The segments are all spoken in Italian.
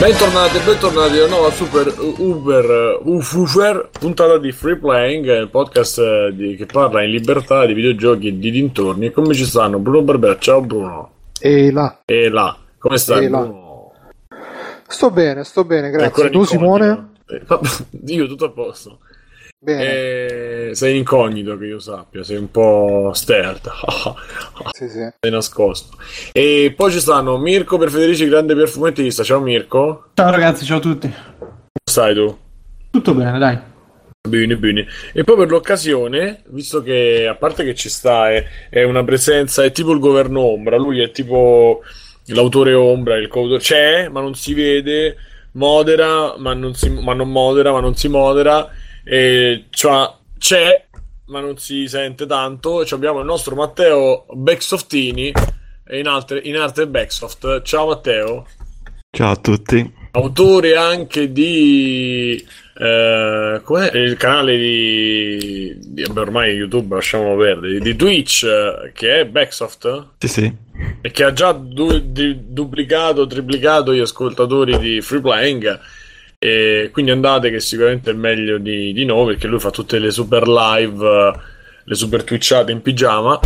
Bentornati alla nuova Super Uber puntata di Free Playing, il podcast che parla in libertà di videogiochi e di dintorni. E come ci stanno Bruno Barbera? Ciao Bruno. E là. Come stai Bruno? Sto bene, grazie. Tu Simone? Io tutto a posto. Bene. Sei incognito, che io sappia, sei un po' stealth. Sì. Sei nascosto. E poi ci stanno Mirko per Federici, grande perfumettista. Ciao Mirko. Ciao ragazzi, ciao a tutti. Come stai tu? Tutto bene, dai. Bene. E poi per l'occasione, visto che a parte che ci sta, è una presenza, è tipo il governo ombra, lui è tipo l'autore ombra, il coautore c'è, ma non si vede, modera, ma non modera, ma non si modera, e cioè c'è, ma non si sente tanto. E abbiamo il nostro Matteo Backsoftini, in arte Backsoft. Ciao Matteo. Ciao a tutti. Autore anche di com'è il canale di ormai YouTube lasciamolo perdere, di Twitch, che è Backsoft? Sì. E che ha già duplicato, triplicato gli ascoltatori di Free Playing, e quindi andate, che sicuramente è meglio di noi, perché lui fa tutte le super live, le super twitchate in pigiama.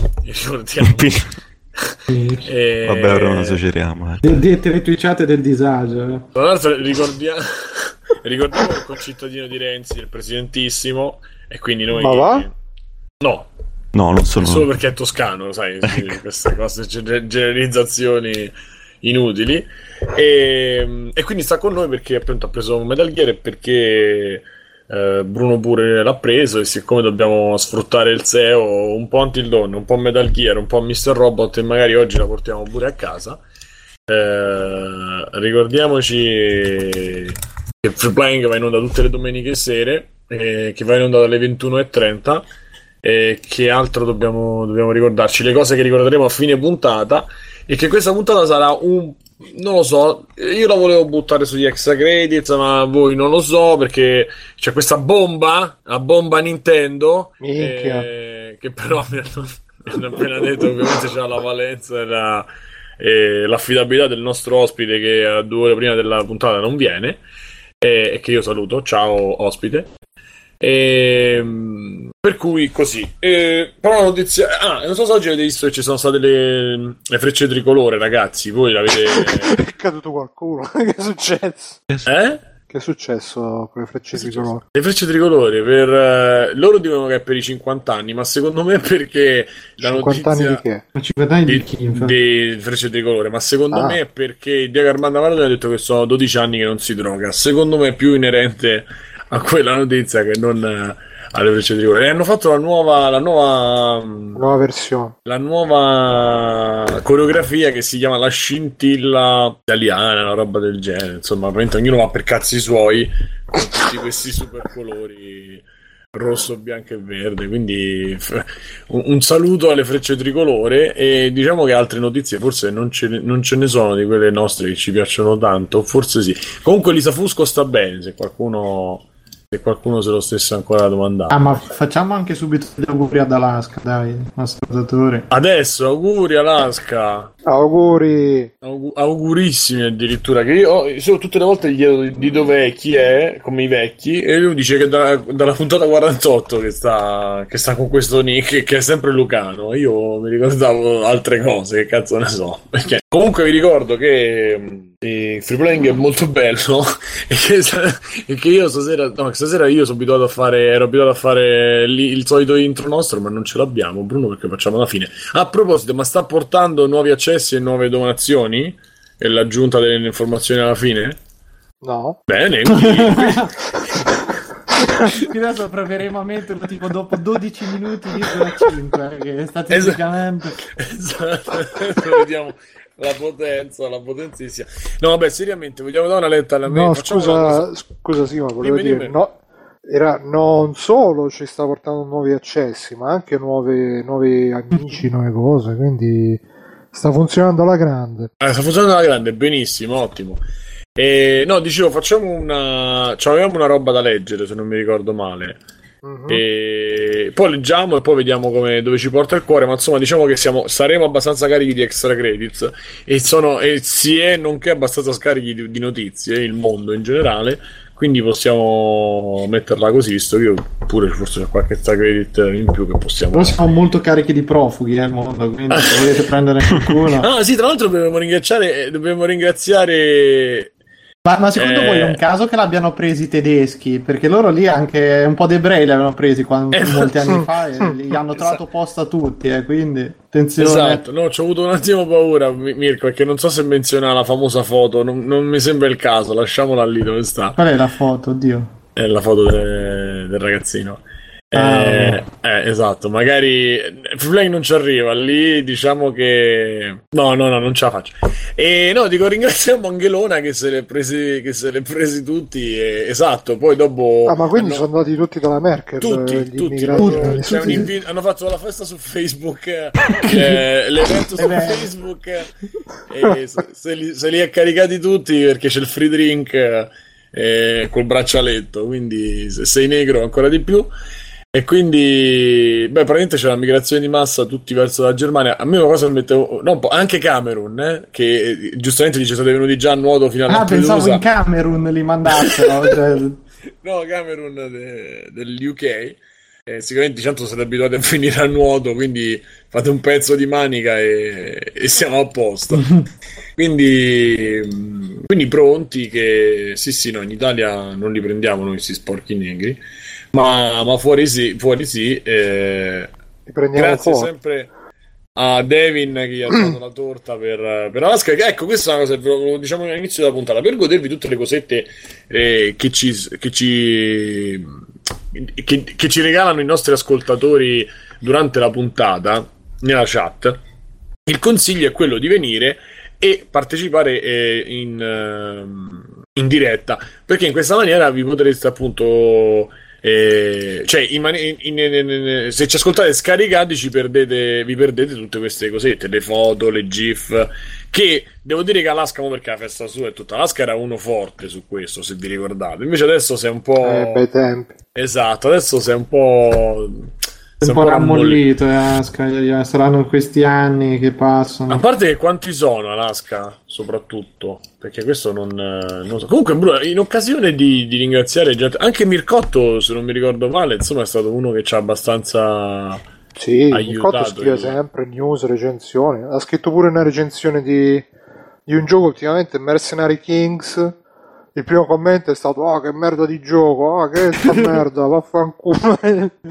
Vabbè, ora non esageriamo. Dite twitchate del disagio. Tra l'altro ricordiamo il concittadino di Renzi, il presidentissimo, e quindi noi... Ma va? No, non sono... solo perché è toscano, sai, queste generalizzazioni inutili. E quindi sta con noi perché appunto ha preso un Metal Gear, e perché Bruno pure l'ha preso, e siccome dobbiamo sfruttare il SEO un po' Until Dawn, un po' Metal Gear, un po' Mr. Robot, e magari oggi la portiamo pure a casa, ricordiamoci che Free Playing va in onda tutte le domeniche sere, che va in onda dalle 21:30. E che altro dobbiamo ricordarci? Le cose che ricorderemo a fine puntata, e che questa puntata sarà non lo so, io la volevo buttare sugli extra credits, ma voi non lo so, perché c'è questa bomba, la bomba Nintendo, che però mi hanno appena detto che ovviamente c'ha la valenza e l'affidabilità del nostro ospite, che a 2 ore prima della puntata non viene, e che io saluto. Ciao ospite. Per cui così, però la notizia, non so se oggi avete visto che ci sono state le frecce tricolore, ragazzi. Voi l'avete... È caduto qualcuno. Che è successo? Che è successo con le frecce tricolore? Le frecce tricolore per loro dicono che è per i 50 anni, ma secondo me perché la 50 notizia anni di che? 50 anni di chi? di frecce tricolore, ma secondo me è perché Diego Armando Maradona ha detto che sono 12 anni che non si droga. Secondo me è più inerente a quella notizia che non alle frecce tricolore. E hanno fatto la nuova versione, la nuova coreografia, che si chiama la scintilla italiana, una roba del genere. Insomma, ovviamente ognuno va per cazzi suoi, con tutti questi super colori rosso, bianco e verde. Quindi un saluto alle frecce tricolore. E diciamo che altre notizie forse non ce ne sono, di quelle nostre che ci piacciono tanto, forse sì. Comunque Lisa Fusco sta bene, se qualcuno se lo stesse ancora domandando. Ma facciamo anche subito gli auguri ad Alaska, dai, ascoltatori. Adesso auguri Alaska. Auguri. Augurissimi addirittura, che io tutte le volte gli chiedo di dov'è, chi è, come i vecchi, e lui dice che dalla puntata 48 che sta con questo nick, che è sempre lucano. Io mi ricordavo altre cose, che cazzo ne so, perché comunque vi ricordo che Free Playing è molto bello, e che io stasera io ero abituato a fare il solito intro nostro, ma non ce l'abbiamo, Bruno, perché facciamo alla fine. A proposito, ma sta portando nuovi accessi e nuove donazioni, e l'aggiunta delle informazioni alla fine? No. Bene, Qui adesso proveremo a metterlo tipo dopo 12 minuti di 5, che statisticamente esatto. Vediamo la potenzissima. No, vabbè, seriamente, vogliamo dare una letta alla No, scusa sì, ma volevo dire, dimmi. no, non solo ci sta portando nuovi accessi, ma anche nuovi amici, nuove cose, quindi sta funzionando alla grande. Sta funzionando alla grande, benissimo, ottimo. No, dicevo, avevamo una roba da leggere, se non mi ricordo male. E poi leggiamo e poi vediamo dove ci porta il cuore, ma insomma diciamo che saremo abbastanza carichi di extra credits e si è nonché abbastanza scarichi di notizie, il mondo in generale, quindi possiamo metterla così, visto che io pure forse c'è qualche extra credit in più che possiamo. Noi siamo molto carichi di profughi nel mondo, quindi se volete prendere il culo. Ah sì, tra l'altro dobbiamo ringraziare Ma secondo voi è un caso che l'abbiano presi i tedeschi? Perché loro lì anche un po' di ebrei li avevano presi molti anni fa e gli hanno trovato posto a tutti, quindi attenzione. Esatto, no, ci ho avuto un attimo paura, Mirko, perché non so se menziona la famosa foto, non mi sembra il caso, lasciamola lì dove sta. Qual è la foto, oddio? È la foto del ragazzino. Esatto, magari Freeplaying non ci arriva lì, diciamo che no, non ce la faccio. E no, dico, ringraziamo Angelona che se l'è presi tutti esatto, poi dopo ma quindi sono andati tutti dalla Merkel, tutti. Hanno fatto la festa su Facebook, l'evento su Facebook e se li ha caricati tutti perché c'è il free drink col braccialetto, quindi se sei negro ancora di più. E quindi, praticamente c'è la migrazione di massa tutti verso la Germania. A me una cosa mi mettevo, anche Camerun, che giustamente dice sono venuti già a nuoto fino a Lampedusa. Pensavo in Camerun li mandassero. No, Camerun dell'UK. Sicuramente diciamo siete abituati a finire a nuoto, quindi fate un pezzo di manica e siamo a posto. quindi pronti che sì, no, in Italia non li prendiamo noi questi sporchi negri. Ma fuori sì, grazie fuori. sempre a Devin che gli ha dato la torta per Alaska. Ecco, questa è una cosa che lo diciamo all'inizio della puntata, per godervi tutte le cosette che ci regalano i nostri ascoltatori durante la puntata nella chat. Il consiglio è quello di venire e partecipare in diretta, perché in questa maniera vi potreste appunto se ci ascoltate scaricati vi perdete tutte queste cosette, le foto, le gif, che devo dire che Alaska, perché la festa sua e tutta Alaska era uno forte su questo, se vi ricordate, invece adesso sei un po' bei tempi. Esatto, adesso sei un po' rammollito, saranno questi anni che passano. A parte che quanti sono Alaska, soprattutto, perché questo non so. Comunque in occasione di ringraziare gente, anche Mircotto, se non mi ricordo male, insomma è stato uno che ci ha abbastanza aiutato. Mircotto scrive sempre news, recensioni, ha scritto pure una recensione di un gioco ultimamente, Mercenary Kings. Il primo commento è stato: che merda di gioco, che sta merda, vaffanculo.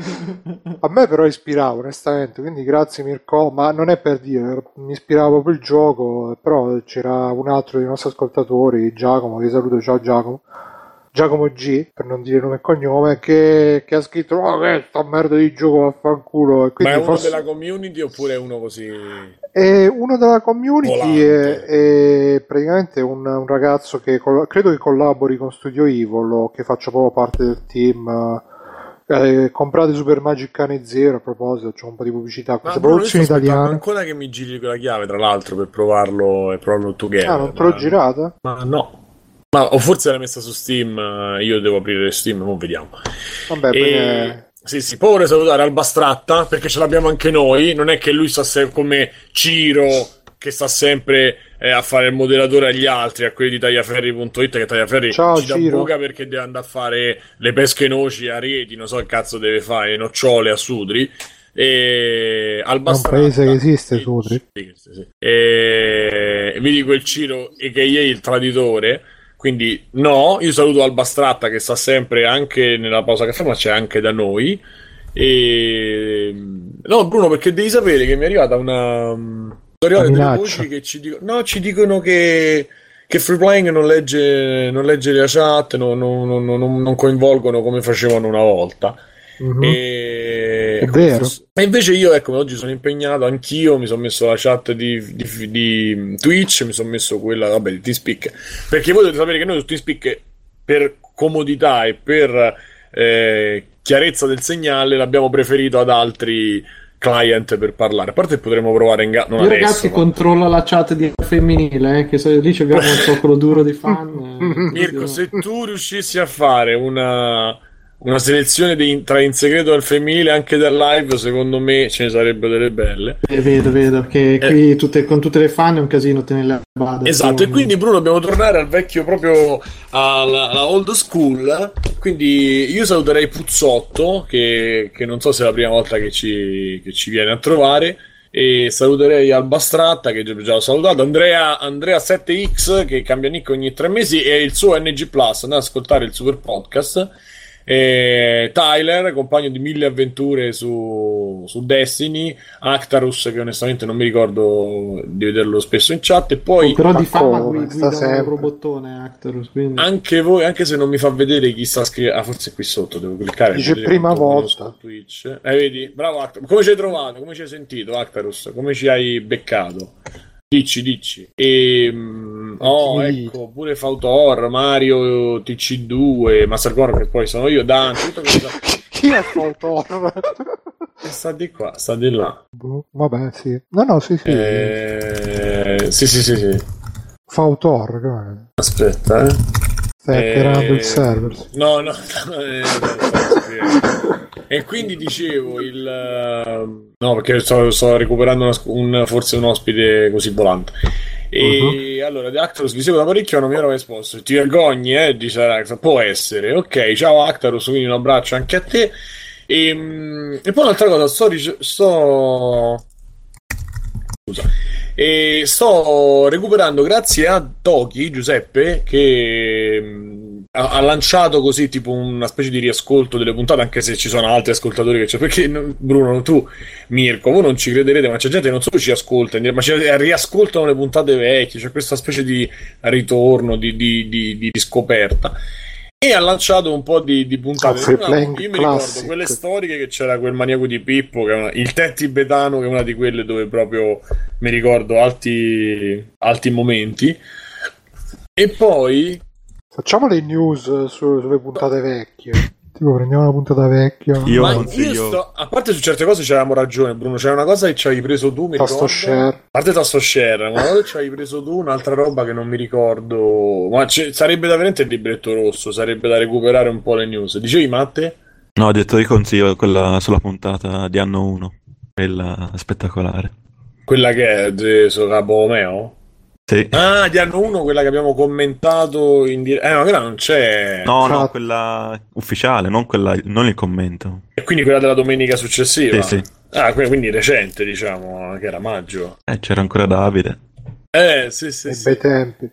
A me però ispirava onestamente, quindi grazie Mirko, ma non è per dire, mi ispirava proprio il gioco. Però c'era un altro dei nostri ascoltatori, Giacomo, che saluto, ciao Giacomo G, per non dire nome e cognome, che ha scritto: che sta merda di gioco, vaffanculo. E ma è uno della community oppure è uno così? È uno della community, è praticamente un ragazzo che credo che collabori con Studio Evil, che faccia proprio parte del team. Comprate Super Magic Cane Zero, a proposito, c'è un po' di pubblicità, queste produzioni italiane. Ancora che mi giri quella chiave, tra l'altro, per provarlo e provarlo together. Non te l'ho girata? Ma no. O forse l'hai messa su Steam, io devo aprire Steam, non vediamo. Vabbè, Sì, poi vorrei salutare Albastratta, perché ce l'abbiamo anche noi, non è che lui sta sempre come Ciro, che sta sempre a fare il moderatore agli altri, a quelli di tagliaferri.it, che Tagliaferri ci dà buca perché deve andare a fare le pesche noci a Rieti, non so che cazzo deve fare, nocciole a Sudri. E Albastratta, è un paese che esiste, Sudri. Sì. E vi dico il Ciro e che è il traditore. Quindi no, io saluto Albastratta che sta sempre anche nella pausa caffè, ma c'è anche da noi. E no, Bruno, perché devi sapere che mi è arrivata delle voci che ci dicono che Freeplaying non legge la chat, non coinvolgono come facevano una volta. È vero. E invece io, oggi sono impegnato anch'io, mi sono messo la chat di Twitch, mi sono messo quella di TeamSpeak, perché voi dovete sapere che noi su TeamSpeak, per comodità e per chiarezza del segnale, l'abbiamo preferito ad altri client per parlare. A parte potremmo provare io adesso, ragazzi, controlla la chat di femminile, che lì abbiamo un zoccolo duro di fan. Mirko, se tu riuscissi a fare una selezione tra in segreto al femminile anche dal live, secondo me ce ne sarebbero delle belle. Vedo che qui con tutte le fan è un casino tenerle a bada. Esatto, e quindi Bruno dobbiamo tornare al vecchio, proprio alla old school. Quindi io saluterei Puzzotto, che non so se è la prima volta che ci viene a trovare, e saluterei Albastratta, che già ho salutato, Andrea 7X, che cambia nick ogni 3 mesi, e il suo NG Plus, andate ad ascoltare il super podcast. Tyler, compagno di 1000 avventure su Destiny, Actarus, che onestamente non mi ricordo di vederlo spesso in chat, e poi però di fama guida un robottone Actarus, quindi... anche voi, anche se non mi fa vedere chi sta scrivendo, forse qui sotto devo cliccare, dice prima volta Twitch. Vedi, bravo Actarus, come ci hai trovato, come ci hai sentito Actarus, come ci hai beccato? Dici. Ecco, pure Fautor, Mario, TC2, Mastercore, che poi sono io, Dante, tutto questo. Chi è Fautor? Sta di qua, sta di là. Vabbè, sì. No, sì. Sì. Fautor, come? Aspetta, Stai creando il server. No. E quindi dicevo no, perché sto recuperando forse un ospite così volante. E allora di Actarus vi seguo da parecchio, non mi ero esposto. Ti vergogni, dice Rax. Può essere. Ok, ciao Actarus, quindi un abbraccio anche a te. E poi un'altra cosa, sto recuperando grazie a Toki Giuseppe, che ha lanciato così tipo una specie di riascolto delle puntate, anche se ci sono altri ascoltatori che c'è, perché Bruno, tu, Mirko, voi non ci crederete, ma c'è gente che non solo ci ascolta, ma riascoltano le puntate vecchie, c'è questa specie di ritorno, di scoperta. E ha lanciato un po' di puntate. Io mi ricordo quelle storiche, che c'era quel maniaco di Pippo, che il te tibetano, che è una di quelle dove proprio mi ricordo alti momenti. E poi facciamo le news sulle puntate vecchie. Tipo, prendiamo una puntata vecchia. A parte su certe cose c'avevamo ragione, Bruno. C'era una cosa che ci avevi preso tu, mi ricordo. Share. A parte tasto share, una cosa che ci avevi preso tu, un'altra roba che non mi ricordo. Ma sarebbe da veramente il libretto rosso, sarebbe da recuperare un po' le news. Dicevi, Matte? No, ho detto di consiglio quella sulla puntata di anno 1. Quella spettacolare. Quella che è su Capomeo? Sì. Ah, di anno 1, quella che abbiamo commentato in diretta. Ma quella non c'è. No, quella ufficiale, non il commento. E quindi quella della domenica successiva? Sì. Ah, quindi recente, che era maggio. C'era ancora Davide. Sì. Bei tempi.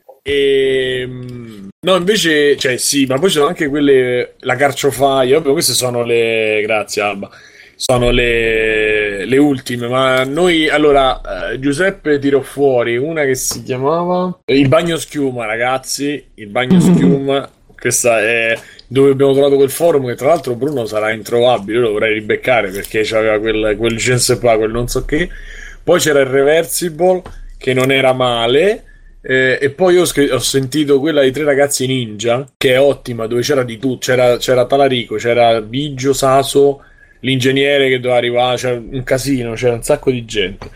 No, invece, sì, ma poi ci sono anche quelle, la carciofaia, vabbè, queste sono grazie Alba, sono le ultime, ma noi, allora, Giuseppe tirò fuori una che si chiamava il bagno schiuma, ragazzi, il bagno schiuma, questa è dove abbiamo trovato quel forum, che tra l'altro Bruno sarà introvabile, io lo vorrei ribeccare, perché c'aveva quel je ne sais pas, quel non so che. Poi c'era il Reversible, che non era male. E poi ho sentito quella dei 3 ragazzi ninja, che è ottima, dove c'era di tutto, c'era Talarico, c'era Biggio, Saso, l'ingegnere che doveva arrivare, c'era un casino, c'era un sacco di gente.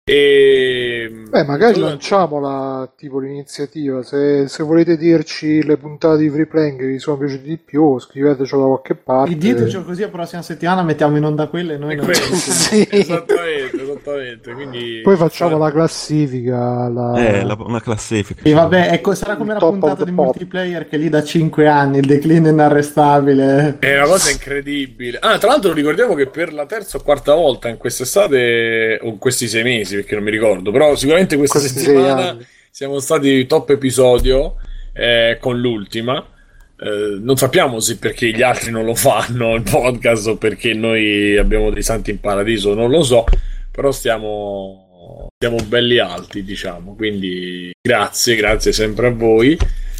Magari lanciamola tipo l'iniziativa, se volete dirci le puntate di Free Playing che vi sono piaciute di più, scrivetecelo da qualche parte. Ditecelo così, la prossima settimana mettiamo in onda quelle e noi sì. Esattamente, quindi poi facciamo la classifica, una classifica. E vabbè, ecco, sarà come la puntata di multiplayer, che lì da 5 anni il declino è inarrestabile. È una cosa incredibile. Tra l'altro ricordiamo che per la terza o quarta volta in quest'estate, o in questi 6 mesi, perché non mi ricordo, però sicuramente questa settimana siamo stati top episodio con l'ultima. Non sappiamo se perché gli altri non lo fanno il podcast o perché noi abbiamo dei santi in paradiso, non lo so, però stiamo belli alti, diciamo, quindi grazie sempre a voi.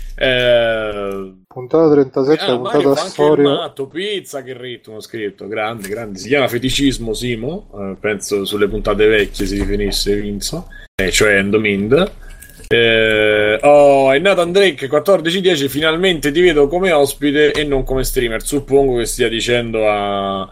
Puntata 37, puntata storia. Matto, pizza, che ritmo scritto, grande, si chiama Feticismo Simo, penso sulle puntate vecchie si riferisse Vinzo, cioè Endomind. È nato Andrek 1410, finalmente ti vedo come ospite e non come streamer, suppongo che stia dicendo a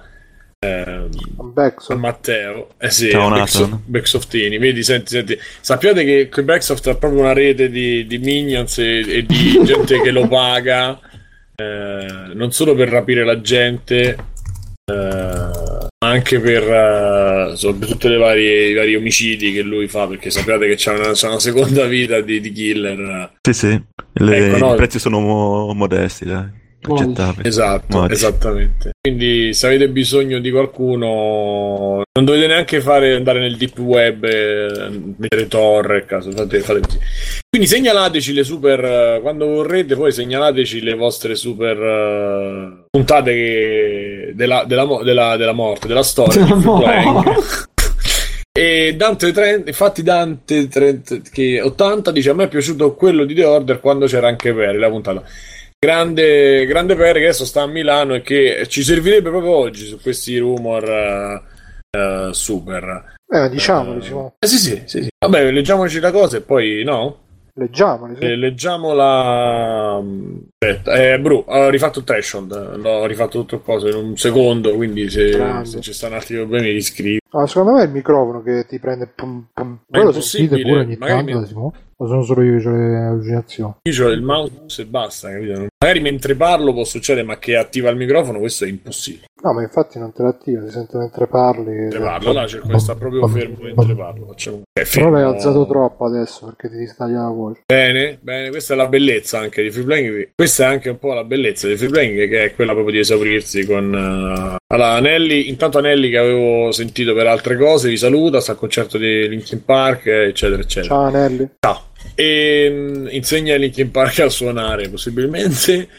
Matteo. Sì, ciao Backsoftini, vedi, senti, sappiate che Backsoft ha proprio una rete di minions e di gente che lo paga non solo per rapire la gente, ma anche per tutte i vari omicidi che lui fa, perché sappiate che c'è una seconda vita di killer. Sì. I prezzi sono modesti, dai. Accettabili. Esatto, esattamente. Quindi se avete bisogno di qualcuno, non dovete neanche andare nel deep web, mettere Tor, caso, fate così. Quindi segnalateci le super, quando vorrete, poi segnalateci le vostre super puntate della morte, della storia di Free Playing. E Dante 30, infatti Dante 30, che 80 dice: a me è piaciuto quello di The Order quando c'era anche Perry, la puntata. Grande Perry, che adesso sta a Milano e che ci servirebbe proprio oggi su questi rumor super. Diciamoli, Simone. Sì. Vabbè, leggiamoci la cosa e poi no? Leggiamoli, sì. Leggiamola. Aspetta, Bru, ho rifatto il threshold, ho rifatto tutto il coso in un secondo, quindi se ci stanno altri problemi li scrivi. Secondo me è il microfono che ti prende voi lo sentite pure ogni tanto, Simone? O sono solo io che ho le allucinazioni? Io ho il mouse e basta, capito? Magari mentre parlo può succedere, ma che attiva il microfono questo è impossibile. No, ma infatti non te l'attiva, ti sente mentre parli. Mentre parlo, là cerco di stare proprio fermo mentre parlo. Però l'hai alzato troppo adesso perché ti staglia la voce. Bene, questa è la bellezza anche di Free Playing. Questa è anche un po' la bellezza di Free Playing, che è quella proprio di esaurirsi con allora, Anelli, intanto Anelli che avevo sentito per altre cose, vi saluta, sta al concerto di Linkin Park, eccetera. Ciao Anelli. Ciao. E insegna a Linkin Park a suonare possibilmente.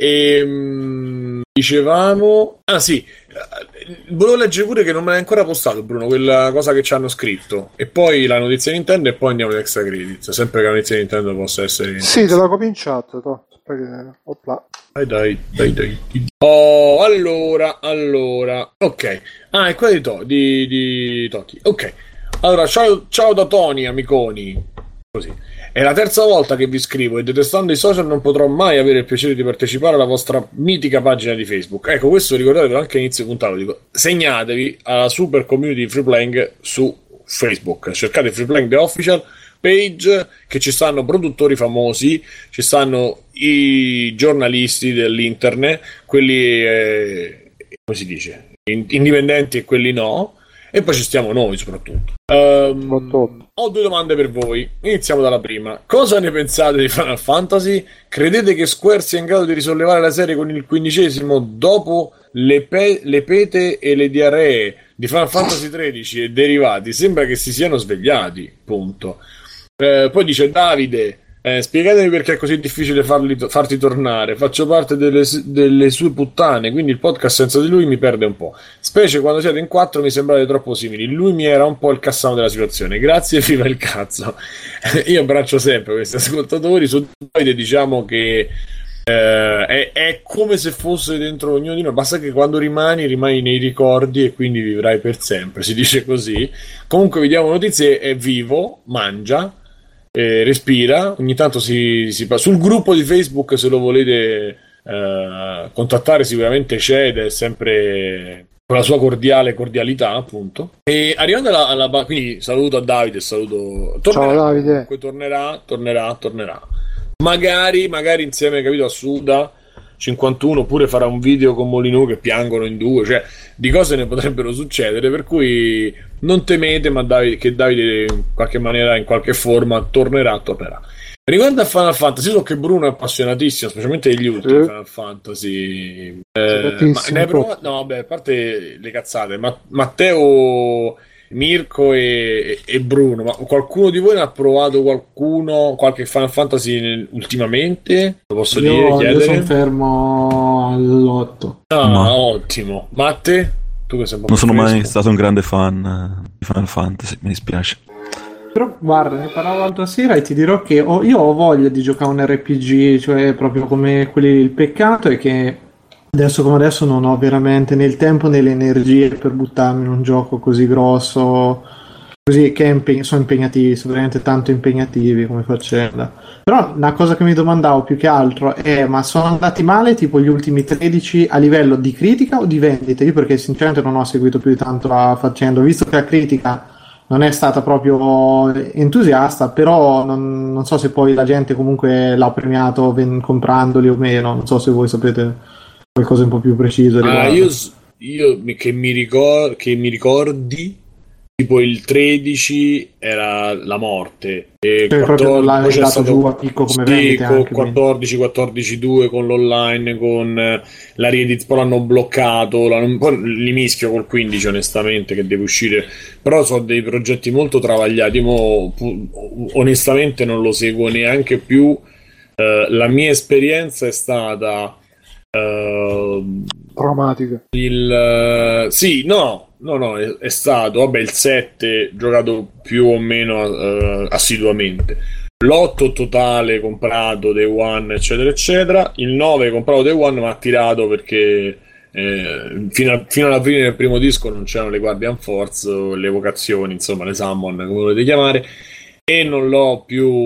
E dicevamo volevo leggere pure che non me l'hai ancora postato, Bruno, quella cosa che ci hanno scritto, e poi la notizia Nintendo e poi andiamo ad extra credits, sempre che la notizia Nintendo possa essere sì, te la copio in chat dai. Allora ok, è quella di Totti. Ok, allora ciao da Tony, amiconi, così. È la terza volta che vi scrivo e detestando i social non potrò mai avere il piacere di partecipare alla vostra mitica pagina di Facebook. Ecco, questo ricordatevelo anche all'inizio puntata, dico, segnatevi alla super community Free Playing su Facebook, cercate Free Playing The Official Page, che ci stanno produttori famosi, ci stanno i giornalisti dell'internet, quelli come si dice, indipendenti e quelli no, e poi ci stiamo noi soprattutto. Ho due domande per voi. Iniziamo dalla prima. Cosa ne pensate di Final Fantasy? Credete che Square sia in grado di risollevare la serie con il 15° dopo le pete e le diarree di Final Fantasy XIII e derivati? Sembra che si siano svegliati, punto. Poi dice Davide, spiegatemi perché è così difficile farti tornare. Faccio parte delle sue puttane, quindi il podcast senza di lui mi perde un po', specie quando siete in 4 mi sembrate troppo simili. Lui mi era un po' il Cassano della situazione. Grazie, viva il cazzo. Io abbraccio sempre questi ascoltatori. Su Davide diciamo che è come se fosse dentro ognuno di noi, basta che quando rimani nei ricordi e quindi vivrai per sempre, si dice così. Comunque vi diamo notizie, è vivo, mangia, respira, ogni tanto si sul gruppo di Facebook, se lo volete contattare, sicuramente c'è ed è sempre con la sua cordialità, appunto. E arrivando alla quindi saluto a Davide, tornerà, ciao Davide. Tornerà magari insieme, capito, a Suda 51, oppure farà un video con Molinù che piangono in due, cioè di cose ne potrebbero succedere, per cui non temete, ma che Davide in qualche maniera, in qualche forma tornerà. Riguardo a Final Fantasy, so che Bruno è appassionatissimo, specialmente degli ultimi Final Fantasy. Ma ne hai provato? No, vabbè, a parte le cazzate, Matteo, Mirko e Bruno, ma qualcuno di voi ne ha provato qualche Final Fantasy ultimamente? Lo posso chiedere? Io sono fermo all'8. Ottimo. Matte? Tu che sei un po' non sono mai stato un grande fan di Final Fantasy, mi dispiace. Però guarda, ne parlavo l'altra sera e ti dirò che io ho voglia di giocare un RPG, cioè proprio come quelli. Il peccato è che adesso come adesso non ho veramente né il tempo né le energie per buttarmi in un gioco così grosso, così che sono impegnativi, sono veramente tanto impegnativi come faccenda. Però una cosa che mi domandavo più che altro è: ma sono andati male tipo gli ultimi 13 a livello di critica o di vendite? Io perché sinceramente non ho seguito più di tanto la faccenda, ho visto che la critica non è stata proprio entusiasta, però non so se poi la gente comunque l'ha premiato comprandoli o meno, non so se voi sapete qualcosa un po' più preciso riguardo. Io che mi ricordi, tipo il 13 era la morte e Proprio l'ha poi c'è dato stato giù a picco come vendite con anche, quindi. 14-2 con l'online, con la Reddit, poi l'hanno bloccato, poi li mischio col 15 onestamente che deve uscire, però sono dei progetti molto travagliati, onestamente non lo seguo neanche più. La mia esperienza è stata traumatica. sì, no, è stato, vabbè, il 7 giocato più o meno assiduamente, l'8 totale comprato Day One, eccetera, eccetera, il 9 comprato Day One ma ha tirato perché fino alla fine del primo disco non c'erano le Guardian Force, le evocazioni, insomma, le Summon, come volete chiamare, e non l'ho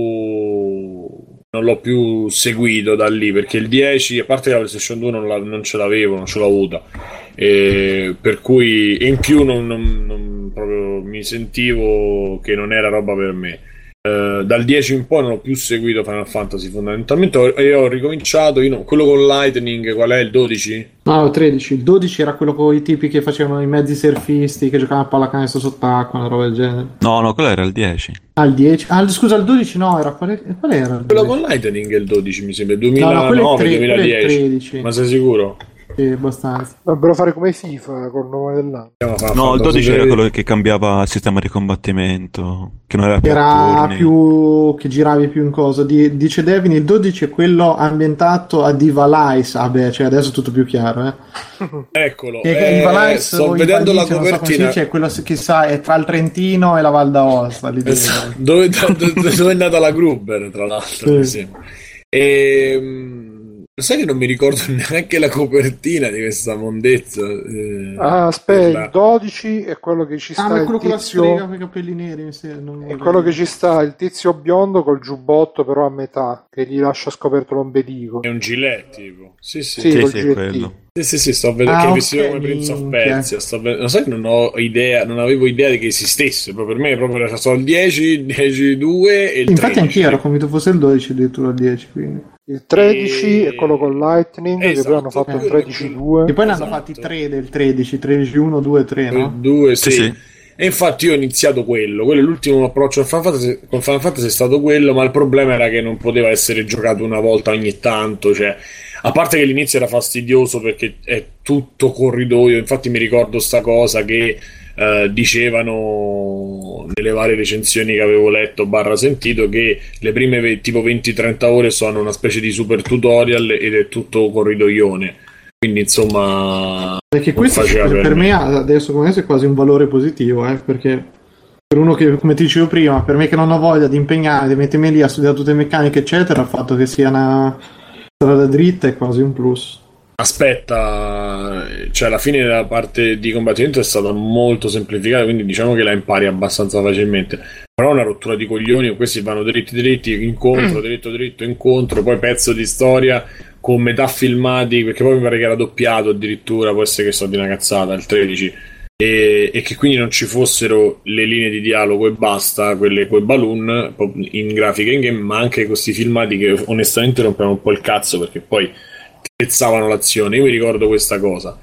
più seguito da lì perché il 10, a parte che la PlayStation 2 non ce l'avevo, non ce l'ho avuta, per cui in più non proprio mi sentivo che non era roba per me. Dal 10 in poi non ho più seguito Final Fantasy fondamentalmente, e ho ricominciato quello con Lightning. Qual è, il 12? No, 13. Il 12 era quello con i tipi che facevano i mezzi surfisti, che giocavano a pallacanestro sott'acqua, una roba del genere. No, quello era il 10. Ah, il 10? Ah, scusa, il 12 no, era qual era? Il Quello 12? con Lightning è il 12, mi sembra, No, quello è 2009-2010. quello è 13. Ma sei sicuro? Sì, abbastanza. Dovrebbero fare come FIFA col nome dell'anno. No, il 12 era quello che cambiava il sistema di combattimento, che non era più a Era turni. più che giravi più in cosa. Dice Devin, il 12 è quello ambientato a Diva Lice. Ah beh, cioè adesso è tutto più chiaro, Eccolo, Diva Lice, sto vedendo la non so come si copertina. dice, è quello che sa, è tra il Trentino e la Val d'Aosta. L'idea. Dove è nata la Gruber, tra l'altro, mi Sì. sembra. Sai che non mi ricordo neanche la copertina di questa mondezza. Aspetta, il 12 è quello che ci Ah, ma sta è il quello con la tizio. strega con i capelli neri. Non È quello che ci sta il tizio biondo col giubbotto però a metà, che gli lascia scoperto l'ombelico. È un gilet, tipo. Sì, Sì, Sì, col sì, è gilettino. quello. Sì, sto vedendo che Ah, è vestito ok, come Prince of minchia. Persia. Lo sai che non ho idea, non avevo idea di che esistesse. Proprio per me, proprio era solo il 10, 10, 2 e il 13. Infatti anch'io ero convinto fosse il 12 addirittura il 10, quindi. Il 13 è quello con Lightning, che Esatto, poi hanno fatto il quello- 13-2. E poi ne hanno Esatto. fatti 3 del 13, 13-1, 2, 3, no? 2, Sì, sì. sì. E infatti io ho iniziato quello è l'ultimo approccio a con Final Fantasy è stato quello, ma il problema era che non poteva essere giocato una volta ogni tanto, cioè, a parte che l'inizio era fastidioso perché è tutto corridoio, infatti mi ricordo sta cosa che dicevano nelle varie recensioni che avevo letto barra sentito che le prime tipo 20-30 ore sono una specie di super tutorial ed è tutto corridoione, quindi insomma Perché non questo faceva per me adesso come adesso è quasi un valore positivo, perché per uno che, come ti dicevo prima, per me che non ho voglia di impegnare, di mettermi lì a studiare tutte le meccaniche, eccetera, il fatto che sia una strada dritta è quasi un plus. Aspetta, cioè alla fine la parte di combattimento è stata molto semplificata, quindi diciamo che la impari abbastanza facilmente. Però è una rottura di coglioni, questi vanno dritti, incontro, dritto, incontro, poi pezzo di storia con metà filmati, perché poi mi pare che era doppiato addirittura, può essere che sto di una cazzata, il 13, e che quindi non ci fossero le linee di dialogo e basta, quelle coi balloon in grafica in game, ma anche questi filmati che onestamente rompevano un po' il cazzo, perché poi spezzavano l'azione. Io mi ricordo questa cosa,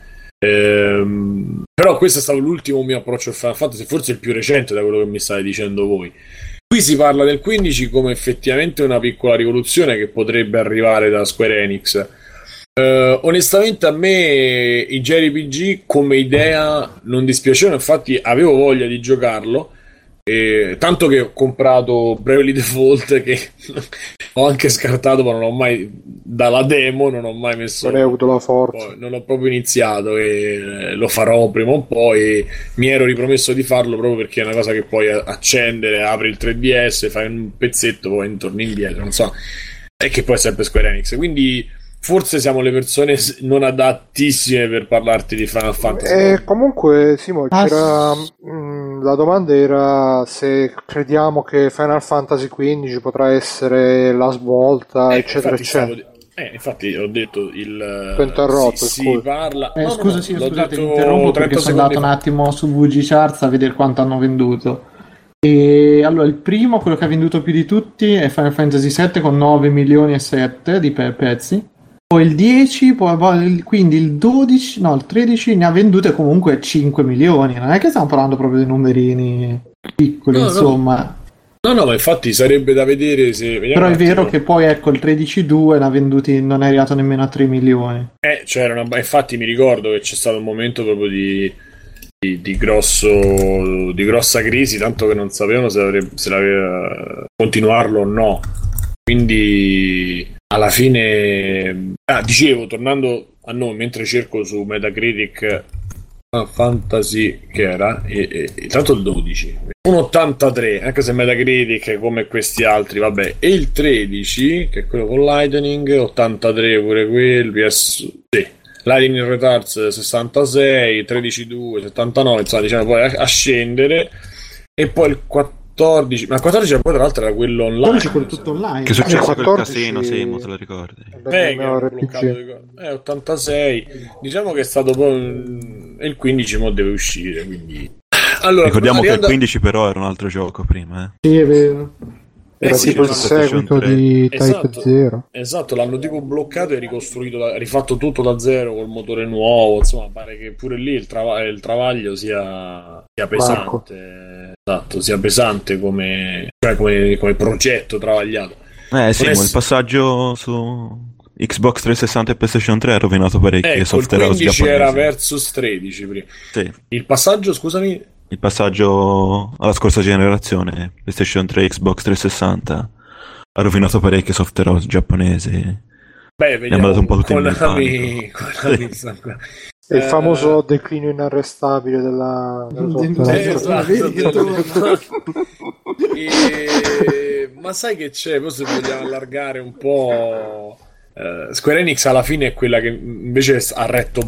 però questo è stato l'ultimo mio approccio a Final Fantasy, forse il più recente da quello che mi state dicendo voi. Qui si parla del 15 come effettivamente una piccola rivoluzione che potrebbe arrivare da Square Enix. Onestamente a me i JRPG come idea non dispiacevano, infatti avevo voglia di giocarlo, tanto che ho comprato Bravely Default, che ho anche scartato, ma non ho mai, dalla demo non ho mai messo, Non hai avuto la forza. poi non ho proprio iniziato, e lo farò prima o poi. Mi ero ripromesso di farlo proprio perché è una cosa che puoi accendere, apri il 3DS, fai un pezzetto, poi torni indietro, non so, e che poi è sempre Square Enix, quindi forse siamo le persone non adattissime per parlarti di Final Fantasy. Comunque, Simo, c'era, la domanda era se crediamo che Final Fantasy XV potrà essere la svolta, eccetera, eccetera. Infatti ho detto T'ho interrotto, si scusa. parla. Scusa, sì, l'ho scusate, detto mi interrompo 30 perché sono andato secondi un attimo su VG Charts a vedere quanto hanno venduto. E allora il primo, quello che ha venduto più di tutti, è Final Fantasy VII con 9 milioni e 7 di pezzi. Poi il 10, quindi il 12, no, il 13 ne ha vendute comunque 5 milioni. Non è che stiamo parlando proprio di numerini piccoli, insomma. No, ma infatti sarebbe da vedere se... Però è vero che poi, ecco, il 13-2 ne ha venduti, non è arrivato nemmeno a 3 milioni. Infatti mi ricordo che c'è stato un momento proprio di grossa crisi, tanto che non sapevano se l'aveva continuarlo o no. Quindi alla fine dicevo, tornando a noi, mentre cerco su Metacritic Fantasy che era e tanto il 12 un 83, anche se Metacritic come questi altri vabbè, e il 13 che è quello con Lightning 83 pure quello, sì. Lightning Retards 66, 13.2, 79, insomma diciamo poi a scendere, e poi il 14, ma il 14 poi tra l'altro era quello online. 14 quello tutto online. Che successe col 14... casino, Simo, te lo ricordi? Che era bloccato 86, diciamo che è stato poi il 15 mo deve uscire, quindi allora, ricordiamo che il 15 però era un altro gioco prima, Sì, è vero. Era tipo il seguito di Type 0. Esatto, l'hanno tipo bloccato e ricostruito, rifatto tutto da zero col motore nuovo. Insomma, pare che pure lì il travaglio sia pesante. Esatto, sia pesante come progetto travagliato. Simo, il passaggio su Xbox 360 e PlayStation 3 ha rovinato parecchio. Software house giapponesi. Il 15 era versus 13 prima. Sì. Il passaggio, scusami? Il passaggio alla scorsa generazione, PlayStation 3, Xbox 360, ha rovinato parecchie software house giapponesi. Beh, mi ha mandato un po' tutti in Konami, È il famoso declino inarrestabile della ma sai che c'è? Poi se vogliamo allargare un po', Square Enix alla fine è quella che invece ha retto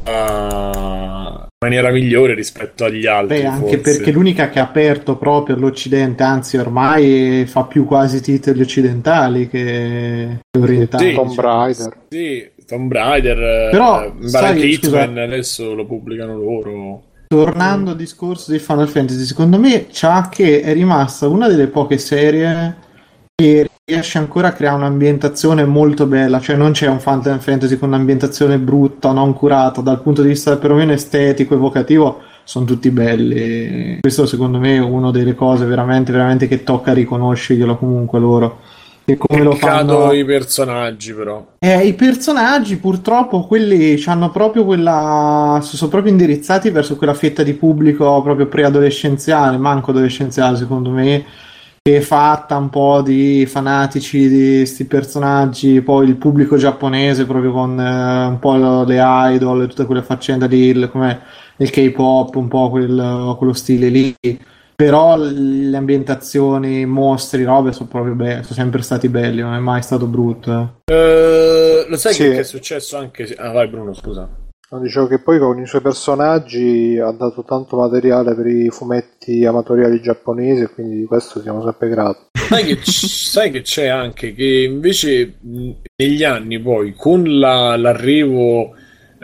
botta in maniera migliore rispetto agli altri. Beh, anche perché l'unica che ha aperto proprio l'Occidente, anzi ormai fa più quasi titoli occidentali che orientali. Sì, Tomb Raider. Sì, Tomb Raider. Però Hitman adesso lo pubblicano loro. Tornando al discorso di Final Fantasy, secondo me Chuck è rimasta una delle poche serie che riesce ancora a creare un'ambientazione molto bella, cioè non c'è un Final Fantasy con un'ambientazione brutta, non curata, dal punto di vista perlomeno estetico, evocativo, sono tutti belli. Questo secondo me è una delle cose veramente, veramente che tocca riconoscerglielo comunque loro. E come lo fanno i personaggi, però i personaggi purtroppo quelli hanno proprio sono proprio indirizzati verso quella fetta di pubblico proprio preadolescenziale, manco adolescenziale secondo me, che è fatta un po' di fanatici di questi personaggi, poi il pubblico giapponese proprio con un po' le idol e tutte quelle faccende lì, come il K-pop, un po' quello stile lì. Però le ambientazioni, mostri, robe sono proprio belli, sono sempre stati belli, non è mai stato brutto. Lo sai che è successo anche... vai Bruno, scusa. Dicevo che poi con i suoi personaggi ha dato tanto materiale per i fumetti amatoriali giapponesi, quindi di questo siamo sempre grati. Sai che c'è anche che invece negli anni poi con l'arrivo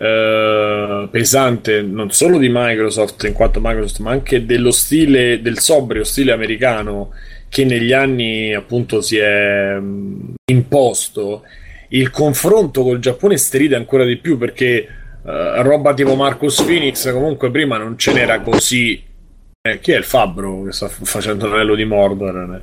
pesante non solo di Microsoft in quanto Microsoft, ma anche del sobrio stile americano che negli anni appunto si è imposto, il confronto col Giappone stride ancora di più, perché roba tipo Marcus Phoenix comunque prima non ce n'era così. Chi è il fabbro che sta facendo l'anello di Mordor?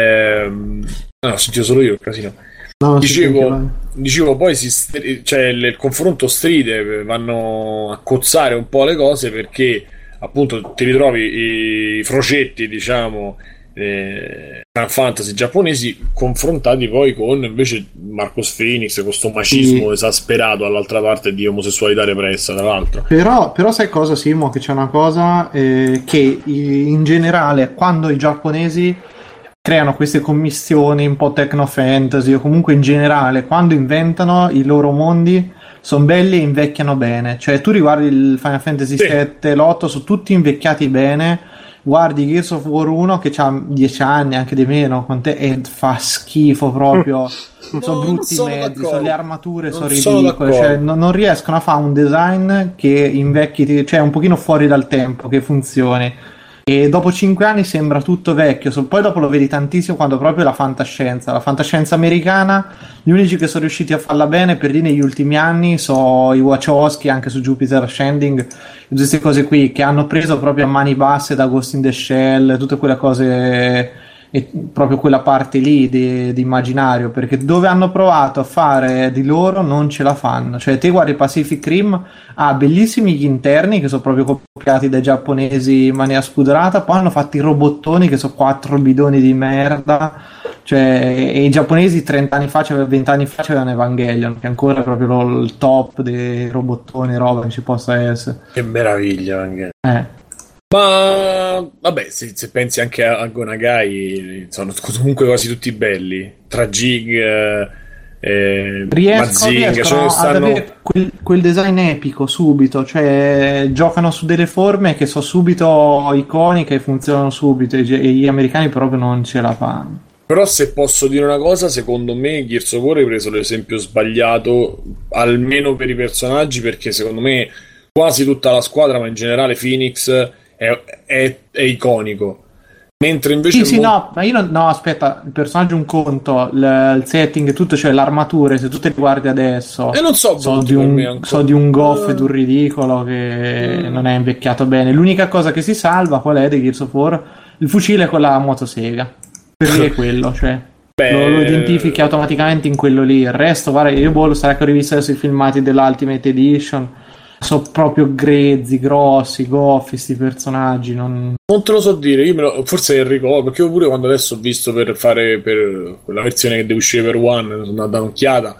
No, sentito solo io il casino. No, dicevo poi il confronto stride, vanno a cozzare un po' le cose, perché appunto ti ritrovi i frocetti, diciamo, Final Fantasy giapponesi confrontati poi con invece Marcus Phoenix con questo macismo esasperato all'altra parte di omosessualità repressa, tra l'altro. Però sai cosa, Simo? Che c'è una cosa che in generale quando i giapponesi creano queste commissioni un po' techno fantasy, o comunque in generale quando inventano i loro mondi sono belli e invecchiano bene. Cioè tu riguardi il Final Fantasy VII, l'8, sono tutti invecchiati bene. Guardi Gears of War 1 che ha 10 anni, anche di meno con te, e fa schifo proprio. Sono brutti i mezzi, sono le armature, sono ridicole, cioè non riescono a fare un design che invecchi, cioè un pochino fuori dal tempo, che funzioni. e dopo 5 anni sembra tutto vecchio. Poi dopo lo vedi tantissimo quando proprio la fantascienza americana, gli unici che sono riusciti a farla bene per dire negli ultimi anni sono i Wachowski, anche su Jupiter Ascending, tutte queste cose qui che hanno preso proprio a mani basse da Ghost in the Shell, tutte quelle cose, e proprio quella parte lì di immaginario, perché dove hanno provato a fare di loro non ce la fanno. Cioè te guardi Pacific Rim, ha bellissimi gli interni che sono proprio copiati dai giapponesi in maniera spudorata, poi hanno fatto i robottoni che sono 4 bidoni di merda, cioè, e i giapponesi 30 anni fa, 20 anni fa c'erano Evangelion, che ancora è proprio il top dei robottoni, roba che ci possa essere. Che meraviglia anche. Ma vabbè, se pensi anche a Gonagai, sono comunque quasi tutti belli. Tra Jig, Mazinga, riescono ad avere quel design epico subito, cioè giocano su delle forme che sono subito iconiche e funzionano subito, e gli americani proprio non ce la fanno. Però se posso dire una cosa, secondo me Gears of War hai preso l'esempio sbagliato, almeno per i personaggi, perché secondo me quasi tutta la squadra, ma in generale Phoenix è iconico, mentre invece No, ma io no, aspetta, il personaggio è un conto, il setting e tutto, cioè l'armatura, se tu te le guardi adesso, non so di un goff e di un ridicolo che non è invecchiato bene. L'unica cosa che si salva, qual è di Gears of War? Il fucile con la motosega, per dire quello, cioè lo identifichi automaticamente in quello lì. Il resto, guarda, io lo sarei che ho rivisto adesso i filmati dell'Ultimate Edition, sono proprio grezzi, grossi, goffi sti personaggi, non te lo so dire, forse Enrico, perché io pure quando adesso ho visto per quella versione che deve uscire per One, sono andato a dare un'occhiata,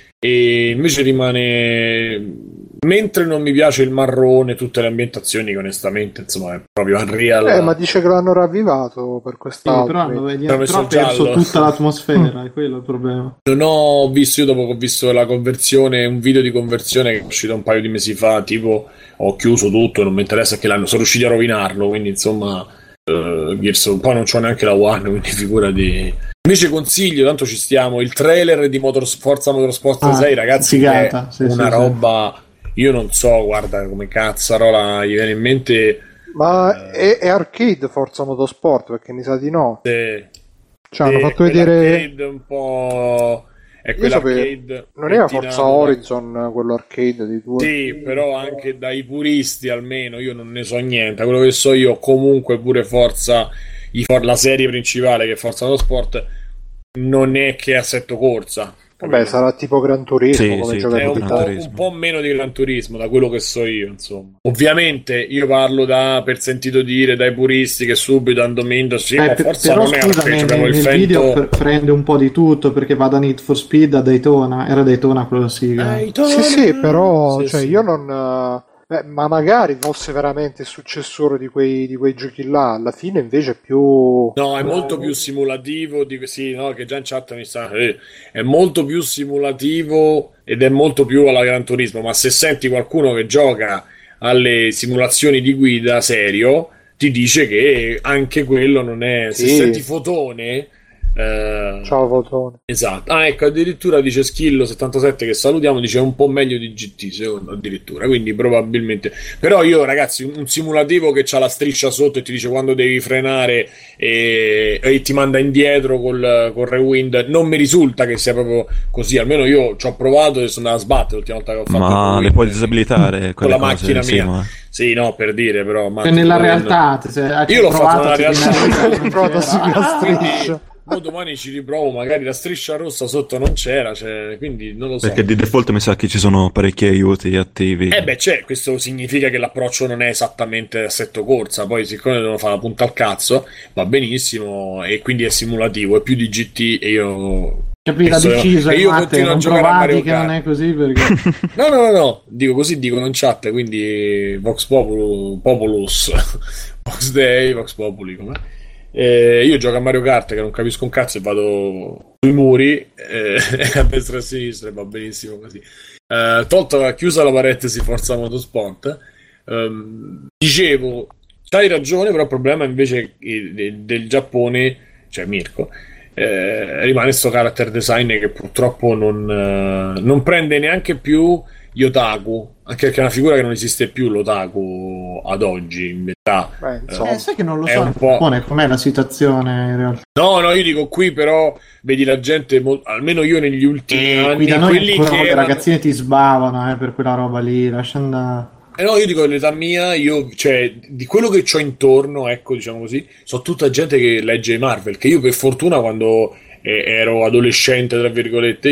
e invece rimane, mentre non mi piace il marrone, tutte le ambientazioni che onestamente insomma è proprio Unreal. Ma dice che l'hanno ravvivato per quest'altro. Però hanno perso tutta l'atmosfera, è quello il problema. Non ho visto, io dopo che ho visto la conversione, un video di conversione che è uscito un paio di mesi fa, tipo ho chiuso tutto, non mi interessa, che sono riusciti a rovinarlo, quindi insomma Gears, poi non c'ho neanche la One, quindi figurati. Invece consiglio, tanto ci stiamo, il trailer di Forza Motorsport 6, ragazzi, figata, è una roba, io non so, guarda, come cazzarola gli viene in mente. Ma è arcade Forza Motorsport, perché mi sa di no. Cioè, hanno fatto vedere un po'. È quell'arcade. Non era Forza Horizon quello arcade di 2? Sì, però anche dai puristi almeno, io non ne so niente. Quello che so io, comunque pure Forza, la serie principale che è Forza Motorsport, non è che assetto corsa. Vabbè, sarà tipo Gran Turismo, come è un po' meno di Gran Turismo, da quello che so io, insomma. Ovviamente io parlo per sentito dire dai puristi che subito hanno dominato, sì, ma Forza non è arcade, nel video prende un po' di tutto, perché va da Need for Speed a Daytona, era Daytona quello sì, però io non ma magari fosse veramente il successore di quei giochi là, alla fine invece è più è molto più simulativo che già in chat mi sta è molto più simulativo ed è molto più alla Gran Turismo, ma se senti qualcuno che gioca alle simulazioni di guida serio ti dice che anche quello non è, se senti Fotone ciao Fotone, esatto, ecco, addirittura dice Schillo77 che salutiamo, dice un po' meglio di GT secondo, addirittura, quindi probabilmente, però io ragazzi un simulativo che c'ha la striscia sotto e ti dice quando devi frenare e ti manda indietro col rewind, non mi risulta che sia proprio così, almeno io ci ho provato e sono andato a sbattere l'ultima volta che ho fatto, ma le puoi disabilitare con la macchina mia. Sì, no, per dire, però nella realtà io l'ho fatto nella realtà, ho provato sulla striscia. Domani ci riprovo, magari la striscia rossa sotto non c'era, quindi non lo so. Perché di default mi sa che ci sono parecchi aiuti attivi. Questo significa che l'approccio non è esattamente assetto corsa, poi siccome devono fare la punta al cazzo, va benissimo, e quindi è simulativo, è più di GT, e io... Capito, deciso, e io continuo a giocare a Mario Kart. Non è così perché... no, dicono in chat, quindi Vox Populus, Vox Dei, Vox Populi, com'è? Io gioco a Mario Kart che non capisco un cazzo e vado sui muri a destra e a sinistra e va benissimo così. Chiusa la parentesi Forza Motorsport, dicevo, c'hai ragione, però il problema invece del Giappone, cioè Mirko, rimane sto character design che purtroppo non prende neanche più gli otaku, anche perché è una figura che non esiste più, l'otaku ad oggi in verità. Sai che non lo è so un po'... com'è la situazione in realtà. No, io dico qui però vedi la gente, almeno io negli ultimi anni, Qui da noi quelli che le ragazzine ti sbavano per quella roba lì, lascia andare. No, io dico dell'età mia, cioè, di quello che ho intorno, ecco, diciamo così, so tutta gente che legge Marvel, che io per fortuna quando ero adolescente, tra virgolette,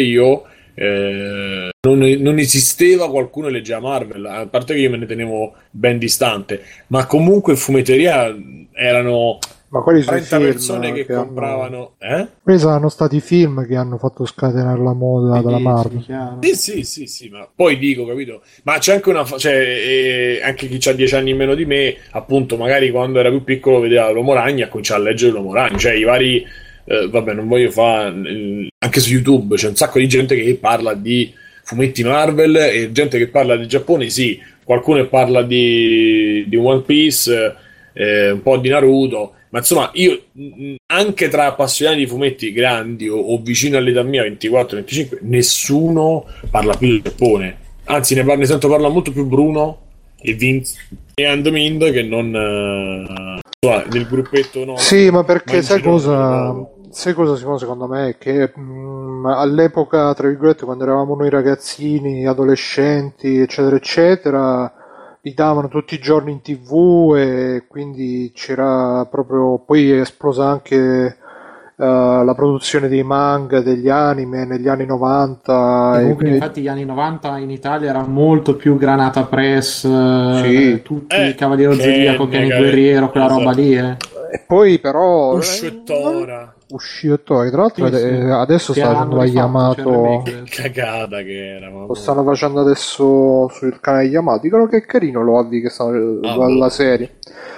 non esisteva qualcuno che leggeva Marvel, a parte che io me ne tenevo ben distante, ma comunque in fumetteria erano... Ma quelli sono 30 persone che compravano. Quelli saranno stati i film che hanno fatto scatenare la moda della Marvel. Sì, ma poi dico, capito? Ma c'è anche anche chi ha 10 anni in meno di me, appunto, magari quando era più piccolo vedeva l'Uomo Ragno e cominciava a leggere l'Uomo Ragno, cioè i vari. Vabbè, non voglio fare. Anche su YouTube c'è un sacco di gente che parla di fumetti Marvel e gente che parla di Giappone, sì, qualcuno che parla di One Piece, un po' di Naruto. Ma insomma, io anche tra appassionati di fumetti grandi o vicino all'età mia, 24-25, nessuno parla più del Giappone. Anzi, ne sento parlare molto più Bruno e Vince e Andamind che non del gruppetto no. Sì, ma perché sai cosa, Simone, secondo me è che all'epoca, tra virgolette, quando eravamo noi ragazzini, adolescenti, eccetera, eccetera, li davano tutti i giorni in TV e quindi c'era proprio, poi è esplosa anche la produzione dei manga, degli anime negli anni 90 comunque infatti gli anni 90 in Italia era molto più Granata Press, tutti i Cavaliero Zodiaco, Kenny Guerriero, quella roba lì e poi però Uscettora tra l'altro adesso sta facendo la Yamato, che cagata che era, lo stanno facendo adesso sul canale Yamato, dicono che è carino, lo avvi che stanno la serie.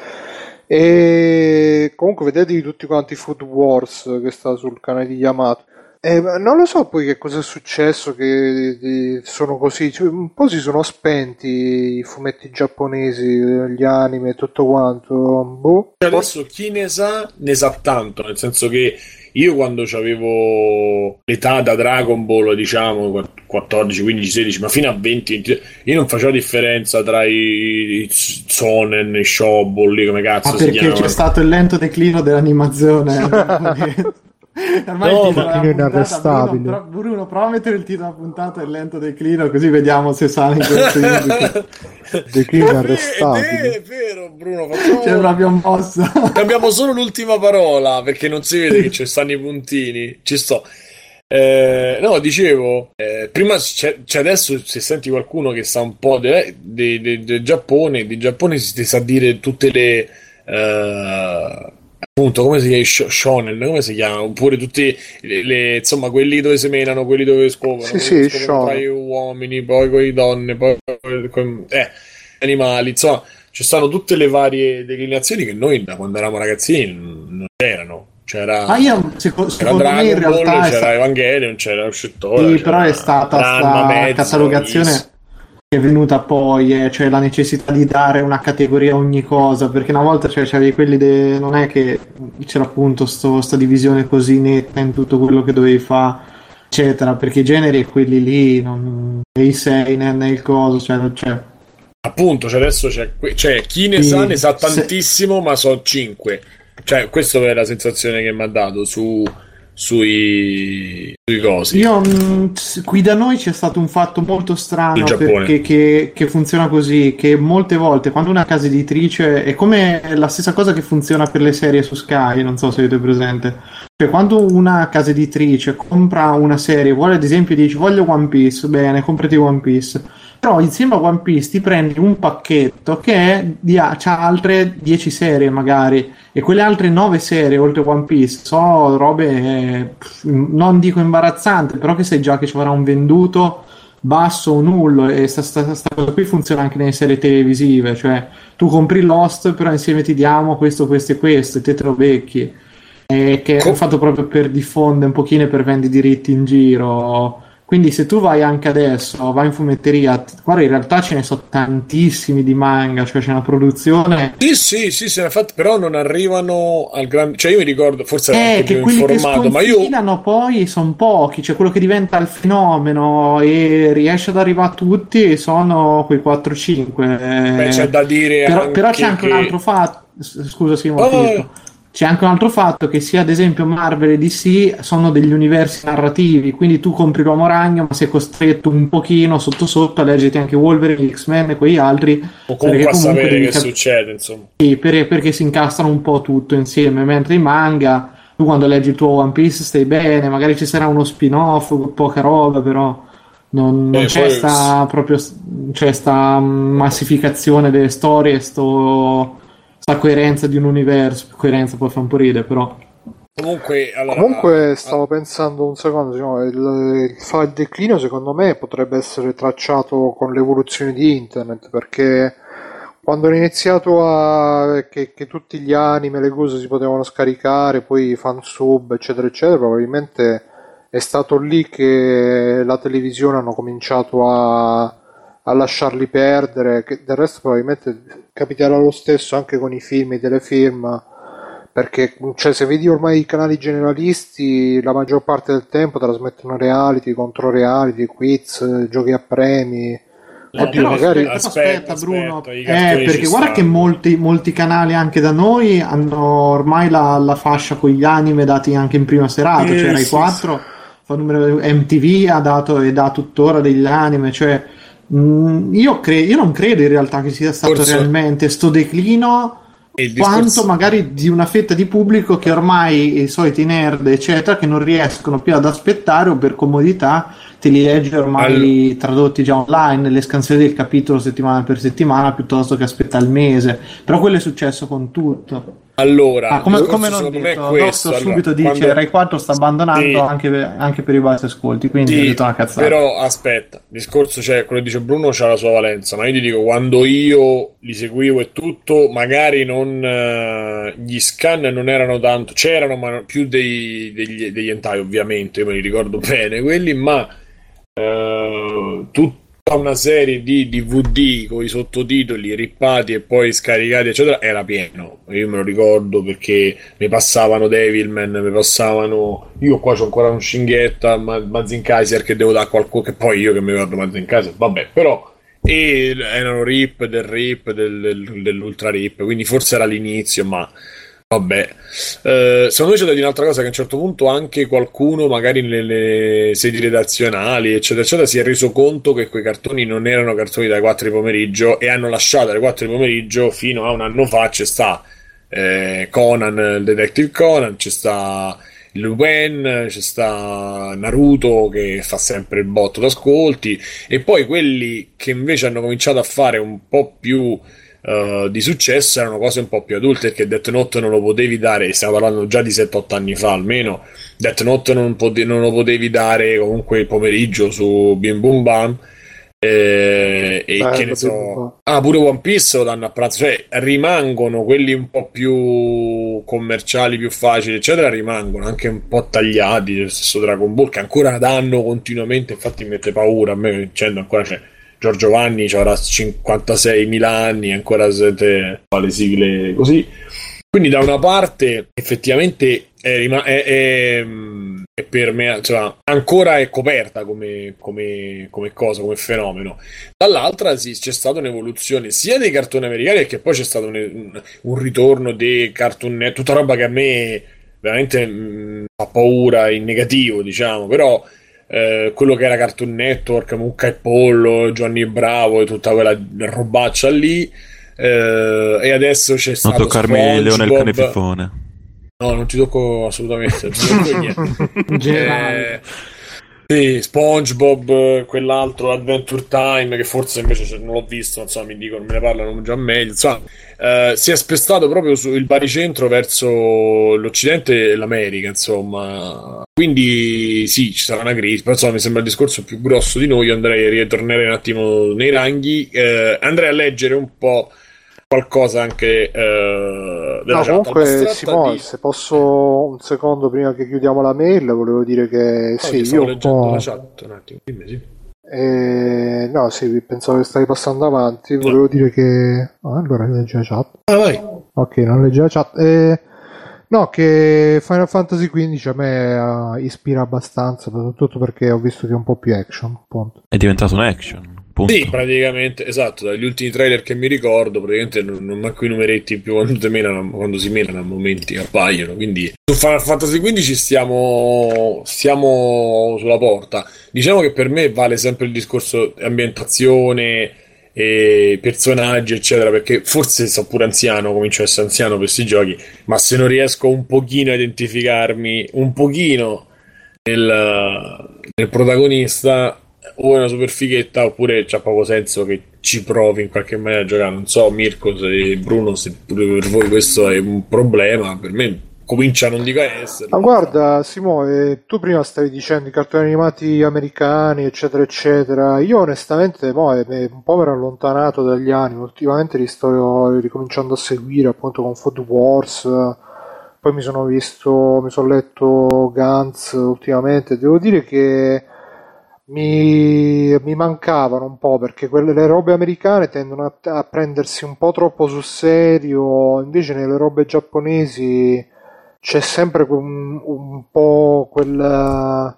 E comunque vedetevi tutti quanti Food Wars che sta sul canale di Yamato. Non lo so poi che cosa è successo, che sono così, cioè, un po' si sono spenti i fumetti giapponesi, gli anime e tutto quanto. Adesso chi ne sa tanto, nel senso che io quando avevo l'età da Dragon Ball, diciamo 14, 15, 16, ma fino a 20, 20 io non facevo differenza tra i Sonen, i Shobol, come cazzo si chiamano. Perché c'è stato il lento declino dell'animazione. Ormai è inarrestabile. Bruno, prova a mettere il titolo della puntata e il lento declino, così vediamo se sale in questo declino inarrestabile. È vero, Bruno, facciamo... c'è proprio un mossa. Cambiamo solo l'ultima parola perché non si vede che ci stanno i puntini. Ci sto. No, dicevo, prima c'è adesso se senti qualcuno che sa un po' del Giappone, di Giappone si sa dire tutte le appunto, come si chiama? Shonen, come si chiama? Oppure tutti insomma, quelli dove si menano, quelli dove scoprono, sì, tra gli uomini, poi con le donne, poi con animali, insomma, ci stanno tutte le varie declinazioni che noi da quando eravamo ragazzini non c'erano. C'era secondo me in realtà c'era Evangelion, c'era Uscitore. Sì, però è stata sta catalogazione che è venuta poi, cioè la necessità di dare una categoria a ogni cosa, perché una volta c'avevi quelli non è che c'era appunto sta divisione così netta in tutto quello che dovevi fare, eccetera, perché i generi è quelli lì, non i seinen nel coso, cioè appunto, adesso c'è chi ne sa tantissimo, ma sono 5. Cioè, questa è la sensazione che mi ha dato sui cosi. Qui da noi c'è stato un fatto molto strano perché che funziona così, che molte volte quando una casa editrice è come la stessa cosa che funziona per le serie su Sky, non so se avete presente, cioè quando una casa editrice compra una serie, vuole ad esempio, dici voglio One Piece, bene, comprati One Piece, però insieme a One Piece ti prendi un pacchetto che c'ha altre 10 serie magari, e quelle altre 9 serie oltre One Piece sono robe non dico imbarazzante, però che sai già che ci avrà un venduto basso o nullo, e sta cosa qui funziona anche nelle serie televisive, cioè tu compri Lost però insieme ti diamo questo e te lo becchi, che è fatto proprio per diffondere un pochino e per vendere diritti in giro. Quindi se tu vai anche adesso, vai in fumetteria, guarda, in realtà ce ne sono tantissimi di manga, cioè c'è una produzione. Sì, se ne è fatto, però non arrivano al grande. Cioè, io mi ricordo, forse ero anche Che più quelli informato, che ma io. sconfinano poi sono pochi, cioè quello che diventa il fenomeno e riesce ad arrivare a tutti sono quei 4-5. Beh, c'è da dire Però c'è anche anche che. un altro fatto, scusa Simone, Oh, finisco. C'è anche un altro fatto che sia ad esempio Marvel e DC sono degli universi narrativi, quindi tu compri l'Uomo Ragno ma sei costretto un pochino sotto sotto a leggerti anche Wolverine, X-Men e quegli altri, o perché comunque a comunque sapere devi che succede, insomma. perché si incastrano un po' tutto insieme, mentre i manga, tu quando leggi il tuo One Piece stai bene, magari ci sarà uno spin-off, poca roba, però non c'è Poi. c'è sta massificazione delle storie, sta coerenza di un universo, coerenza poi fa un po' ridere, però. Comunque, allora. Comunque stavo pensando un secondo, diciamo, il declino secondo me potrebbe essere tracciato con l'evoluzione di internet, perché quando hanno iniziato che tutti gli anime, le cose si potevano scaricare, poi fansub, eccetera, eccetera, probabilmente è stato lì che la televisione hanno cominciato a lasciarli perdere, che del resto probabilmente capiterà lo stesso anche con i film, i telefilm, perché cioè, se vedi ormai i canali generalisti la maggior parte del tempo trasmettono reality, contro reality, quiz, giochi a premi. Oddio, Però magari aspetta, Bruno, i cartoni perché ci guarda che stanno. molti canali anche da noi hanno ormai la fascia con gli anime dati anche in prima serata, cioè Rai Sì, 4 fa numero, MTV ha dato e dà tuttora degli anime, cioè io non credo in realtà che sia stato Forse realmente sto declino, il quanto discorso. magari di una fetta di pubblico che ormai i soliti nerd eccetera che non riescono più ad aspettare o per comodità te li leggi ormai tradotti già online le scansioni del capitolo settimana per settimana piuttosto che aspetta il mese, però quello è successo con tutto. Allora, il Come discorso non secondo me è detto, questo. Doctor Allora, subito dice Rai 4 sta abbandonando sì, anche per i bassi ascolti, quindi è sì, tutta una cazzata. però aspetta, il discorso c'è, quello che dice Bruno c'ha la sua valenza, ma io ti dico, quando io li seguivo e tutto, magari non gli scan non erano tanto, c'erano ma più degli hentai ovviamente, io me li ricordo bene quelli, ma tutta una serie di DVD con i sottotitoli rippati e poi scaricati eccetera era pieno, io me lo ricordo perché mi passavano Devilman, mi passavano, io qua c'ho ancora un Shinghetta Mazin Kaiser che devo dare a qualcuno, che poi io che mi guardo Mazin Kaiser vabbè, però e erano rip del rip dell'ultra rip, quindi forse era l'inizio, ma vabbè. Secondo me c'è da dire un'altra cosa, che a un certo punto anche qualcuno magari nelle sedi redazionali eccetera eccetera si è reso conto che quei cartoni non erano cartoni dalle 4 di pomeriggio e hanno lasciato alle 4 di pomeriggio. Fino a un anno fa c'è sta Conan, il Detective Conan, c'è sta Lupin, c'è sta Naruto che fa sempre il botto d'ascolti, e poi quelli che invece hanno cominciato a fare un po' più di successo erano cose un po' più adulte, perché Death Note non lo potevi dare, stiamo parlando già di 7-8 anni fa almeno. Death Note non lo potevi dare comunque il pomeriggio su Bim Bum Bam, e che ne bello, so, pure One Piece lo danno a pranzo, cioè rimangono quelli un po' più commerciali, più facili eccetera, rimangono anche un po' tagliati, lo stesso Dragon Ball che ancora danno continuamente, infatti mi mette paura a me dicendo ancora c'è Giorgio Vanni, avrà 56.000 anni e ancora fa le sigle così. Quindi da una parte effettivamente è per me, cioè, ancora è coperta come cosa, come fenomeno. Dall'altra sì, c'è stata un'evoluzione sia dei cartoni americani, che poi c'è stato un ritorno dei cartoon network, tutta roba che a me veramente fa paura in negativo, diciamo, però quello che era Cartoon Network, Mucca e Pollo, Johnny Bravo e tutta quella robaccia lì, e adesso c'è Non stato toccarmi Leone il cane SpongeBob. fifone. No, non ti tocco assolutamente, non ti tocco niente. In generale. Sì, SpongeBob, quell'altro Adventure Time, che forse invece non l'ho visto, insomma, mi dicono, me ne parlano già meglio. Insomma, si è spestato proprio sul baricentro verso l'Occidente e l'America, insomma. Quindi sì, ci sarà una crisi, però insomma, mi sembra il discorso più grosso di noi. Io ritornerei un attimo nei ranghi, andrei a leggere un po' qualcosa anche della chat. Comunque Simone, se posso un secondo prima che chiudiamo la mail, volevo dire che sì, stavo io leggendo la chat un attimo, dimmi, sì. no, sì, pensavo che stavi passando avanti. Volevo dire che allora leggi la chat. Vai. Ok, non leggi la chat. No, che Final Fantasy XV a me ispira abbastanza, soprattutto perché ho visto che è un po' più action, appunto. È diventato un action, punto. Sì, praticamente, esatto, dagli ultimi trailer che mi ricordo, praticamente non manco i numeretti più quando si menano a momenti appaiono, quindi su Final Fantasy XV stiamo sulla porta. Diciamo che per me vale sempre il discorso ambientazione e personaggi eccetera, perché forse sono pure anziano, comincio a essere anziano per questi giochi, ma se non riesco un pochino a identificarmi un pochino nel protagonista, o è una super fighetta oppure c'ha poco senso che ci provi in qualche maniera a giocare. Non so Mirko e Bruno se pure per voi questo è un problema, per me comincia, non dico a essere. Ma guarda Simone, tu prima stavi dicendo i cartoni animati americani eccetera eccetera, io onestamente un po' mi ero allontanato dagli anime, ultimamente li sto ricominciando a seguire appunto con Food Wars, poi mi sono letto Gantz ultimamente, devo dire che mi mancavano un po', perché le robe americane tendono a prendersi un po' troppo sul serio, invece nelle robe giapponesi c'è sempre un po' quel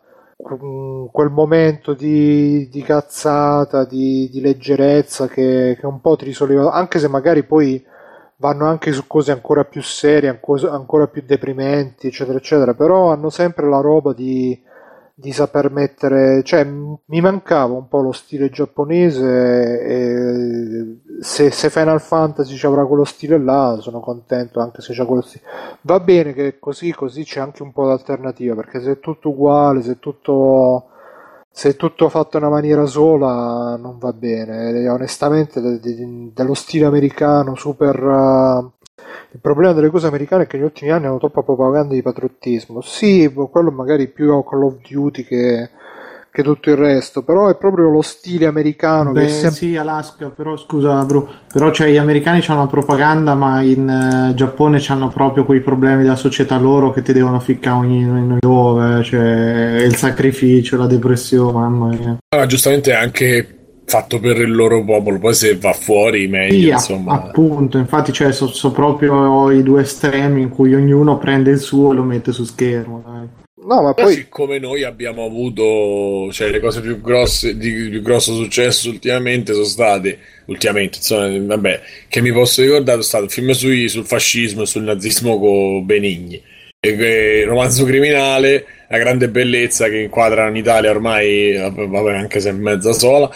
momento di cazzata, di leggerezza che un po' ti risoleva, anche se magari poi vanno anche su cose ancora più serie, ancora più deprimenti, eccetera, eccetera, però hanno sempre la roba di saper mettere, cioè mi mancava un po' lo stile giapponese, e se Final Fantasy ci avrà quello stile là sono contento, anche se c'è quello stile, va bene che così c'è anche un po' d'alternativa, perché se è tutto uguale, se è tutto fatto in una maniera sola non va bene, e onestamente dello stile americano super il problema delle cose americane è che negli ultimi anni hanno troppa propaganda di patriottismo. Sì, quello magari più a Call of Duty che tutto il resto, però è proprio lo stile americano. Beh, sì, Alaska, però scusa Bru, però cioè, gli americani hanno la propaganda, ma in Giappone hanno proprio quei problemi della società loro che ti devono ficcare ogni dove, cioè il sacrificio, la depressione, mamma mia. Giustamente anche fatto per il loro popolo, poi se va fuori meglio, sì, insomma. Appunto, infatti cioè, sono proprio i due estremi in cui ognuno prende il suo e lo mette su schermo, dai. No, ma poi siccome noi abbiamo avuto, cioè, le cose più grosse di più grosso successo ultimamente sono state, insomma, vabbè, che mi posso ricordare, è stato il film sul fascismo e sul nazismo con Benigni, e Romanzo criminale, La grande bellezza, che inquadra in Italia ormai, vabbè, anche se è mezza sola,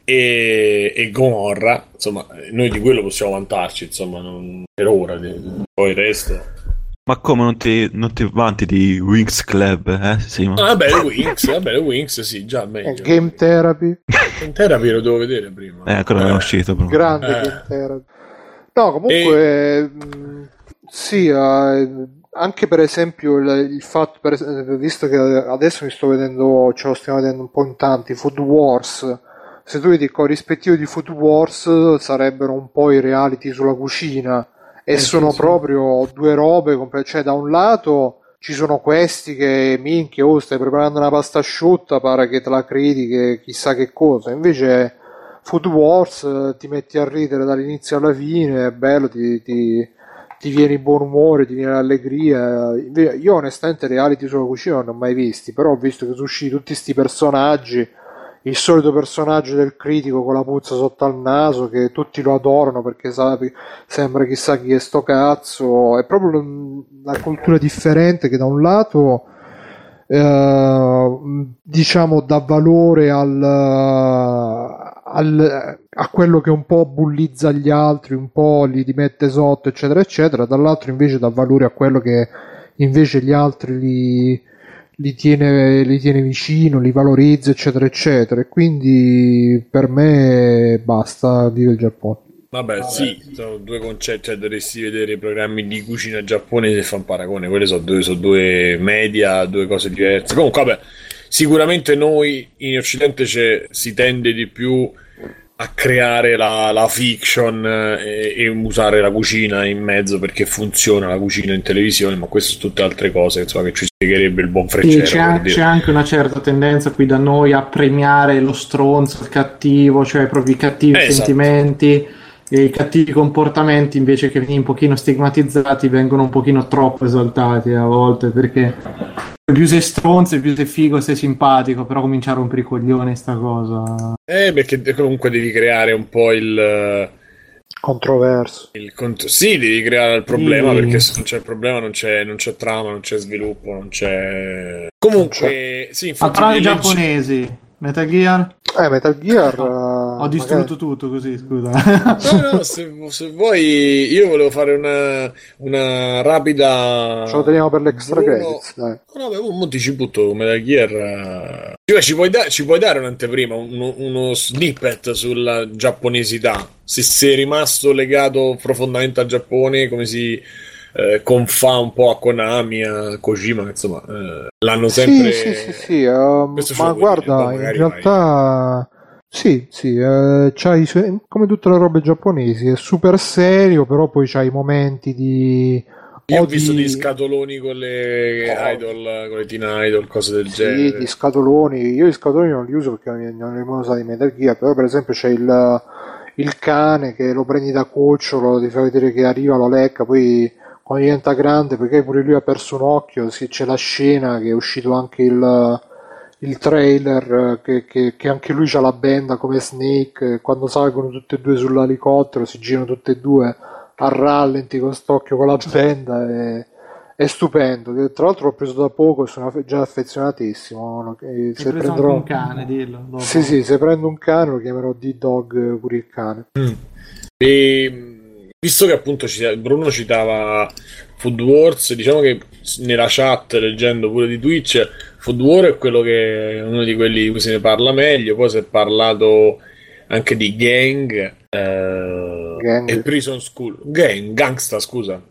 e Gomorra, insomma, noi di quello possiamo vantarci, insomma, per ora, poi il resto. Ma come non ti vanti di Wings Club, sì? Vabbè, Wings, sì, già meglio. Game Therapy. Game Therapy lo devo vedere prima. Ancora non è uscito proprio. Grande Game Therapy. No, comunque sì, anche per esempio il fatto, visto che adesso mi sto vedendo, ce lo stiamo vedendo un po' in tanti, Food Wars. Se tu vedi il corrispettivo di Food Wars sarebbero un po' i reality sulla cucina. E sono proprio due robe, cioè da un lato ci sono questi che minchia, stai preparando una pasta asciutta, pare che te la critichi, chissà che cosa, invece Food Wars ti metti a ridere dall'inizio alla fine, è bello, ti viene il buon umore, ti viene l'allegria. Io onestamente reality sulla cucina non ne ho mai visti, però ho visto che sono usciti tutti sti personaggi, il solito personaggio del critico con la puzza sotto al naso che tutti lo adorano perché sembra chissà chi è sto cazzo. È proprio una cultura differente che da un lato diciamo dà valore a quello che un po' bullizza gli altri, un po' li mette sotto eccetera eccetera, dall'altro invece dà valore a quello che invece gli altri li tiene vicino, li valorizza eccetera eccetera, e quindi per me basta, vive il Giappone. Vabbè, sì, sono due concetti, cioè dovresti vedere i programmi di cucina giapponese e fa un paragone, quelle sono due media, due cose diverse. Comunque vabbè, sicuramente noi in Occidente si tende di più a creare la fiction e usare la cucina in mezzo perché funziona la cucina in televisione, ma queste sono tutte altre cose, insomma, che ci spiegherebbe il buon Freccero. C'è anche una certa tendenza qui da noi a premiare lo stronzo, il cattivo, cioè proprio i cattivi sentimenti e i cattivi comportamenti, invece che un pochino stigmatizzati, vengono un pochino troppo esaltati a volte, perché più sei stronzo, più sei figo, sei simpatico, però cominciare a rompere i coglioni sta cosa. Perché comunque devi creare un po' il controverso. Sì, devi creare il problema, perché se non c'è il problema non c'è trama, non c'è sviluppo, non c'è... Comunque, sì, infatti... A giapponesi, Metal Gear? Metal Gear... Ho distrutto tutto così, scusa. No, se vuoi, io volevo fare una rapida... Ce lo teniamo per l'extra credits, dai. No, mo ti ci butto come Metal Gear. Ci puoi dare un'anteprima, uno snippet sulla giapponesità? Se sei rimasto legato profondamente al Giappone, come si confà un po' a Konami, a Kojima, insomma, l'hanno sempre... Sì. Ma guarda, in realtà... Sì, c'hai come tutte le robe giapponesi, è super serio, però poi c'hai i momenti di... Io ho visto dei scatoloni con le idol, con le teen idol, cose del genere. Sì, gli scatoloni, io gli scatoloni non li uso perché non li ho mai usati in Metal Gear, però per esempio c'è il cane che lo prendi da cucciolo, ti fa vedere che arriva, lo lecca, poi quando diventa grande, perché pure lui ha perso un occhio, c'è la scena che è uscito anche il trailer che anche lui c'ha la benda come Snake, quando salgono tutti e due sull'elicottero si girano tutti e due a rallenti con st'occhio con la benda, è stupendo, che tra l'altro l'ho preso da poco e sono già affezionatissimo. Se prenderò un cane, dillo dopo. Sì, se prendo un cane lo chiamerò D-Dog pure il cane. E visto che appunto Bruno citava Food Wars, diciamo che nella chat, leggendo pure di Twitch, Food War è quello che è uno di quelli di cui se ne parla meglio. Poi si è parlato anche di Gang. E Prison School. Gangsta, scusa.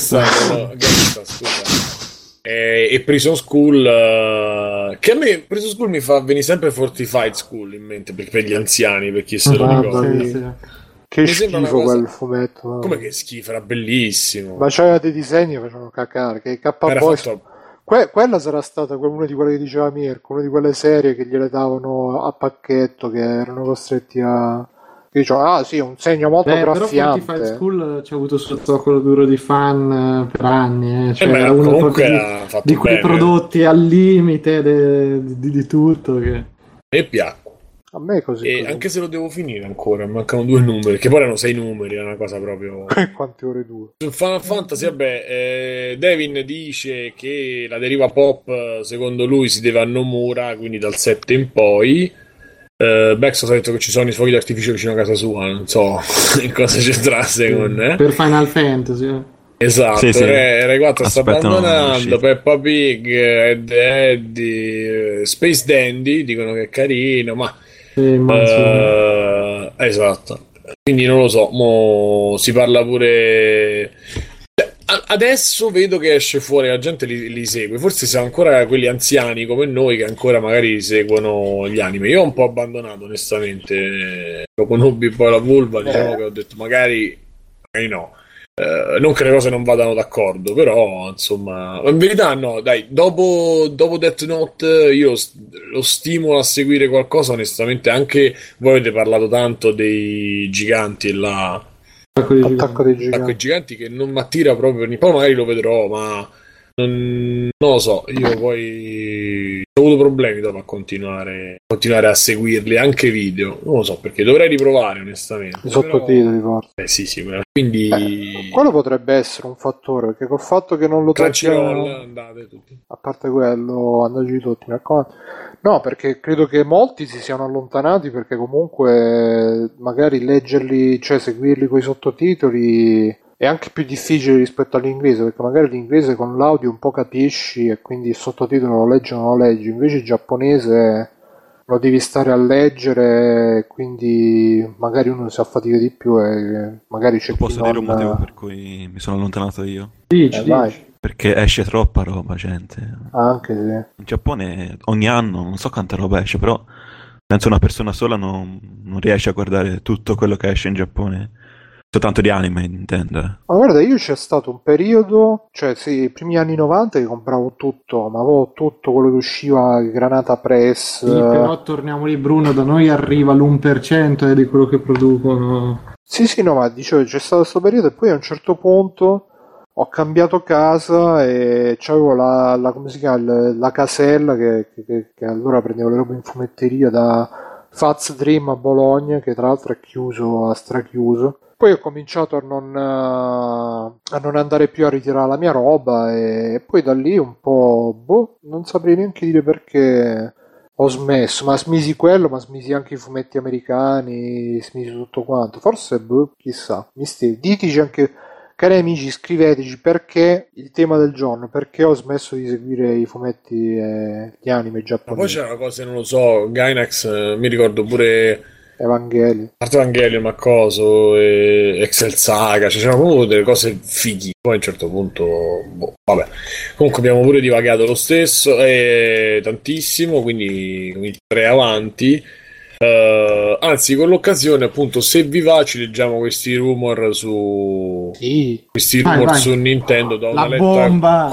E Prison School, che a me Prison School mi fa venire sempre Fortified School in mente, per gli anziani, per chi se lo ricorda. Sì. Che schifo quel fumetto. Come che schifo, era bellissimo. Ma c'aveva dei disegni che facevano cacare, che K-Boys... Quella sarà stata una di quelle che diceva Mirko, una di quelle serie che gliele davano a pacchetto, che erano costretti a... Che dicevano, sì, un segno molto graffiante. Però Fortified School ci ha avuto sotto zoccolo duro di fan per anni, cioè era uno proprio di quei prodotti al limite di tutto che... E piacque. A me è così. E anche se lo devo finire ancora, mancano 2 numeri, che poi erano 6 numeri, è una cosa proprio... Quante ore dura? Su Final Fantasy, Devin dice che la deriva pop, secondo lui, si deve a Nomura, quindi dal 7 in poi. Bexos ha detto che ci sono i fuochi d'artificio vicino a casa sua, non so in cosa c'entrasse con... Per Final Fantasy, Esatto, sì. Rai 4 sta abbandonando, Peppa Pig, Eddie, Space Dandy, dicono che è carino, ma... esatto, quindi non lo so, mo si parla pure... Adesso vedo che esce fuori, la gente li segue, forse siamo ancora quelli anziani come noi che ancora magari seguono gli anime. Io ho un po' abbandonato onestamente, dopo Nubi poi la vulva, diciamo che ho detto magari no. Non che le cose non vadano d'accordo, però insomma, in verità no, dai, dopo Death Note io lo stimolo a seguire qualcosa onestamente. Anche voi avete parlato tanto dei giganti e Attacco dei giganti che non mi attira proprio, poi magari lo vedrò, ma non lo so, io poi ho avuto problemi dopo a continuare a seguirli, anche video, non lo so perché, dovrei riprovare onestamente. I sottotitoli forse. Sì, quindi quello potrebbe essere un fattore, perché col fatto che non lo Crunchyroll andate tutti, a parte quello, andateci tutti, mi raccomando. No, perché credo che molti si siano allontanati, perché comunque magari leggerli, cioè seguirli con i sottotitoli è anche più difficile rispetto all'inglese, perché magari l'inglese con l'audio un po' capisci e quindi il sottotitolo lo leggi o non lo leggi, invece il giapponese lo devi stare a leggere, quindi magari uno si affatica di più e magari c'è Posso dire un motivo per cui mi sono allontanato io? Dici. Perché esce troppa roba, gente. Anche se in Giappone ogni anno non so quanta roba esce, però Penso una persona sola non riesce a guardare tutto quello che esce in Giappone. Soltanto di anime, intendo. Ma guarda, io c'è stato un periodo, cioè sì, i primi anni 90 che compravo tutto, ma avevo tutto quello che usciva, Granata Press. Sì, però torniamo lì, Bruno, da noi arriva l'1% di quello che producono. Sì, no, ma dicevo, c'è stato questo periodo e poi a un certo punto ho cambiato casa e c'avevo come si chiama, la casella che allora prendevo le robe in fumetteria da Faz Dream a Bologna, che tra l'altro è chiuso, ha strachiuso. Poi ho cominciato a non andare più a ritirare la mia roba e poi da lì un po', non saprei neanche dire perché ho smesso, ma smisi quello, ma smisi anche i fumetti americani, smisi tutto quanto. Forse, chissà, diteci anche, cari amici, scriveteci perché il tema del giorno, perché ho smesso di seguire i fumetti e gli anime Ma poi giapponesi. c'è una cosa, non lo so, Gainax, mi ricordo pure Evangeli. a parte Evangelion, ma coso, Excel Saga, cioè c'erano proprio delle cose fighi. Poi a un certo punto, vabbè. Comunque abbiamo pure divagato lo stesso, tantissimo, quindi tre avanti. Anzi, con l'occasione, appunto, se vi va, ci leggiamo questi rumor su Sì. Vai. su Nintendo. Da una La bomba!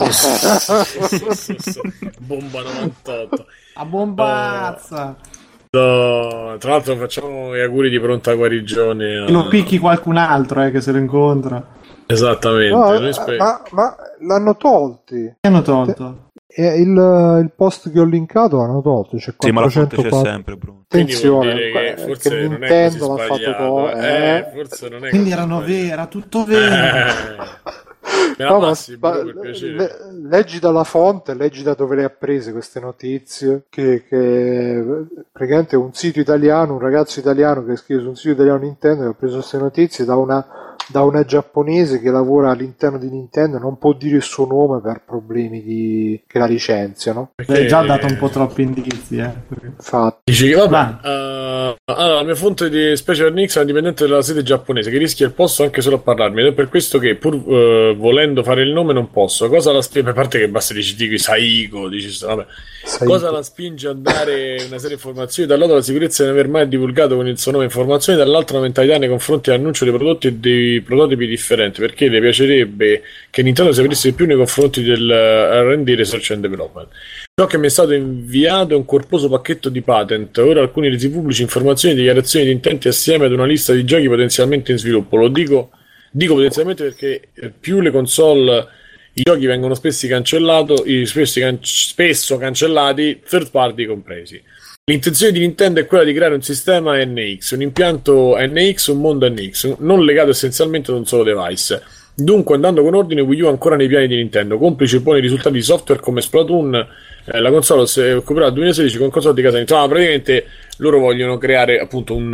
Bomba 98. La bombazza! Tra l'altro facciamo gli auguri di pronta guarigione E lo picchi qualcun altro che se lo incontra. Esattamente. No, Noi ma l'hanno tolti. Che hanno tolto? Il post che ho linkato l'hanno tolto. C'è Sì, ma la fonte c'è 404. sempre, Bruno. Quindi vuol Attenzione, dire che forse che non è così Nintendo l'ha fatto sbagliato. Forse non è Quindi così erano sbagliato. veri, era tutto vero. Me la No, ma passi, Bruno, per piacere. leggi dalla fonte, leggi da dove le ha prese queste notizie, che praticamente un sito italiano, un ragazzo italiano che scrive su un sito italiano Nintendo che ha preso queste notizie da una giapponese che lavora all'interno di Nintendo, non può dire il suo nome per problemi che la licenziano. Hai già dato un po' troppi indizi, Infatti. Dici che vabbè, allora la mia fonte di Special Nix è dipendente dalla sede giapponese che rischia il posto anche solo a parlarmi ed è per questo che pur volendo fare il nome non posso. Cosa la spinge? A parte che basta dici Saiko, vabbè. Cosa la spinge a dare una serie di informazioni? Da un lato la sicurezza di non aver mai divulgato con il suo nome informazioni, dall'altro la mentalità nei confronti dell'annuncio dei prodotti e dei prototipi differenti, perché le piacerebbe che Nintendo si aprisse di più nei confronti del R&D, Research and Development. Ciò che mi è stato inviato è un corposo pacchetto di patent, ora alcuni resi pubblici, informazioni e dichiarazioni di intenti assieme ad una lista di giochi potenzialmente in sviluppo. Lo dico potenzialmente perché più le console, i giochi vengono spesso cancellati, third party compresi. L'intenzione di Nintendo è quella di creare un sistema NX, un impianto NX, un mondo NX, non legato essenzialmente ad un solo device. Dunque, andando con ordine, Wii U ancora nei piani di Nintendo, complici i buoni risultati di software come Splatoon, la console si è recuperata nel 2016 con console di casa Nintendo. Praticamente loro vogliono creare appunto un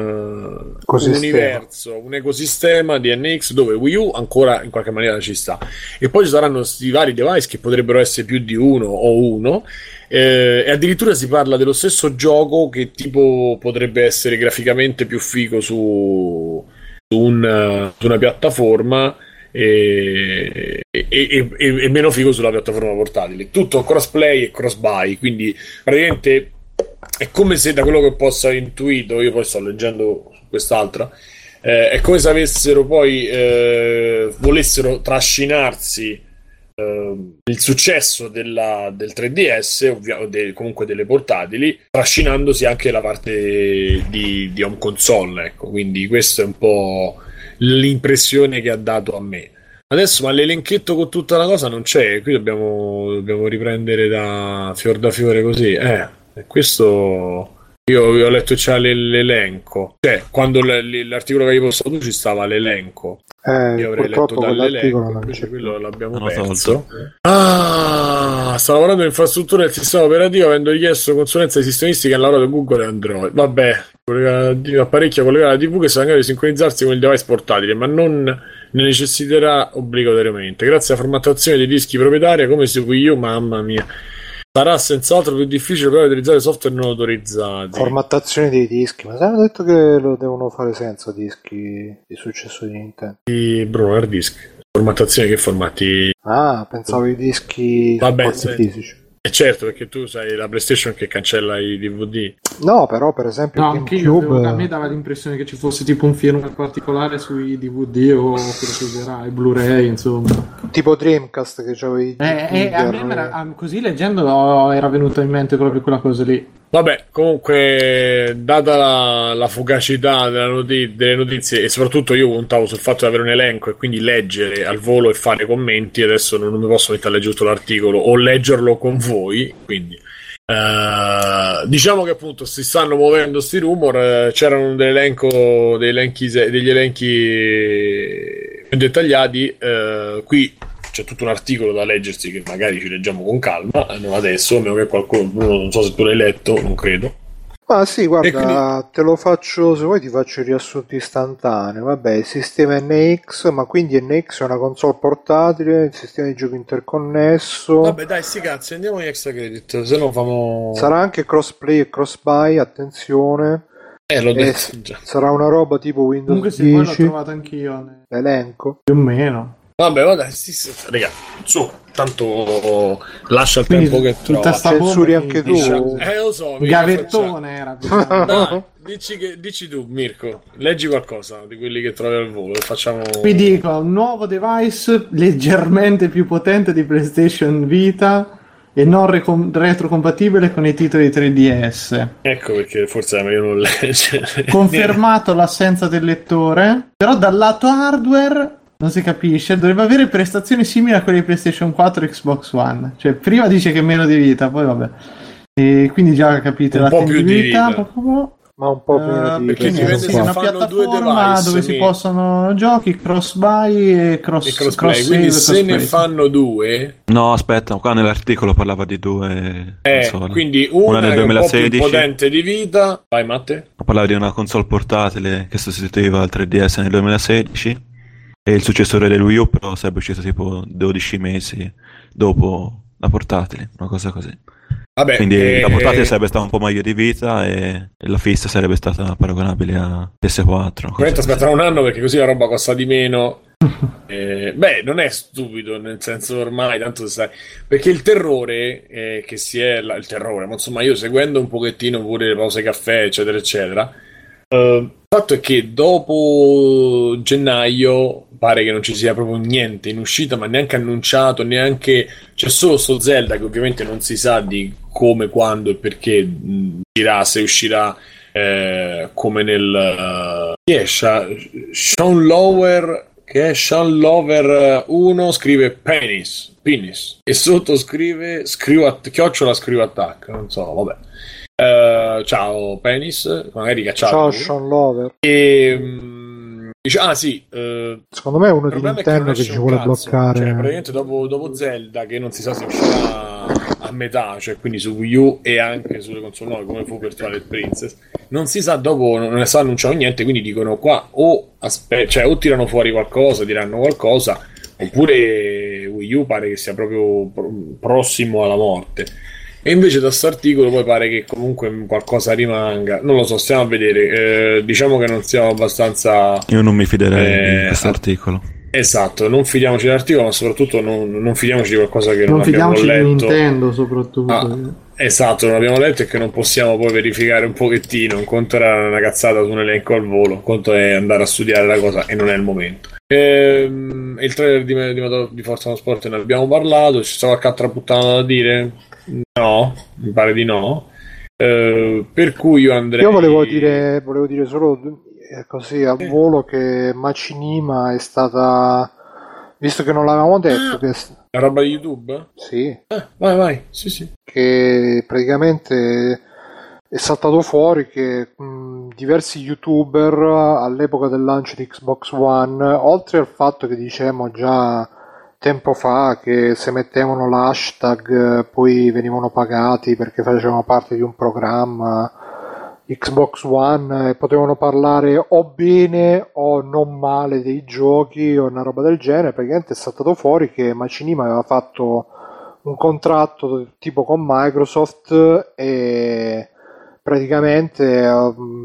universo, un ecosistema di NX dove Wii U ancora in qualche maniera ci sta. E poi ci saranno questi vari device che potrebbero essere più di uno o uno. E addirittura si parla dello stesso gioco che tipo potrebbe essere graficamente più figo su una piattaforma e meno figo sulla piattaforma portatile. Tutto crossplay e cross-buy, quindi praticamente è come se, da quello che posso aver intuito, io poi sto leggendo su quest'altra, è come se avessero poi volessero trascinarsi il successo del 3DS, comunque delle portatili, trascinandosi anche la parte di home console, ecco. Quindi questa è un po' l'impressione che ha dato a me. Adesso, ma l'elenchetto con tutta la cosa non c'è, qui dobbiamo riprendere da fiore così. Questo io ho letto c'è l'elenco, cioè quando l'articolo che hai postato tu ci stava l'elenco. Io avrei letto dall'elenco, invece quello l'abbiamo perso. Sto lavorando in infrastruttura del sistema operativo, avendo richiesto consulenza ai sistemisti che hanno lavorato Google e Android. Vabbè, apparecchio collegato alla TV che sarà in grado di sincronizzarsi con il device portatile, ma non ne necessiterà obbligatoriamente. Grazie alla formattazione dei dischi proprietari, come su Wii U, mamma mia, sarà senz'altro più difficile per utilizzare software non autorizzati. Formattazione dei dischi, ma se hanno detto che lo devono fare senza dischi di successo di Nintendo. Bro, hard disk. Formattazione che formati? Ah, pensavo ai dischi vabbè, fisici. E certo, perché tu sai la PlayStation che cancella i DVD. No, però per esempio No, anche io, GameCube, a me dava l'impressione che ci fosse tipo un firmware particolare sui DVD o quello che userai, Blu-ray, insomma. tipo Dreamcast che c'aveva i A me così leggendo era venuta in mente proprio quella cosa lì. Vabbè, comunque, data la fugacità delle notizie, e soprattutto io puntavo sul fatto di avere un elenco e quindi leggere al volo e fare commenti, adesso non mi posso mettere a leggere tutto l'articolo o leggerlo con voi, quindi diciamo che appunto si stanno muovendo sti rumor, c'erano degli elenchi più dettagliati, qui c'è tutto un articolo da leggersi che magari ci leggiamo con calma, non adesso, a meno che qualcuno, non so se tu l'hai letto, non credo. Ah sì, guarda, quindi... te lo faccio, se vuoi ti faccio il riassunto istantaneo. Vabbè, il sistema NX, ma quindi NX è una console portatile, il sistema di gioco interconnesso. Vabbè dai, sti cazzi, andiamo in extra credit, se no famo... Sarà anche crossplay e cross-buy, attenzione. L'ho detto già. Sarà una roba tipo Windows Comunque se 10. poi l'ho trovato anch'io. L'elenco. Più o meno. Vabbè, raga, su, tanto lascia il Quindi tempo che tutta trova. sta Censuri bomba anche che- tu. Lo so, mica Gavettone era. facciamo. Dai, dici tu, Mirko, leggi qualcosa di quelli che trovi al volo, facciamo... Qui dico, un nuovo device leggermente più potente di PlayStation Vita e non retrocompatibile con i titoli 3DS. Ecco perché forse è meglio non leggere. Confermato l'assenza del lettore, però dal lato hardware non si capisce, dovrebbe avere prestazioni simili a quelle di PlayStation 4 e Xbox One. Cioè, prima dice che è meno di vita, poi vabbè. E quindi già capite Un po' più di l'attendibilità. vita. Ma un po' meno di perché Quindi dipende sì, se una fanno due piattaforma device, dove si mi- possono giochi, cross-buy e crossplay, save, quindi se ne crossplay. fanno due, No, aspetta, qua nell'articolo parlava di due console. quindi Una una nel è un po' più 2016. potente di vita. Vai Matte. Parlava di una console portatile che sostituiva il 3DS nel 2016 e il successore del Wii U però sarebbe uscito tipo 12 mesi dopo la portatile, una cosa così. Vabbè, Quindi la portatile sarebbe stata un po' meglio di vita e la fissa sarebbe stata paragonabile a PS4. Ovviamente aspettano un anno perché così la roba costa di meno. Beh, non è stupido, nel senso ormai tanto sai, perché il terrore che si è il terrore, ma insomma io seguendo un pochettino pure le pause caffè eccetera eccetera, il fatto è che dopo gennaio pare che non ci sia proprio niente in uscita, ma neanche annunciato, neanche c'è solo sto Zelda che ovviamente non si sa di come, quando e perché uscirà, se uscirà come nel chi è Sean Lower, che è Sean Lover 1, scrive penis e sotto scrive chiocciola screw attack, non so, vabbè. Ciao penis, magari cacciato Ciao pure. Sean Lover. E dice, sì, Secondo me è uno il di problema è Nintendo non che esce ci un vuole cazzo. bloccare. Cioè, praticamente dopo Zelda, che non si sa se uscirà a metà, cioè quindi su Wii U e anche sulle console nuove come fu per Twilight Princess, non si sa, dopo non ne sta annunciando niente, quindi dicono qua o tirano fuori qualcosa, diranno qualcosa, oppure Wii U pare che sia proprio prossimo alla morte. E invece da questo articolo poi pare che comunque qualcosa rimanga. Non lo so, stiamo a vedere. Diciamo che non siamo abbastanza... Io non mi fiderei di questo articolo. Esatto, non fidiamoci dell'articolo, ma soprattutto non fidiamoci di qualcosa che non Non abbiamo fidiamoci di letto. Nintendo soprattutto. Esatto, non abbiamo letto e che non possiamo poi verificare un pochettino. Un conto era una cazzata su un elenco al volo, un conto è andare a studiare la cosa e non è il momento. Il trailer di Forza Motorsport ne abbiamo parlato, ci sta qualche altra puttana da dire? No, mi pare di no. Per cui io andrei... Io volevo dire solo così a volo che Machinima è stata, visto che non l'avevamo detto, che La roba di YouTube? sì, Vai, sì. che praticamente è saltato fuori che diversi youtuber all'epoca del lancio di Xbox One, oltre al fatto che dicevamo già tempo fa che se mettevano l'hashtag poi venivano pagati perché facevano parte di un programma Xbox One e potevano parlare o bene o non male dei giochi o una roba del genere, praticamente è saltato fuori che Machinima aveva fatto un contratto tipo con Microsoft e praticamente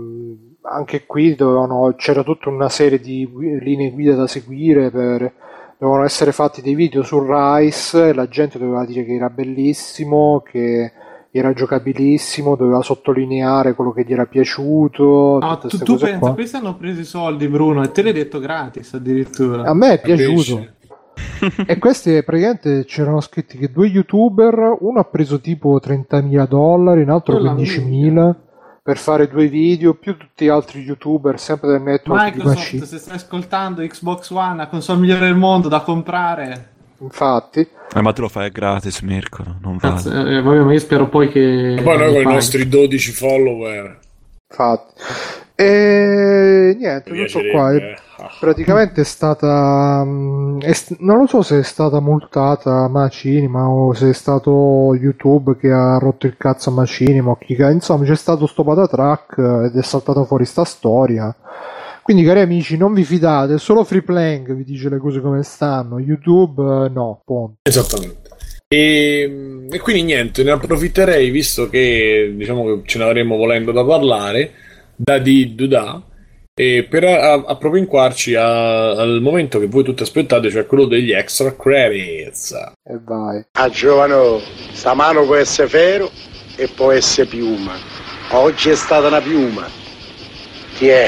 anche qui c'era tutta una serie di linee guida da seguire per dovevano essere fatti dei video su Rise e la gente doveva dire che era bellissimo, che era giocabilissimo, doveva sottolineare quello che gli era piaciuto. Ah, tutte queste tu cose pensa, qua. questi hanno preso i soldi, Bruno, e te l'hai detto gratis addirittura. A me è piaciuto. Capisci? E questi praticamente c'erano scritti che 2 youtuber, uno ha preso tipo $30.000, un altro Oh, la 15.000 per fare 2 video, più tutti gli altri youtuber sempre del network di Microsoft, Machine. se stai ascoltando Xbox One, la console migliore del mondo da comprare. Infatti, Ma te lo fai gratis, Mirko, non Cazzo, vale. vabbè, ma io spero poi che... E poi noi mi con i paghi. nostri 12 follower infatti. E niente, mi tutto qua. piacerebbe. Praticamente è stata non lo so se è stata multata Machinima o se è stato YouTube che ha rotto il cazzo a Machinima o insomma c'è stato sto patatrack ed è saltata fuori sta storia. Quindi cari amici, non vi fidate, è solo Free Playing vi dice le cose come stanno, YouTube no, punto. Esattamente. E quindi niente, ne approfitterei, visto che diciamo che ce ne avremmo volendo da parlare, e per appropinquarci al momento che voi tutti aspettate, cioè quello degli extra credits. E vai. A giovano, sta mano può essere ferro e può essere piuma. Oggi è stata una piuma. Chi è?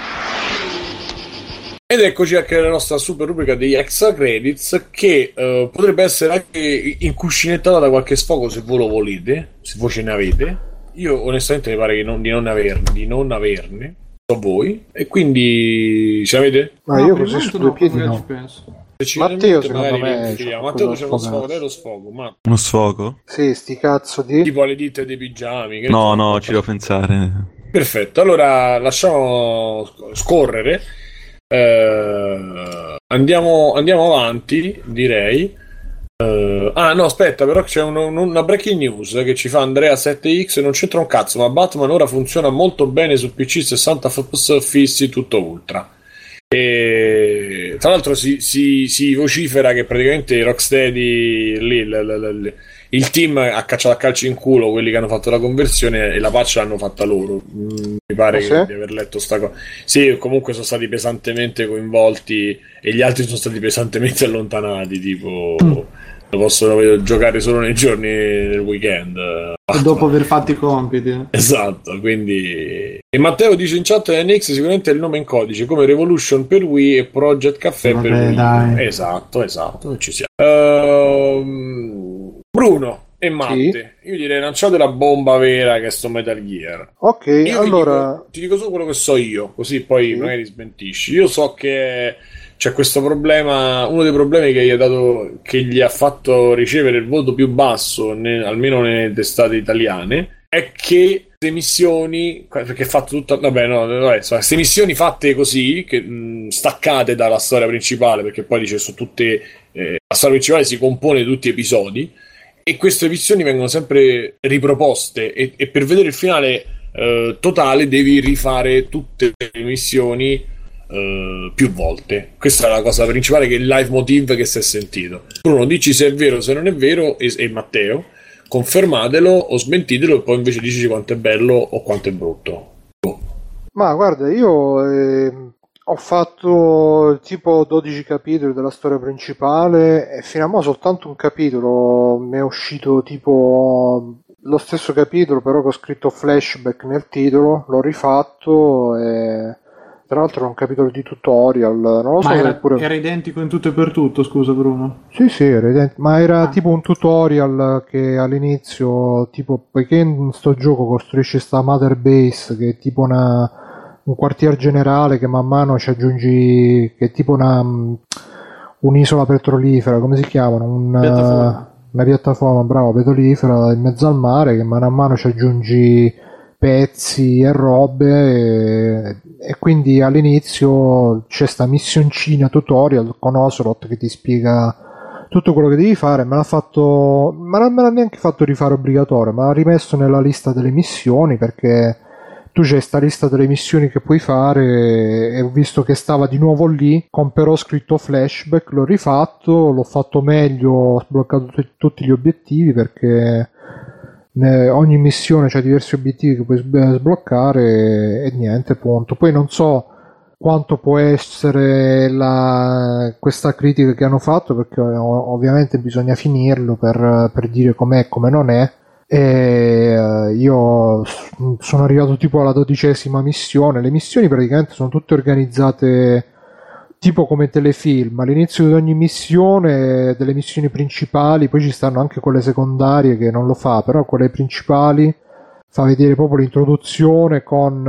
Ed eccoci anche nella nostra super rubrica degli extra credits, che potrebbe essere anche incuscinettata da qualche sfogo se voi lo volete, se voi ce ne avete. Io onestamente mi pare che di non averne, so voi, e quindi ce l'avete? Ma No, io per il così su momento due piedi magari no. ci penso. Se ci Matteo, viene in mente, secondo magari me, li infiliamo. c'ha Matteo, quello c'è uno sfogato. sfogo, dai lo sfogo, ma Uno sfogo? Sì, sti cazzo di... tipo alle ditte dei pigiami. che No, ne so. no, ci devo pensare. Perfetto, allora lasciamo scorrere. Andiamo avanti, direi. No, aspetta, però c'è una breaking news che ci fa Andrea 7X. Non c'entra un cazzo, ma Batman ora funziona molto bene su PC 60 fps fissi, tutto ultra. E tra l'altro si vocifera che praticamente Rocksteady lì, il team ha cacciato a calci in culo quelli che hanno fatto la conversione e la patch l'hanno fatta loro. Mi pare Sì? di aver letto sta cosa. Sì, comunque sono stati pesantemente coinvolti e gli altri sono stati pesantemente allontanati, tipo lo possono giocare solo nei giorni del weekend. E dopo aver fatto i compiti. Esatto, quindi... E Matteo dice in chat NX sicuramente è il nome in codice, come Revolution per Wii e Project Café per Vabbè, Wii. dai. Esatto, ci siamo. Bruno e Matte, io direi lanciate la bomba vera che è sto Metal Gear. Ok, Io allora... ti dico solo quello che so io, così poi Sì. magari smentisci. Io so che c'è questo problema, uno dei problemi che gli ha fatto ricevere il voto più basso, almeno nelle testate italiane, è che le missioni, perché è fatto tutto, queste missioni fatte così, che staccate dalla storia principale, perché poi dice su tutte, la storia principale si compone di tutti episodi, e queste missioni vengono sempre riproposte, e per vedere il finale totale devi rifare tutte le missioni più volte. Questa è la cosa principale, che è il leitmotiv che si è sentito. Bruno, dici se è vero, se non è vero, e Matteo confermatelo o smentitelo, e poi invece dici quanto è bello o quanto è brutto. Ma guarda, io ho fatto tipo 12 capitoli della storia principale e fino a mo' soltanto un capitolo mi è uscito tipo lo stesso capitolo, però che ho scritto flashback nel titolo, l'ho rifatto e tra l'altro è un capitolo di tutorial, non lo so Ma se era, è pure... era identico in tutto e per tutto, scusa Bruno. Sì, ma era Ah. tipo un tutorial che all'inizio, tipo, poiché in sto gioco costruisci sta Mother Base, che è tipo un quartier generale che man mano ci aggiungi, che è tipo un'isola petrolifera, come si chiamano? Piattaforma. Una piattaforma, bravo, petrolifera in mezzo al mare, che mano a mano ci aggiungi pezzi e robe e quindi all'inizio c'è sta missioncina tutorial con Ocelot che ti spiega tutto quello che devi fare. Me non me l'ha neanche fatto rifare obbligatorio, me l'ha rimesso nella lista delle missioni, perché tu c'è sta lista delle missioni che puoi fare e ho visto che stava di nuovo lì, con però scritto flashback, l'ho rifatto, l'ho fatto meglio, ho sbloccato tutti gli obiettivi, perché ogni missione c'ha diversi obiettivi che puoi sbloccare e niente, punto. Poi non so quanto può essere questa critica che hanno fatto, perché ovviamente bisogna finirlo per dire com'è e come non è. E io sono arrivato tipo alla 12ª missione. Le missioni praticamente sono tutte organizzate tipo come telefilm. All'inizio di ogni missione, delle missioni principali, poi ci stanno anche quelle secondarie che non lo fa, però quelle principali fa vedere proprio l'introduzione con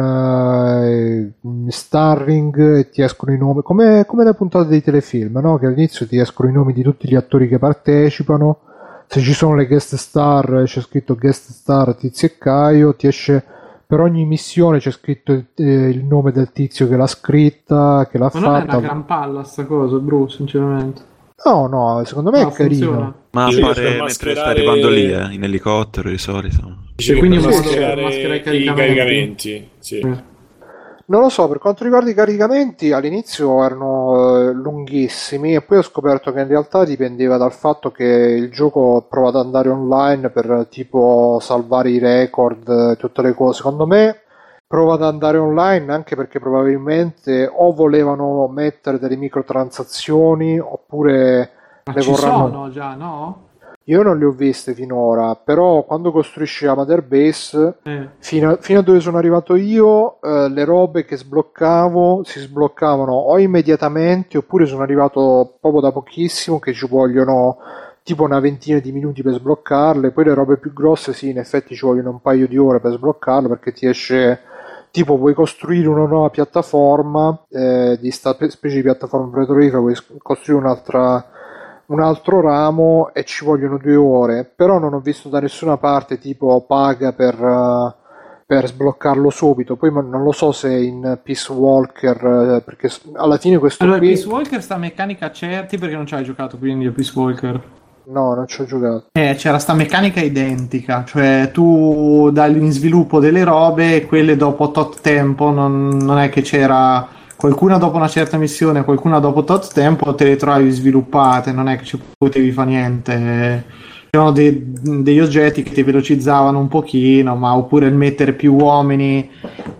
starring e ti escono i nomi, come le puntate dei telefilm, no? Che all'inizio ti escono i nomi di tutti gli attori che partecipano. Se ci sono le guest star, c'è scritto guest star Tizio e Caio, ti esce per ogni missione, c'è scritto il nome del tizio che l'ha scritta, che l'ha Ma non è fatta. una gran palla sta cosa, bro, sinceramente. No, secondo me è carino. Funziona. Ma Sì, appare per mentre mascherare- sta arrivando lì, in elicottero di solito. Dice che quindi per per mascherare mascherare i i caricamenti. caricamenti, sì. Non lo so, per quanto riguarda i caricamenti, all'inizio erano lunghissimi e poi ho scoperto che in realtà dipendeva dal fatto che il gioco prova ad andare online per tipo salvare i record e tutte le cose. Secondo me prova ad andare online anche perché probabilmente o volevano mettere delle microtransazioni oppure Ma le ci vorranno. sono già, no? Io non le ho viste finora, però quando costruisci la Mother Base, fino a dove sono arrivato io, le robe che sbloccavo si sbloccavano o immediatamente oppure sono arrivato proprio da pochissimo, che ci vogliono tipo una ventina di minuti per sbloccarle. Poi le robe più grosse sì, in effetti ci vogliono un paio di ore per sbloccarle, perché ti esce tipo vuoi costruire una nuova piattaforma di specie di piattaforma petrolifera, vuoi costruire un altro ramo e ci vogliono 2 ore, però non ho visto da nessuna parte tipo paga per sbloccarlo subito. Poi non lo so se in Peace Walker, perché alla fine questo Allora, qui Peace Walker sta meccanica certi perché non ci hai giocato, quindi a Peace Walker. no, non ci ho giocato. C'era sta meccanica identica, cioè tu dai in sviluppo delle robe e quelle dopo tot tempo non è che c'era qualcuna dopo una certa missione, qualcuna dopo tot tempo te le trovavi sviluppate, non è che ci potevi fare niente. C'erano degli oggetti che ti velocizzavano un pochino, ma oppure il mettere più uomini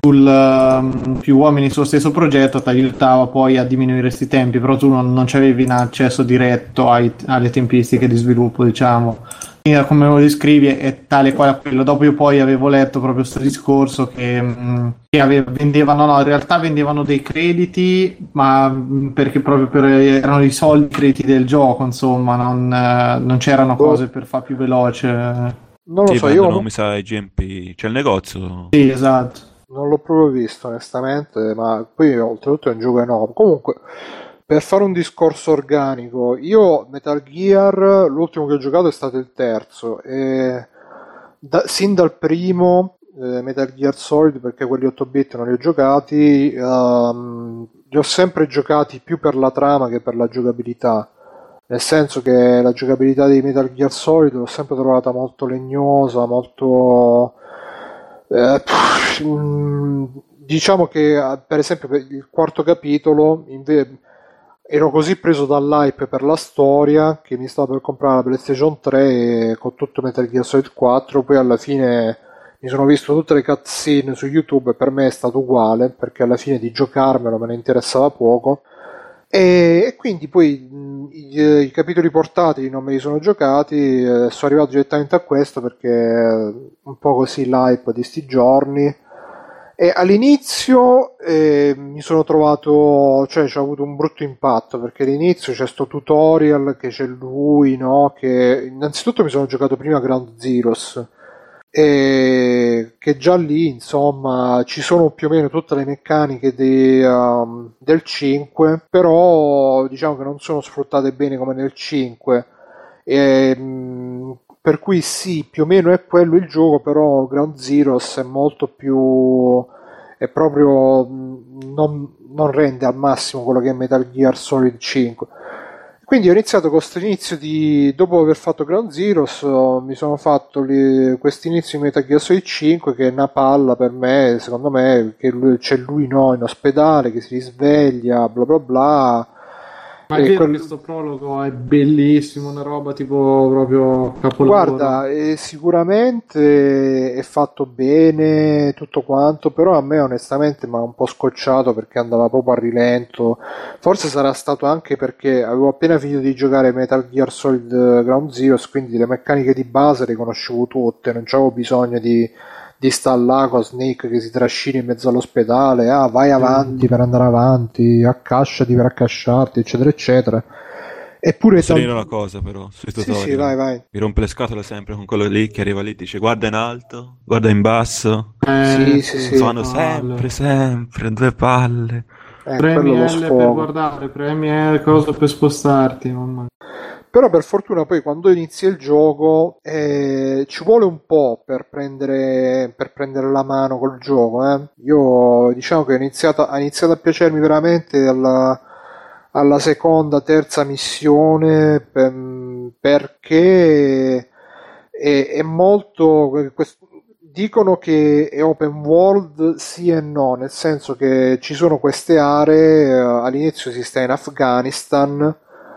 sullo stesso progetto ti aiutava poi a diminuire questi tempi, però tu non c'avevi un accesso diretto alle tempistiche di sviluppo, diciamo. Come lo descrivi è tale quale a quello. Dopo io poi avevo letto proprio questo discorso che vendevano, no, in realtà vendevano dei crediti, ma perché proprio erano i soldi crediti del gioco, insomma, non c'erano cose per far più veloce. Non lo Sì, so, vendono, io mi sa, i GMP. C'è il negozio. Sì, esatto. non l'ho proprio visto onestamente, ma poi oltretutto è un gioco enorme. Comunque, per fare un discorso organico, io Metal Gear, l'ultimo che ho giocato è stato il terzo, e sin dal primo Metal Gear Solid, perché quelli 8 bit non li ho giocati, li ho sempre giocati più per la trama che per la giocabilità, nel senso che la giocabilità di Metal Gear Solid l'ho sempre trovata molto legnosa, molto diciamo che per esempio per il quarto capitolo ero così preso dall'hype per la storia che mi stavo per comprare la PlayStation 3 con tutto Metal Gear Solid 4. Poi alla fine mi sono visto tutte le cutscene su YouTube e per me è stato uguale, perché alla fine di giocarmelo me ne interessava poco. E quindi poi i capitoli portatili non me li sono giocati, sono arrivato direttamente a questo perché un po' così l'hype di sti giorni. E all'inizio mi sono trovato, cioè c'ho avuto un brutto impatto, perché all'inizio c'è sto tutorial che c'è lui, no? Che innanzitutto mi sono giocato prima Ground Zeroes, e che già lì insomma ci sono più o meno tutte le meccaniche del 5, però diciamo che non sono sfruttate bene come nel 5, per cui sì, più o meno è quello il gioco, però Ground Zeroes è molto più, è proprio non rende al massimo quello che è Metal Gear Solid 5. Quindi ho iniziato con questo inizio dopo aver fatto Ground Zeroes, mi sono fatto questo inizio di Metal Gear Solid 5 che è una palla per me, secondo me, che c'è lui no, in ospedale che si risveglia, bla bla bla, Ma è vero, questo prologo è bellissimo, una roba tipo proprio capolavoro. Guarda, sicuramente è fatto bene tutto quanto, però a me onestamente mi ha un po' scocciato perché andava proprio a rilento. Forse sarà stato anche perché avevo appena finito di giocare Metal Gear Solid Ground Zeroes, quindi le meccaniche di base le conoscevo tutte, non c'avevo bisogno di star là con Snake che si trascina in mezzo all'ospedale, vai avanti per andare avanti, accasciati per accasciarti, eccetera, eccetera. Eppure posso dire una cosa però sui tutorial? Sì, vai. Mi rompe le scatole sempre con quello lì che arriva lì e dice guarda in alto, guarda in basso. Sì. Fanno sempre due palle. Premi quello lo L sfogo. per guardare, premi L cosa per spostarti, mamma. Però per fortuna poi quando inizi il gioco ci vuole un po' per prendere la mano col gioco. Io diciamo che ha iniziato a piacermi veramente alla seconda, terza missione perché è molto... Dicono che è open world sì e no, nel senso che ci sono queste aree, all'inizio si sta in Afghanistan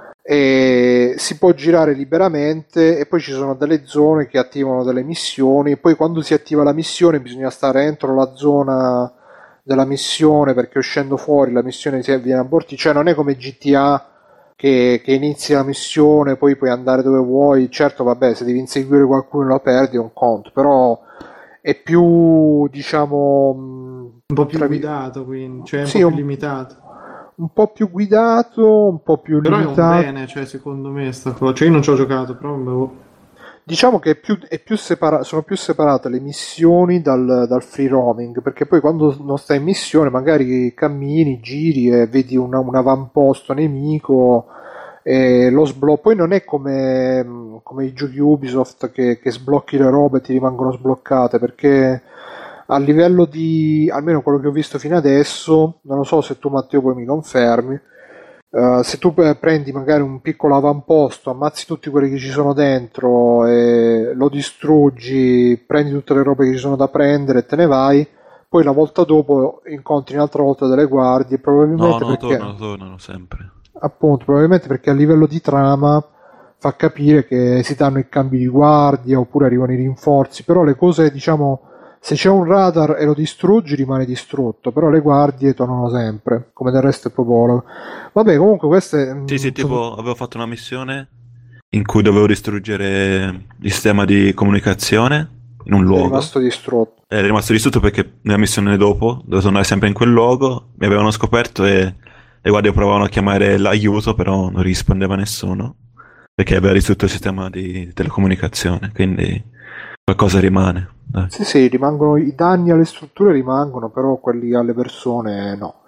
e si può girare liberamente e poi ci sono delle zone che attivano delle missioni, poi quando si attiva la missione bisogna stare entro la zona della missione perché uscendo fuori la missione si viene abortita, cioè non è come GTA che inizi la missione poi puoi andare dove vuoi, certo vabbè se devi inseguire qualcuno e lo perdi è un conto, però è più diciamo un po' più guidato, quindi cioè sì, un po' più limitato, un po' più guidato, un po' più però limitato. è un bene, cioè secondo me sta cosa, cioè io non ci ho giocato però diciamo che sono più separate le missioni dal free roaming, perché poi quando non stai in missione magari cammini, giri e vedi un avamposto nemico e lo sblocco. Poi non è come i giochi Ubisoft che sblocchi le robe e ti rimangono sbloccate, perché a livello di, almeno quello che ho visto fino adesso, non lo so se tu Matteo poi mi confermi, se tu prendi magari un piccolo avamposto, ammazzi tutti quelli che ci sono dentro e lo distruggi, prendi tutte le robe che ci sono da prendere e te ne vai, poi la volta dopo incontri un'altra volta delle guardie, probabilmente perché tornano sempre. Appunto, probabilmente perché a livello di trama fa capire che si danno i cambi di guardia oppure arrivano i rinforzi, però le cose, diciamo, se c'è un radar e lo distruggi rimane distrutto, però le guardie tornano sempre, come del resto è popolo. Vabbè, comunque queste... Sì, tipo avevo fatto una missione in cui dovevo distruggere il sistema di comunicazione in un luogo. È rimasto distrutto. È rimasto distrutto perché nella missione dopo dovevo tornare sempre in quel luogo, mi avevano scoperto e le guardie provavano a chiamare l'aiuto, però non rispondeva nessuno perché aveva distrutto il sistema di telecomunicazione, quindi qualcosa rimane. Dai. Sì, rimangono i danni alle strutture, rimangono, però quelli alle persone no.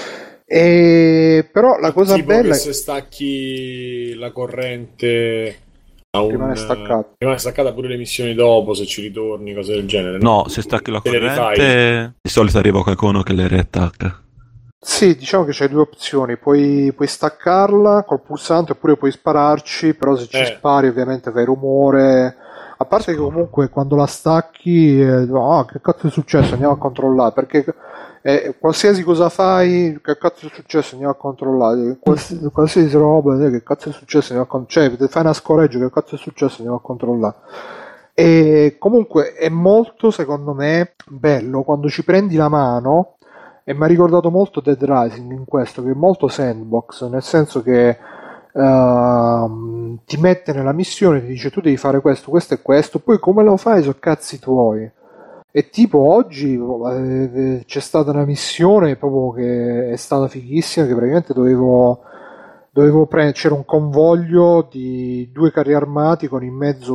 Però la cosa tipo bella che è se stacchi la corrente rimane staccata pure le missioni dopo, se ci ritorni, cose del genere. No, se stacchi la te le rifai. corrente di solito arriva qualcuno che le riattacca. Sì, diciamo che c'hai due opzioni, puoi staccarla col pulsante oppure puoi spararci, però se ci spari ovviamente fai rumore, a parte che comunque quando la stacchi, che cazzo è successo, andiamo a controllare, perché qualsiasi cosa fai, che cazzo è successo, andiamo a controllare, qualsiasi roba, che cazzo è successo, andiamo a controllare, cioè fai una scoreggio, che cazzo è successo, andiamo a controllare. E comunque è molto, secondo me, bello quando ci prendi la mano. E mi ha ricordato molto Dead Rising in questo, che è molto sandbox, nel senso che ti mette nella missione, ti dice tu devi fare questo, questo e questo, poi come lo fai sono cazzi tuoi. E tipo oggi c'è stata una missione proprio che è stata fighissima, che praticamente c'era un convoglio di 2 carri armati con in mezzo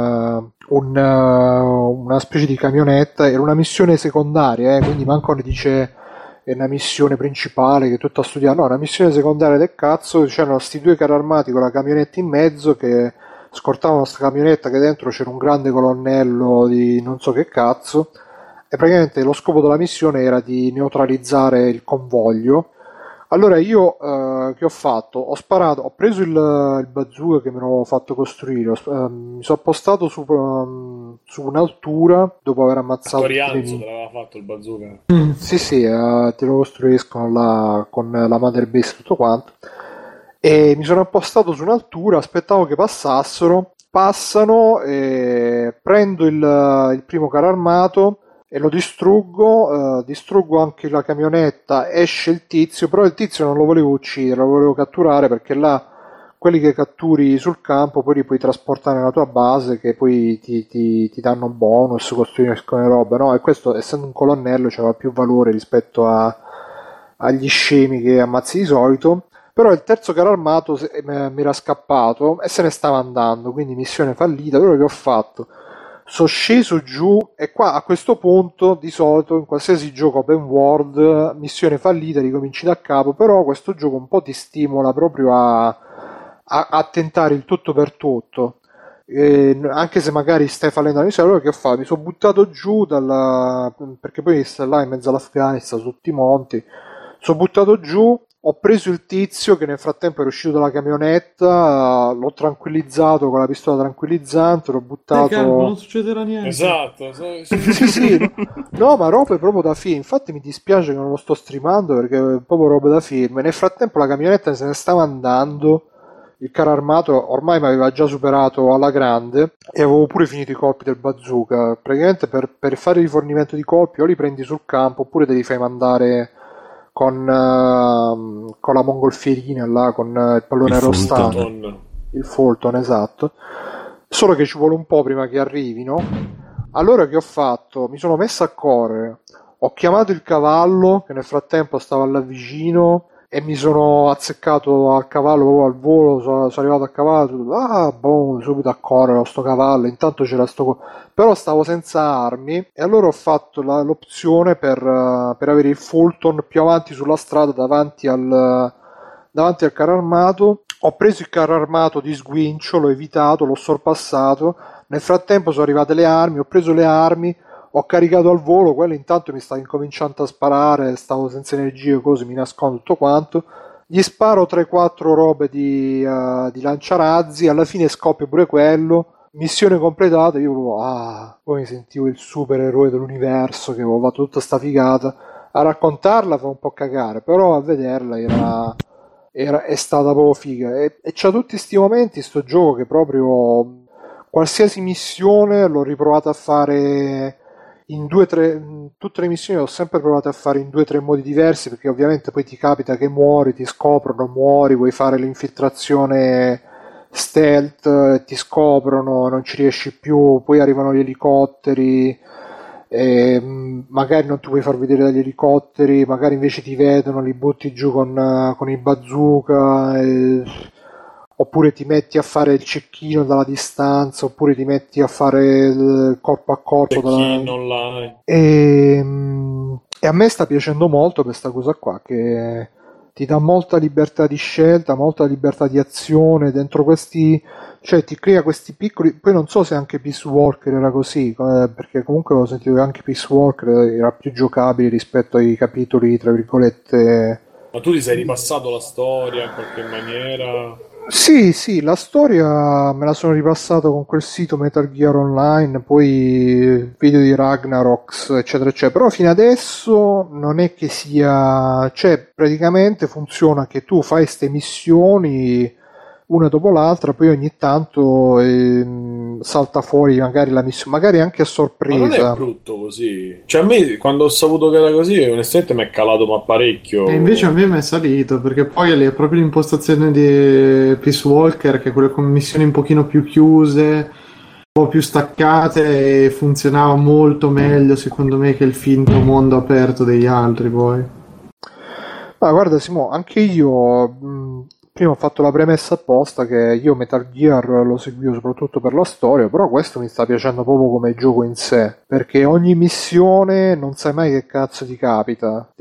una specie di camionetta, era una missione secondaria, quindi manco ne dice è una missione principale che è tutta studiata, no, una missione secondaria del cazzo, c'erano sti 2 carri armati con la camionetta in mezzo che scortavano sta camionetta che dentro c'era un grande colonnello di non so che cazzo, e praticamente lo scopo della missione era di neutralizzare il convoglio. Allora io che ho fatto? Ho sparato, ho preso il bazooka che me l'ho fatto costruire, mi sono appostato su un'altura dopo aver ammazzato Torianzo te l'aveva fatto il bazooka. Sì, te lo costruiscono là con la mother base e tutto quanto. e mi sono appostato su un'altura, aspettavo che passassero, passano, prendo il primo carro armato e lo distruggo, distruggo anche la camionetta, esce il tizio, però il tizio non lo volevo uccidere, lo volevo catturare, perché là quelli che catturi sul campo poi li puoi trasportare nella tua base, che poi ti danno bonus, costruiscono robe, no? E questo, essendo un colonnello, aveva più valore rispetto agli scemi che ammazzi di solito. Però il terzo carro armato mi era scappato e se ne stava andando, quindi missione fallita. Allora che ho fatto? Sono sceso giù, e qua a questo punto di solito in qualsiasi gioco open world, missione fallita, ricominci da capo, però questo gioco un po' ti stimola proprio a tentare il tutto per tutto, anche se magari stai fallendo la missione. Allora che ho fatto? Mi sono buttato giù perché poi sta là in mezzo all'Afghanistan, su tutti i monti, sono buttato giù, ho preso il tizio che nel frattempo era uscito dalla camionetta, l'ho tranquillizzato con la pistola tranquillizzante, l'ho buttato... calma, non succederà niente. Esatto. sì. No, ma robe proprio da film. Infatti mi dispiace che non lo sto streamando, perché è proprio robe da film. E nel frattempo la camionetta se ne stava andando, il carro armato ormai mi aveva già superato alla grande e avevo pure finito i colpi del bazooka. Praticamente per fare il rifornimento di colpi o li prendi sul campo oppure te li fai mandare con la mongolfierina là, con il pallone aerostatico, il Fulton, esatto. Solo che ci vuole un po' prima che arrivino. Allora che ho fatto? Mi sono messo a correre, ho chiamato il cavallo che nel frattempo stava là vicino e mi sono azzeccato al cavallo proprio al volo. Sono arrivato a cavallo, subito a correre con sto cavallo. Intanto c'era però stavo senza armi, e allora ho fatto l'opzione per avere il Fulton più avanti sulla strada davanti al carro armato. Ho preso il carro armato di sguincio, l'ho evitato, l'ho sorpassato. Nel frattempo sono arrivate le armi, ho preso le armi, ho caricato al volo, quello intanto mi stava incominciando a sparare, stavo senza energie, così mi nascondo tutto quanto, gli sparo 3-4 robe di lanciarazzi, alla fine scoppia pure quello, missione completata. Io poi mi sentivo il supereroe dell'universo, che avevo fatto tutta sta figata. A raccontarla fa un po' cagare, però a vederla è stata proprio figa, e c'ha tutti sti momenti sto gioco che proprio qualsiasi missione l'ho riprovata a fare in tutte le missioni l'ho sempre provato a fare in 2-3 modi diversi, perché ovviamente poi ti capita che muori, ti scoprono, muori, vuoi fare l'infiltrazione stealth, ti scoprono, non ci riesci più, poi arrivano gli elicotteri, magari non ti puoi far vedere dagli elicotteri, magari invece ti vedono, li butti giù con il bazooka, oppure ti metti a fare il cecchino dalla distanza, oppure ti metti a fare il corpo a corpo e a me sta piacendo molto questa cosa qua, che ti dà molta libertà di scelta, molta libertà di azione dentro questi, cioè ti crea questi piccoli. Poi non so se anche Peace Walker era così, perché comunque ho sentito che anche Peace Walker era più giocabile rispetto ai capitoli tra virgolette. Ma tu ti sei ripassato la storia in qualche maniera? Sì, la storia me la sono ripassata con quel sito Metal Gear Online, poi video di Ragnaroks, eccetera eccetera, però fino adesso non è che sia, cioè praticamente funziona che tu fai ste missioni una dopo l'altra, poi ogni tanto salta fuori magari la missione, magari anche a sorpresa. Ma non è brutto così? Cioè a me quando ho saputo che era così onestamente mi è calato ma parecchio. E invece a me mi è salito, perché poi è proprio l'impostazione di Peace Walker, che è quelle con missioni un pochino più chiuse, un po' più staccate, e funzionava molto meglio secondo me che il finto mondo aperto degli altri poi. Ma guarda Simo, anche io prima ho fatto la premessa apposta che io Metal Gear lo seguivo soprattutto per la storia, però questo mi sta piacendo proprio come gioco in sé, perché ogni missione non sai mai che cazzo ti capita,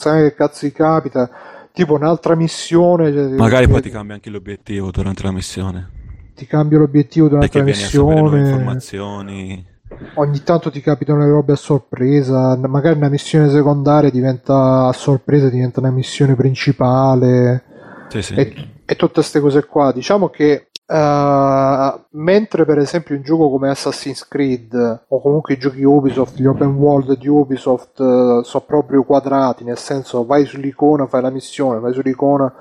tipo un'altra missione, magari poi ti cambia anche l'obiettivo durante la missione, ti cambia l'obiettivo durante la missione, nuove informazioni, ogni tanto ti capitano le robe a sorpresa, magari una missione secondaria diventa a sorpresa, diventa una missione principale. Sì. E tutte queste cose qua, diciamo che mentre per esempio un gioco come Assassin's Creed o comunque i giochi Ubisoft, gli open world di Ubisoft sono proprio quadrati, nel senso vai sull'icona, fai la missione, vai sull'icona, fai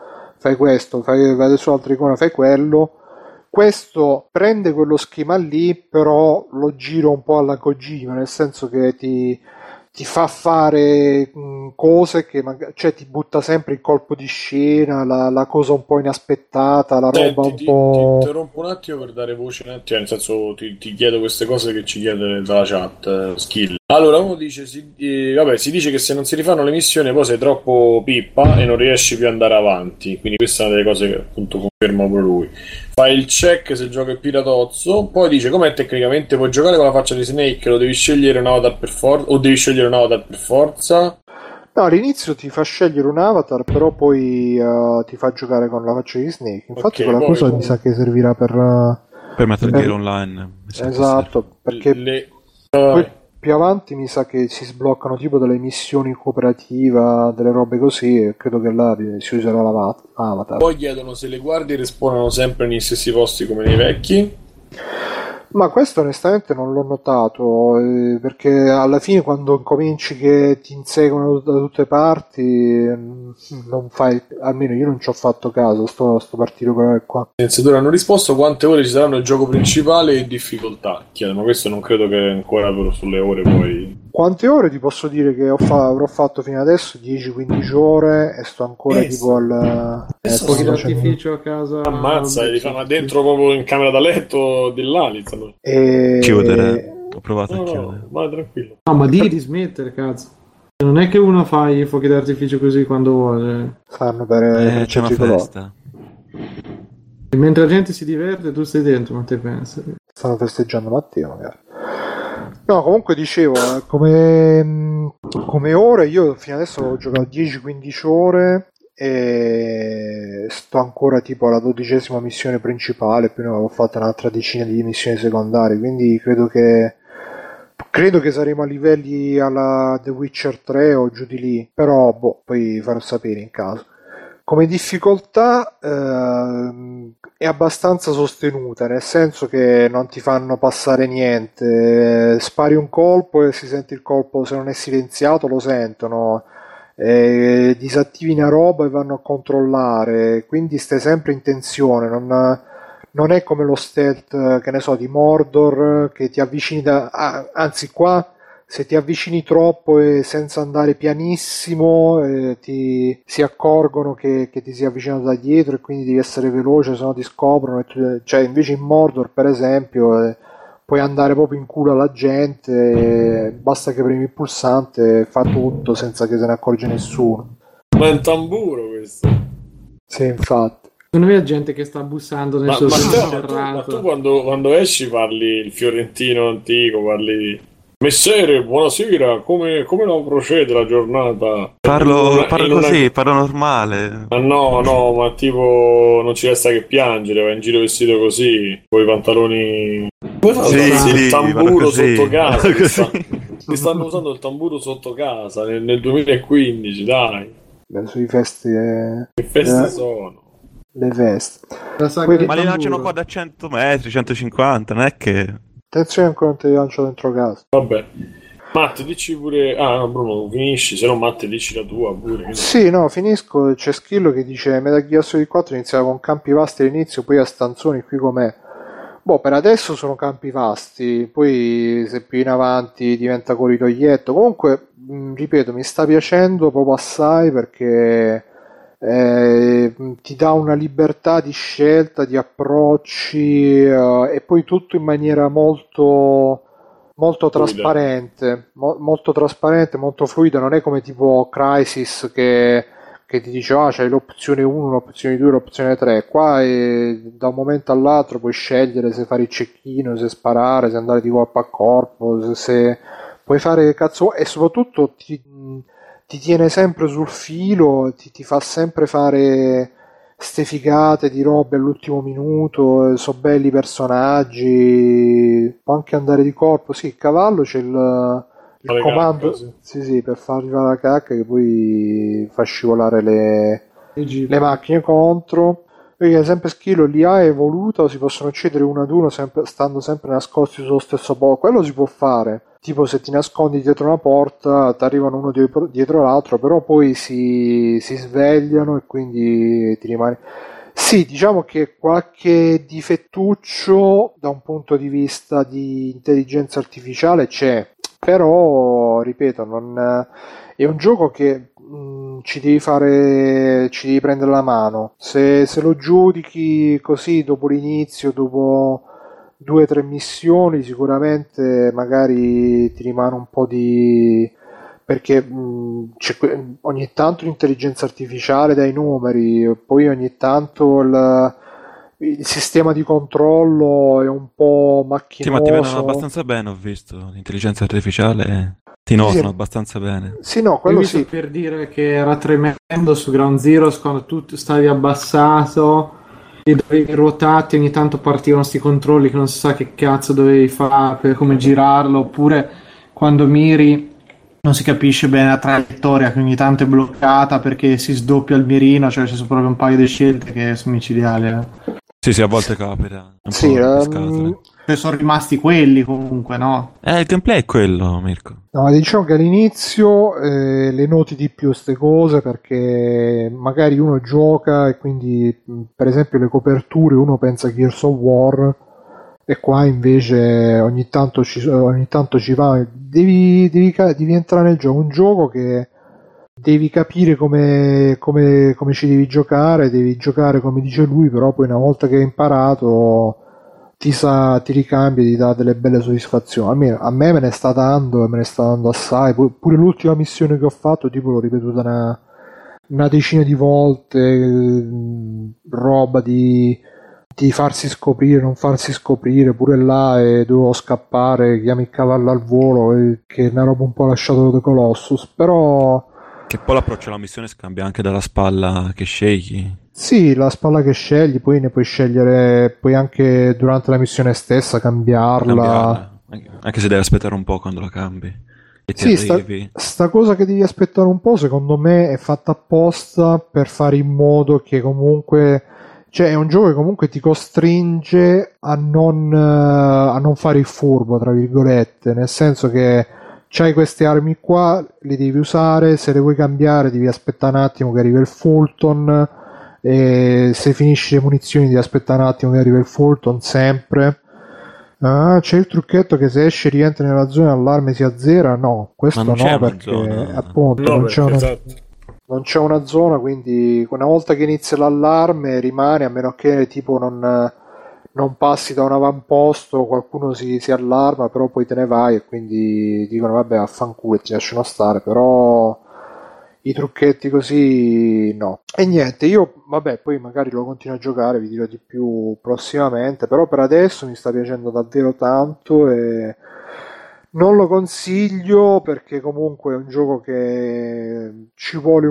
fai questo, vai sull'altra icona, fai quello. Questo prende quello schema lì, però lo giro un po' alla Kojima, nel senso che ti fa fare cose che cioè ti butta sempre il colpo di scena, la cosa un po' inaspettata, la roba un po'... Ti interrompo un attimo per dare voce un attimo, nel senso ti chiedo queste cose che ci chiede dalla chat, skill. Allora, uno dice, si dice che se non si rifanno le missioni poi sei troppo pippa e non riesci più ad andare avanti, quindi questa è una delle cose che appunto conferma pure lui. Fai il check se il gioco è piratozzo, poi dice com'è tecnicamente, puoi giocare con la faccia di Snake, lo devi scegliere un avatar per forza, o devi scegliere un avatar per forza? No, all'inizio ti fa scegliere un avatar, però poi ti fa giocare con la faccia di Snake. Infatti quella cosa mi sa che servirà per Metal Gear Online. Esatto, perché poi più avanti mi sa che si sbloccano tipo delle missioni cooperative, delle robe così, e credo che là si userà l'avatar. Poi chiedono se le guardie respawnano sempre negli stessi posti come nei vecchi. Ma questo onestamente non l'ho notato, perché alla fine quando cominci che ti inseguono da tutte parti, non fai, almeno io non ci ho fatto caso, sto particolare qua. I pensatori hanno risposto quante ore ci saranno il gioco principale e difficoltà. Chiedono, questo non credo che ancora però sulle ore poi... Quante ore ti posso dire che avrò fatto fino adesso? 10-15 ore e sto ancora tipo al... fuochi d'artificio a casa. Ammazza, li fanno dentro proprio in camera da letto dell'Alice. Chiudere. Ho provato a chiudere. Ma tranquillo. No, ma di smettere, cazzo. Non è che uno fa i fuochi d'artificio così quando vuole. Fanno per c'è una festa. E mentre la gente si diverte, tu stai dentro, ma te pensi? Stanno festeggiando Matteo, magari. No, comunque dicevo, come ore, io fino adesso ho giocato 10-15 ore e sto ancora tipo alla 12ª missione principale, più ne avevo fatto un'altra decina di missioni secondarie, quindi credo che saremo a livelli alla The Witcher 3 o giù di lì, però poi farò sapere in caso. Come difficoltà è abbastanza sostenuta, nel senso che non ti fanno passare niente, spari un colpo e si sente il colpo, se non è silenziato lo sentono, disattivi una roba e vanno a controllare, quindi stai sempre in tensione, non è come lo stealth, che ne so, di Mordor, che ti avvicini anzi qua se ti avvicini troppo e senza andare pianissimo si accorgono che ti sei avvicinato da dietro e quindi devi essere veloce, se no ti scoprono cioè invece in Mordor per esempio puoi andare proprio in culo alla gente, basta che premi il pulsante e fa tutto senza che se ne accorge nessuno. Ma è un tamburo questo. Sì, infatti. Non è gente che sta bussando nel suo ma tu quando esci parli il fiorentino antico, parli messere, buonasera, come la procede la giornata? Parlo così, parlo normale. Ma no, ma tipo non ci resta che piangere, vai in giro vestito così, con i pantaloni... il tamburo sotto casa, ti stanno usando il tamburo sotto casa nel 2015, dai. Sui festi... Che feste sono? Le vesti. Ma li lanciano qua da 100 metri, 150, non è che... Attenzione ancora non ti lancio dentro casa. Vabbè. Matte, dici pure... Ah, no, Bruno, finisci, se no Matte dici la tua pure. Sì, no, finisco. C'è Schillo che dice Metal Gear Solid 4 iniziava con campi vasti all'inizio, poi a stanzoni qui com'è. Per adesso sono campi vasti, poi se più in avanti diventa corridoietto. Comunque, ripeto, mi sta piacendo proprio assai perché... ti dà una libertà di scelta, di approcci e poi tutto in maniera molto trasparente, molto trasparente, molto fluida. Non è come tipo Crysis che ti dice c'hai l'opzione 1, l'opzione 2, l'opzione 3. Qua da un momento all'altro puoi scegliere se fare il cecchino, se sparare, se andare di corpo a corpo, se puoi fare cazzo, e soprattutto ti tiene sempre sul filo, ti fa sempre fare ste figate di robe all'ultimo minuto, so belli i personaggi, può anche andare di corpo, sì, il cavallo c'è il comando, cacca, sì, per far arrivare la cacca che poi fa scivolare le macchine contro. Vedi che sempre Schilo l'IA è evoluta, si possono uccidere uno ad uno stando sempre nascosti sullo stesso posto, quello si può fare. tipo se ti nascondi dietro una porta ti arrivano uno dietro l'altro, però poi si svegliano e quindi ti rimani. Sì, diciamo che qualche difettuccio da un punto di vista di intelligenza artificiale c'è, però ripeto, è un gioco che ci devi prendere la mano. Se lo giudichi così dopo l'inizio, dopo 2 o 3 missioni, sicuramente magari ti rimane un po' di... perché ogni tanto l'intelligenza artificiale dai numeri, poi ogni tanto il sistema di controllo è un po' Sì, ma ti vedono macchinoso. abbastanza bene, ho visto. L'intelligenza artificiale ti Sì, sì, notano abbastanza bene. sì, no, Io ho quello visto sì. per dire che era tremendo su Ground Zero quando tu stavi abbassato e dovevi ruotare, ogni tanto partivano sti controlli che non si sa che cazzo dovevi fare per come girarlo, oppure quando miri non si capisce bene la traiettoria che ogni tanto è bloccata perché si sdoppia il mirino, cioè ci sono proprio un paio di scelte che sono micidiali. Sì, a volte capita. È un Sì, po' le scatole. Sono rimasti quelli comunque, no? Il gameplay è quello, Mirko. no, diciamo che all'inizio le noti di più queste cose perché magari uno gioca e quindi per esempio le coperture uno pensa a Gears of War e qua invece ogni tanto ci va, devi entrare nel gioco, un gioco che devi capire come ci devi giocare come dice lui, però poi una volta che hai imparato ti ricambia e ti dà delle belle soddisfazioni. A me me ne sta dando e me ne sta dando assai. Pure l'ultima missione che ho fatto, tipo l'ho ripetuta una decina di volte, roba di farsi scoprire, non farsi scoprire, pure là e dovevo scappare, chiami il cavallo al volo, che è una roba un po' lasciato da Colossus, però Che poi l'approccio alla missione scambia anche dalla spalla che scegli. sì, la spalla che scegli, poi ne puoi scegliere, puoi anche durante la missione stessa cambiarla. Cambiarla. Anche se devi aspettare un po' quando la cambi. E ti Sì, arrivi. sta cosa che devi aspettare un po', secondo me, è fatta apposta per fare in modo che comunque, cioè è un gioco che comunque ti costringe a non fare il furbo, tra virgolette, nel senso che c'hai queste armi qua, le devi usare, se le vuoi cambiare devi aspettare un attimo che arriva il Fulton, e se finisci le munizioni devi aspettare un attimo che arriva il Fulton, sempre. Ah, c'è il trucchetto che se esce e rientra nella zona l'allarme si azzera? No, questo Ma non c'è no, una perché zona. appunto No, perché esatto. non c'è una zona, quindi una volta che inizia l'allarme rimane, a meno che tipo non passi da un avamposto, qualcuno si allarma, però poi te ne vai e quindi dicono vabbè affanculo e ti lasciano stare, però i trucchetti così no. E niente, io vabbè poi magari lo continuo a giocare, vi dirò di più prossimamente, però per adesso mi sta piacendo davvero tanto e non lo consiglio perché comunque è un gioco che ci vuole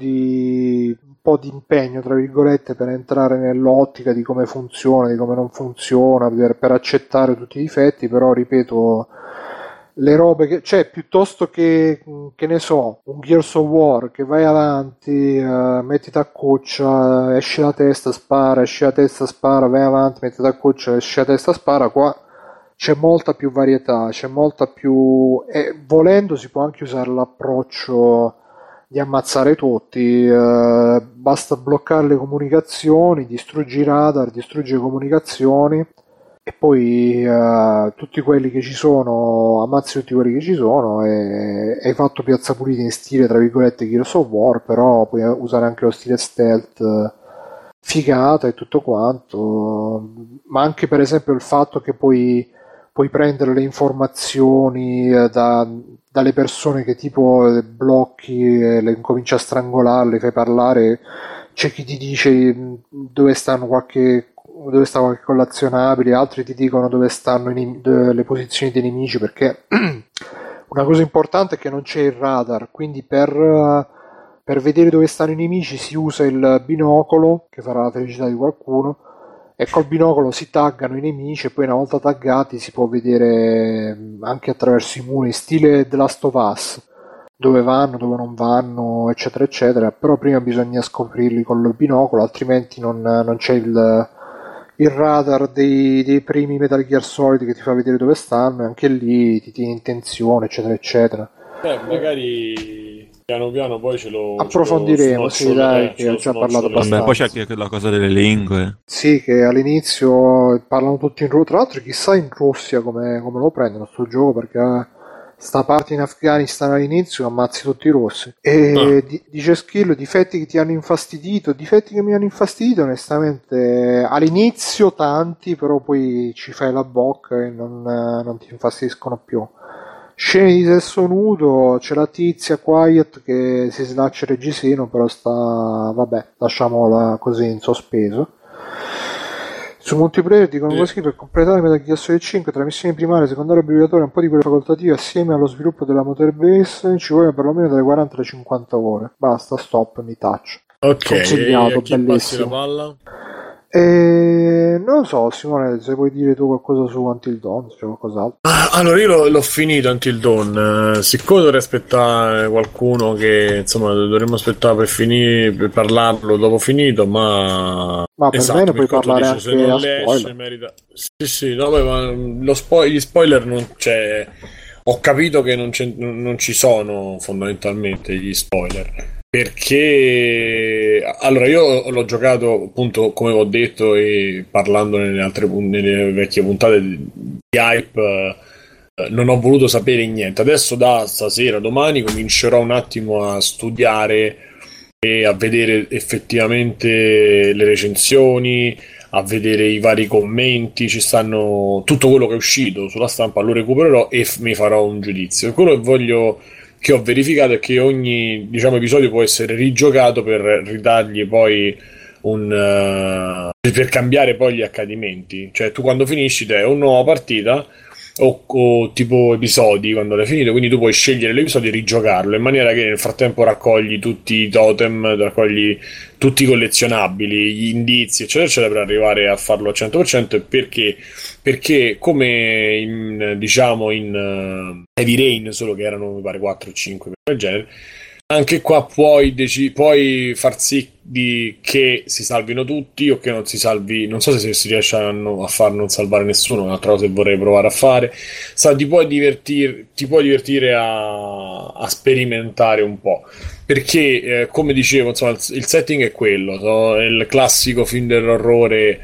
un po' di impegno, tra virgolette, per entrare nell'ottica di come funziona, di come non funziona, per accettare tutti i difetti, però ripeto, le robe che... cioè, piuttosto che ne so, un Gears of War, che vai avanti, mettiti a cuccia, esce la testa, spara, esce la testa, spara, vai avanti, mettiti a cuccia, esce la testa, spara, qua c'è molta più varietà, c'è molta più... e volendo si può anche usare l'approccio di ammazzare tutti, basta bloccare le comunicazioni, distruggi i radar, distruggi le comunicazioni e poi tutti quelli che ci sono, ammazzi tutti quelli che ci sono e hai fatto piazza pulita in stile tra virgolette Gears of War, però puoi usare anche lo stile stealth figata e tutto quanto, ma anche per esempio il fatto che puoi prendere le informazioni dalle persone che tipo blocchi e le incominci a strangolarle, fai parlare, c'è chi ti dice dove sta qualche collazionabile, altri ti dicono dove stanno le posizioni dei nemici, perché una cosa importante è che non c'è il radar, quindi per vedere dove stanno i nemici si usa il binocolo, che farà la felicità di qualcuno, e col binocolo si taggano i nemici e poi una volta taggati si può vedere anche attraverso i muri, stile The Last of Us, dove vanno, dove non vanno, eccetera eccetera, però prima bisogna scoprirli con il binocolo, altrimenti non c'è il radar dei primi Metal Gear Solid che ti fa vedere dove stanno, e anche lì ti tieni in tensione, eccetera eccetera. Magari piano piano poi ce lo approfondiremo, sì, dai, che ho già parlato abbastanza. Poi c'è anche la cosa delle lingue. Sì, che all'inizio parlano tutti in russo, tra l'altro chissà in Russia come lo prendono sto gioco, perché sta parte in Afghanistan all'inizio ammazzi tutti i rossi. E dice Skill, difetti che ti hanno infastidito. Difetti che mi hanno infastidito onestamente all'inizio tanti, però poi ci fai la bocca e non ti infastidiscono più. Scene di sesso nudo, c'è la tizia Quiet che si slaccia il reggiseno, però vabbè, lasciamola così in sospeso. Su multiplayer dicono così: per completare Metal Gear Solid 5 tra missioni primarie, secondarie e obbligatorie e un po' di quelle facoltative, assieme allo sviluppo della motor base, ci vogliono perlomeno dalle 40 alle 50 ore. Basta, stop, mi touch. Ok, consigliato, chi passi la bellissimo. palla? Non lo so, Simone, se vuoi dire tu qualcosa su Until Dawn, c'è qualcos'altro. Allora, io l'ho finito Until Dawn. Siccome dovrei aspettare qualcuno che, insomma, dovremmo aspettare per finire, per parlarlo dopo finito, ma per esatto, me ne puoi Mircotto parlare dice, anche se non a l'esce, spoiler. merita. Sì, no, ma gli spoiler non c'è. Ho capito che non ci sono fondamentalmente gli spoiler. Perché allora io l'ho giocato appunto come ho detto e parlando nelle vecchie puntate di Hype, non ho voluto sapere niente. Adesso da stasera, domani comincerò un attimo a studiare e a vedere effettivamente le recensioni, a vedere i vari commenti, ci stanno tutto quello che è uscito sulla stampa, lo recupererò e mi farò un giudizio. Quello che ho verificato è che ogni, diciamo, episodio può essere rigiocato per ridargli poi per cambiare poi gli accadimenti. Cioè tu quando finisci te o nuova partita o tipo episodi quando l'hai finito, quindi tu puoi scegliere l'episodio e rigiocarlo in maniera che nel frattempo raccogli tutti i totem, raccogli tutti i collezionabili, gli indizi eccetera eccetera per arrivare a farlo al 100%. Perché come diciamo in Heavy Rain, solo che erano mi pare 4 o 5 del genere, anche qua puoi far sì che si salvino tutti o che non si salvi. Non so se si riesce a far non salvare nessuno, è un'altra cosa che vorrei provare a fare. Ti puoi divertire a sperimentare un po'. Perché, come dicevo, insomma, il setting è quello, no? È il classico film dell'orrore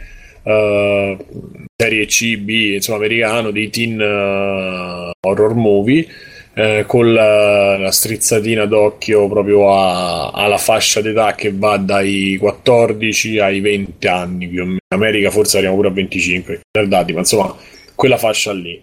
serie C, B, insomma, americano, dei teen horror movie. Con la strizzatina d'occhio proprio alla fascia d'età che va dai 14 ai 20 anni più o meno. In America forse arriviamo pure a 25 dati, ma insomma quella fascia lì.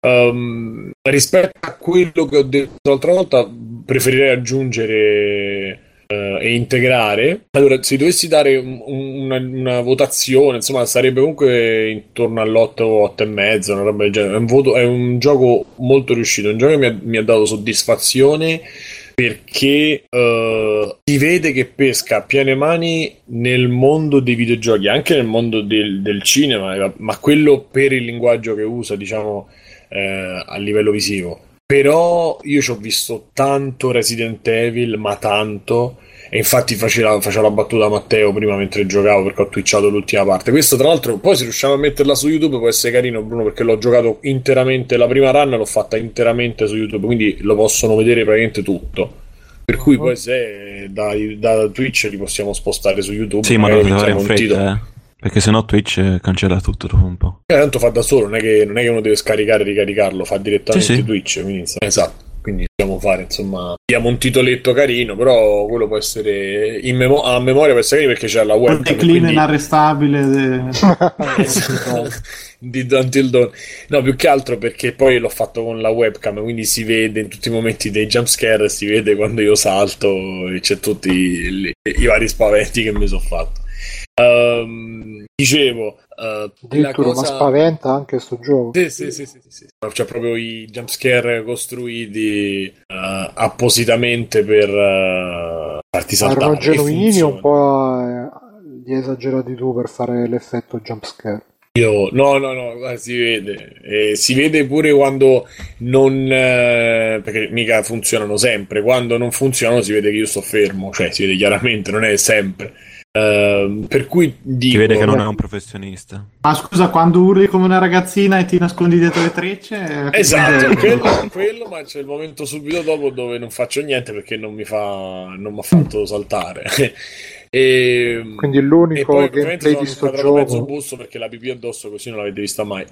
Rispetto a quello che ho detto l'altra volta, preferirei aggiungere e integrare. Allora, se dovessi dare una votazione, insomma, sarebbe comunque intorno all'8, 8 e mezzo, una roba del genere. È un gioco molto riuscito, un gioco che mi ha dato soddisfazione perché si vede che pesca a piene mani nel mondo dei videogiochi, anche nel mondo del cinema, ma quello per il linguaggio che usa, diciamo, a livello visivo. Però io ci ho visto tanto Resident Evil, ma tanto, e infatti faceva la battuta a Matteo prima mentre giocavo, perché ho twitchato l'ultima parte. Questo tra l'altro poi se riusciamo a metterla su YouTube può essere carino, Bruno, perché l'ho giocato interamente, la prima run l'ho fatta interamente su YouTube, quindi lo possono vedere praticamente tutto. Per cui poi se da Twitch li possiamo spostare su YouTube. Sì, ma lo devo fare in fretta, perché sennò Twitch cancella tutto dopo un po'. Tanto fa da solo, non è che uno deve scaricare e ricaricarlo, fa direttamente sì. Twitch, quindi, esatto. Quindi dobbiamo fare, insomma, abbiamo un titoletto carino, però quello può essere a memoria può essere carino perché c'è la webcam. Il declino inarrestabile di Until Dawn. No, più che altro perché poi l'ho fatto con la webcam, quindi si vede in tutti i momenti dei jumpscare, si vede quando io salto e c'è tutti i vari spaventi che mi sono fatto. Dicevo, addirittura ma spaventa anche sto gioco. Sì. C'è proprio i jumpscare costruiti appositamente per farti saltare. Erano genuini o un po' li hai esagerati tu per fare l'effetto jumpscare? No, si vede pure quando non perché mica funzionano sempre, quando non funzionano si vede che io sto fermo, cioè si vede chiaramente, non è sempre. Per cui dico, si vede che non è un professionista. Ah, scusa, quando urli come una ragazzina e ti nascondi dietro le trecce? Esatto, quello, ma c'è il momento subito dopo dove non faccio niente perché non mi ha fatto saltare. Quindi l'unico poi, gameplay di sto gioco mezzo gioco busto perché la pipì addosso così non l'avete vista mai,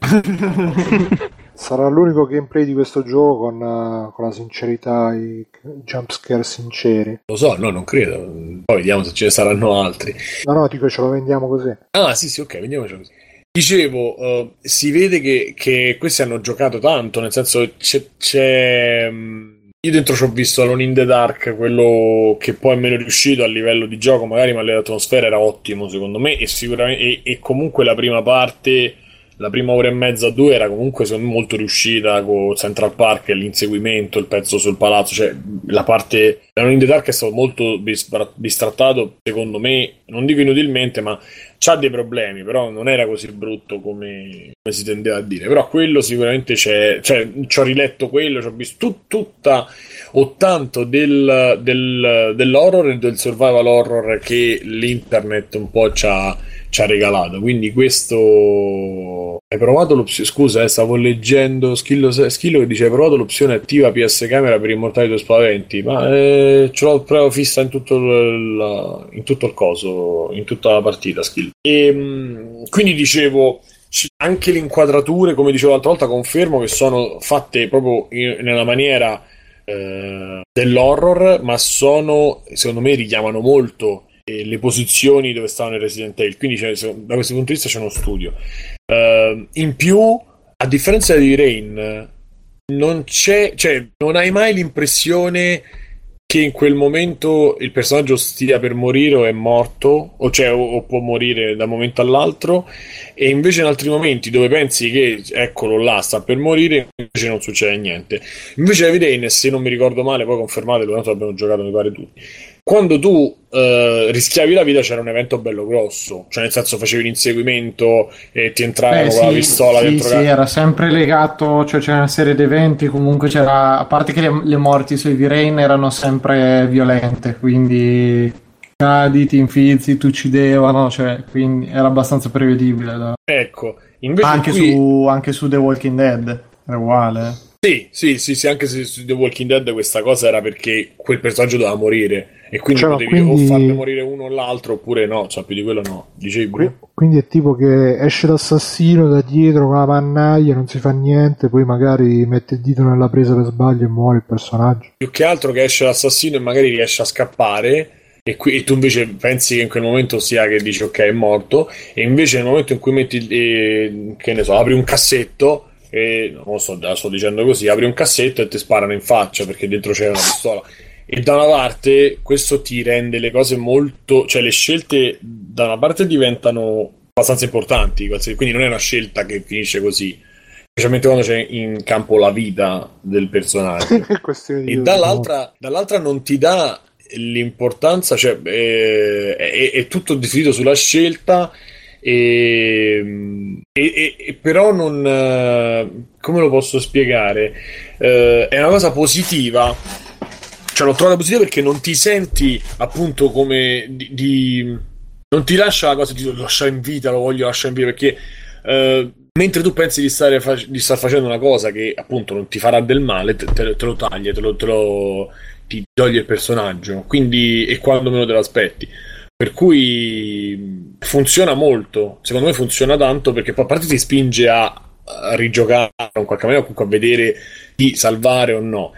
sarà l'unico gameplay di questo gioco con la sincerità, i jumpscare sinceri. Lo so, no, non credo. Poi vediamo se ce ne saranno altri. No, dico, ce lo vendiamo così. Ah, sì, ok, vendiamocelo così. Dicevo, si vede che questi hanno giocato tanto, nel senso c'è io dentro ci ho visto Alone in the Dark, quello che poi è meno riuscito a livello di gioco magari, ma l'atmosfera era ottimo secondo me, e sicuramente e comunque la prima parte, la prima ora e mezza, 2 era comunque secondo me molto riuscita con Central Park e l'inseguimento, il pezzo sul palazzo, cioè la parte Alone in the Dark è stato molto bistrattato secondo me, non dico inutilmente, ma c'ha dei problemi, però non era così brutto come si tendeva a dire. Però quello sicuramente c'è, cioè ci ho riletto quello, ci ho visto tutta o tanto dell'horror e del survival horror che l'internet un po' ci ha regalato. Quindi questo hai provato l'opzione, scusa, stavo leggendo Schillo che dice: hai provato l'opzione attiva PS Camera per Immortali 2 Spaventi? Ma ce l'ho proprio fissa in tutto il coso, in tutta la partita Schillo. E quindi dicevo, anche le inquadrature, come dicevo l'altra volta, confermo che sono fatte proprio nella maniera dell'horror, ma secondo me richiamano molto le posizioni dove stavano i Resident Evil, quindi da questo punto di vista c'è uno studio. In più, a differenza di Rain, non c'è, cioè non hai mai l'impressione che in quel momento il personaggio stia per morire o è morto, o può morire da un momento all'altro, e invece in altri momenti dove pensi che eccolo là, sta per morire, invece non succede niente. Invece Heavy Rain, se non mi ricordo male, poi confermatelo, tanto abbiamo giocato mi pare tutti, quando tu rischiavi la vita c'era un evento bello grosso, cioè nel senso facevi l'inseguimento e ti entravano con la pistola dentro sì, era sempre legato, cioè c'era una serie di eventi, comunque c'era, a parte che le morti su Heavy Rain erano sempre violente, quindi cadi, ti infilzi, ti uccidevano, cioè quindi era abbastanza prevedibile ecco, invece anche su The Walking Dead era uguale. Sì, anche se su The Walking Dead questa cosa era perché quel personaggio doveva morire e quindi potevi o farne morire uno o l'altro oppure no, cioè più di quello no. Dicevi? Quindi è tipo che esce l'assassino da dietro con la mannaia, non si fa niente, poi magari mette il dito nella presa per sbaglio e muore il personaggio. Più che altro che esce l'assassino e magari riesce a scappare e tu invece pensi che in quel momento sia che dici ok è morto, e invece nel momento in cui metti che ne so, apri un cassetto e non sto dicendo così, apri un cassetto e ti sparano in faccia perché dentro c'è una pistola, e da una parte questo ti rende le cose molto, cioè le scelte da una parte diventano abbastanza importanti, quindi non è una scelta che finisce così, specialmente quando c'è in campo la vita del personaggio e dall'altra non ti dà l'importanza, cioè è tutto definito sulla scelta. E però non, come lo posso spiegare, è una cosa positiva, cioè l'ho trovata positiva perché non ti senti appunto come non ti lascia la cosa di lasciare in vita, lo voglio lasciare in vita, perché mentre tu pensi di star facendo una cosa che appunto non ti farà del male, te lo taglia, ti toglie il personaggio, quindi, e quando meno te lo aspetti. Per cui funziona molto, secondo me funziona tanto, perché poi a parte ti spinge a rigiocare in qualche maniera, comunque a vedere di salvare o no,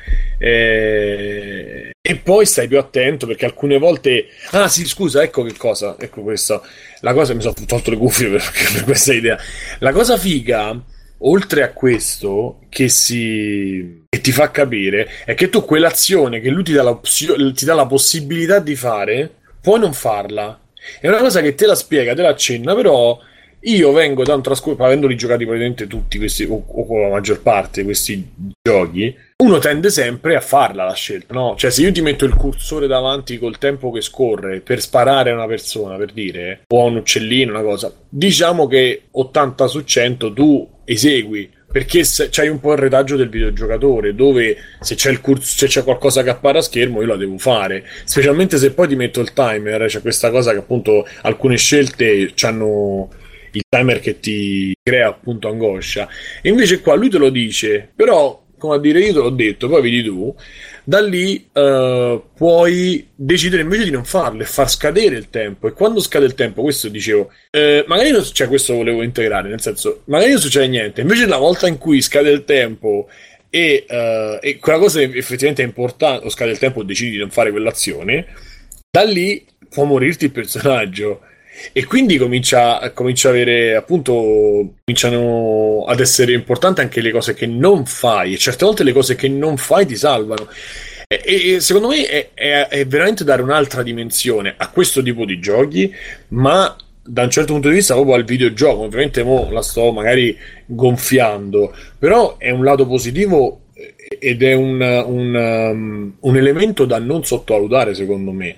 e poi stai più attento perché alcune volte ecco che cosa, ecco questo, la cosa, mi sono tolto le cuffie per questa idea, la cosa figa oltre a questo che ti fa capire è che tu quell'azione che lui ti dà la possibilità di fare, puoi non farla. È una cosa che te la spiega, te la accenna, però io vengo da un trascorso, avendoli giocati praticamente tutti questi, o la maggior parte di questi giochi, uno tende sempre a farla la scelta, no? Cioè se io ti metto il cursore davanti col tempo che scorre per sparare a una persona, per dire, o a un uccellino, una cosa, diciamo che 80 su 100 tu esegui, perché c'hai un po' il retaggio del videogiocatore, dove se c'è qualcosa che appare a schermo io la devo fare, specialmente se poi ti metto il timer. C'è questa cosa che appunto alcune scelte c'hanno il timer che ti crea appunto angoscia, e invece qua lui te lo dice, però come a dire io te l'ho detto, poi vedi tu. Da lì puoi decidere invece di non farlo e far scadere il tempo. E quando scade il tempo, questo dicevo, magari non, cioè questo volevo integrare, nel senso, magari non succede niente. Invece la volta in cui scade il tempo e quella cosa effettivamente è importante, o scade il tempo e decidi di non fare quell'azione, da lì può morirti il personaggio. E quindi comincia a avere, appunto, cominciano ad essere importanti anche le cose che non fai, e certe volte le cose che non fai ti salvano. E secondo me è veramente dare un'altra dimensione a questo tipo di giochi, ma da un certo punto di vista proprio al videogioco. Ovviamente mo la sto magari gonfiando, però è un lato positivo ed è un elemento da non sottovalutare, secondo me.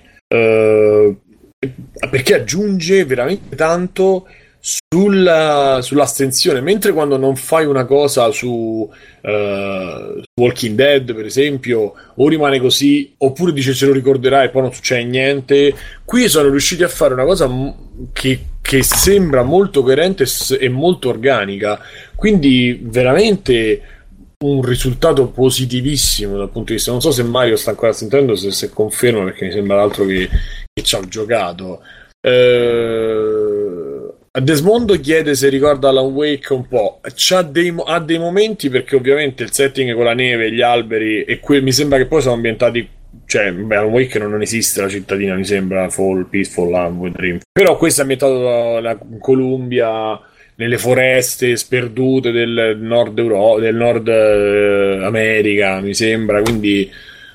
Perché aggiunge veramente tanto sull'astensione, mentre quando non fai una cosa su Walking Dead per esempio, o rimane così oppure dice ce lo ricorderai e poi non succede niente, qui sono riusciti a fare una cosa che sembra molto coerente e molto organica, quindi veramente un risultato positivissimo dal punto di vista. Non so se Mario sta ancora sentendo, se conferma, perché mi sembra l'altro che ci ha giocato. A Desmondo chiede se ricorda Alan Wake un po'. Ha dei momenti, perché ovviamente il setting con la neve, gli alberi e mi sembra che poi sono ambientati, cioè Alan Wake non esiste la cittadina, mi sembra Fall, Peaceful Land, Dream. Però questo è ambientato in Columbia, nelle foreste sperdute del nord Europa, del nord America, mi sembra, quindi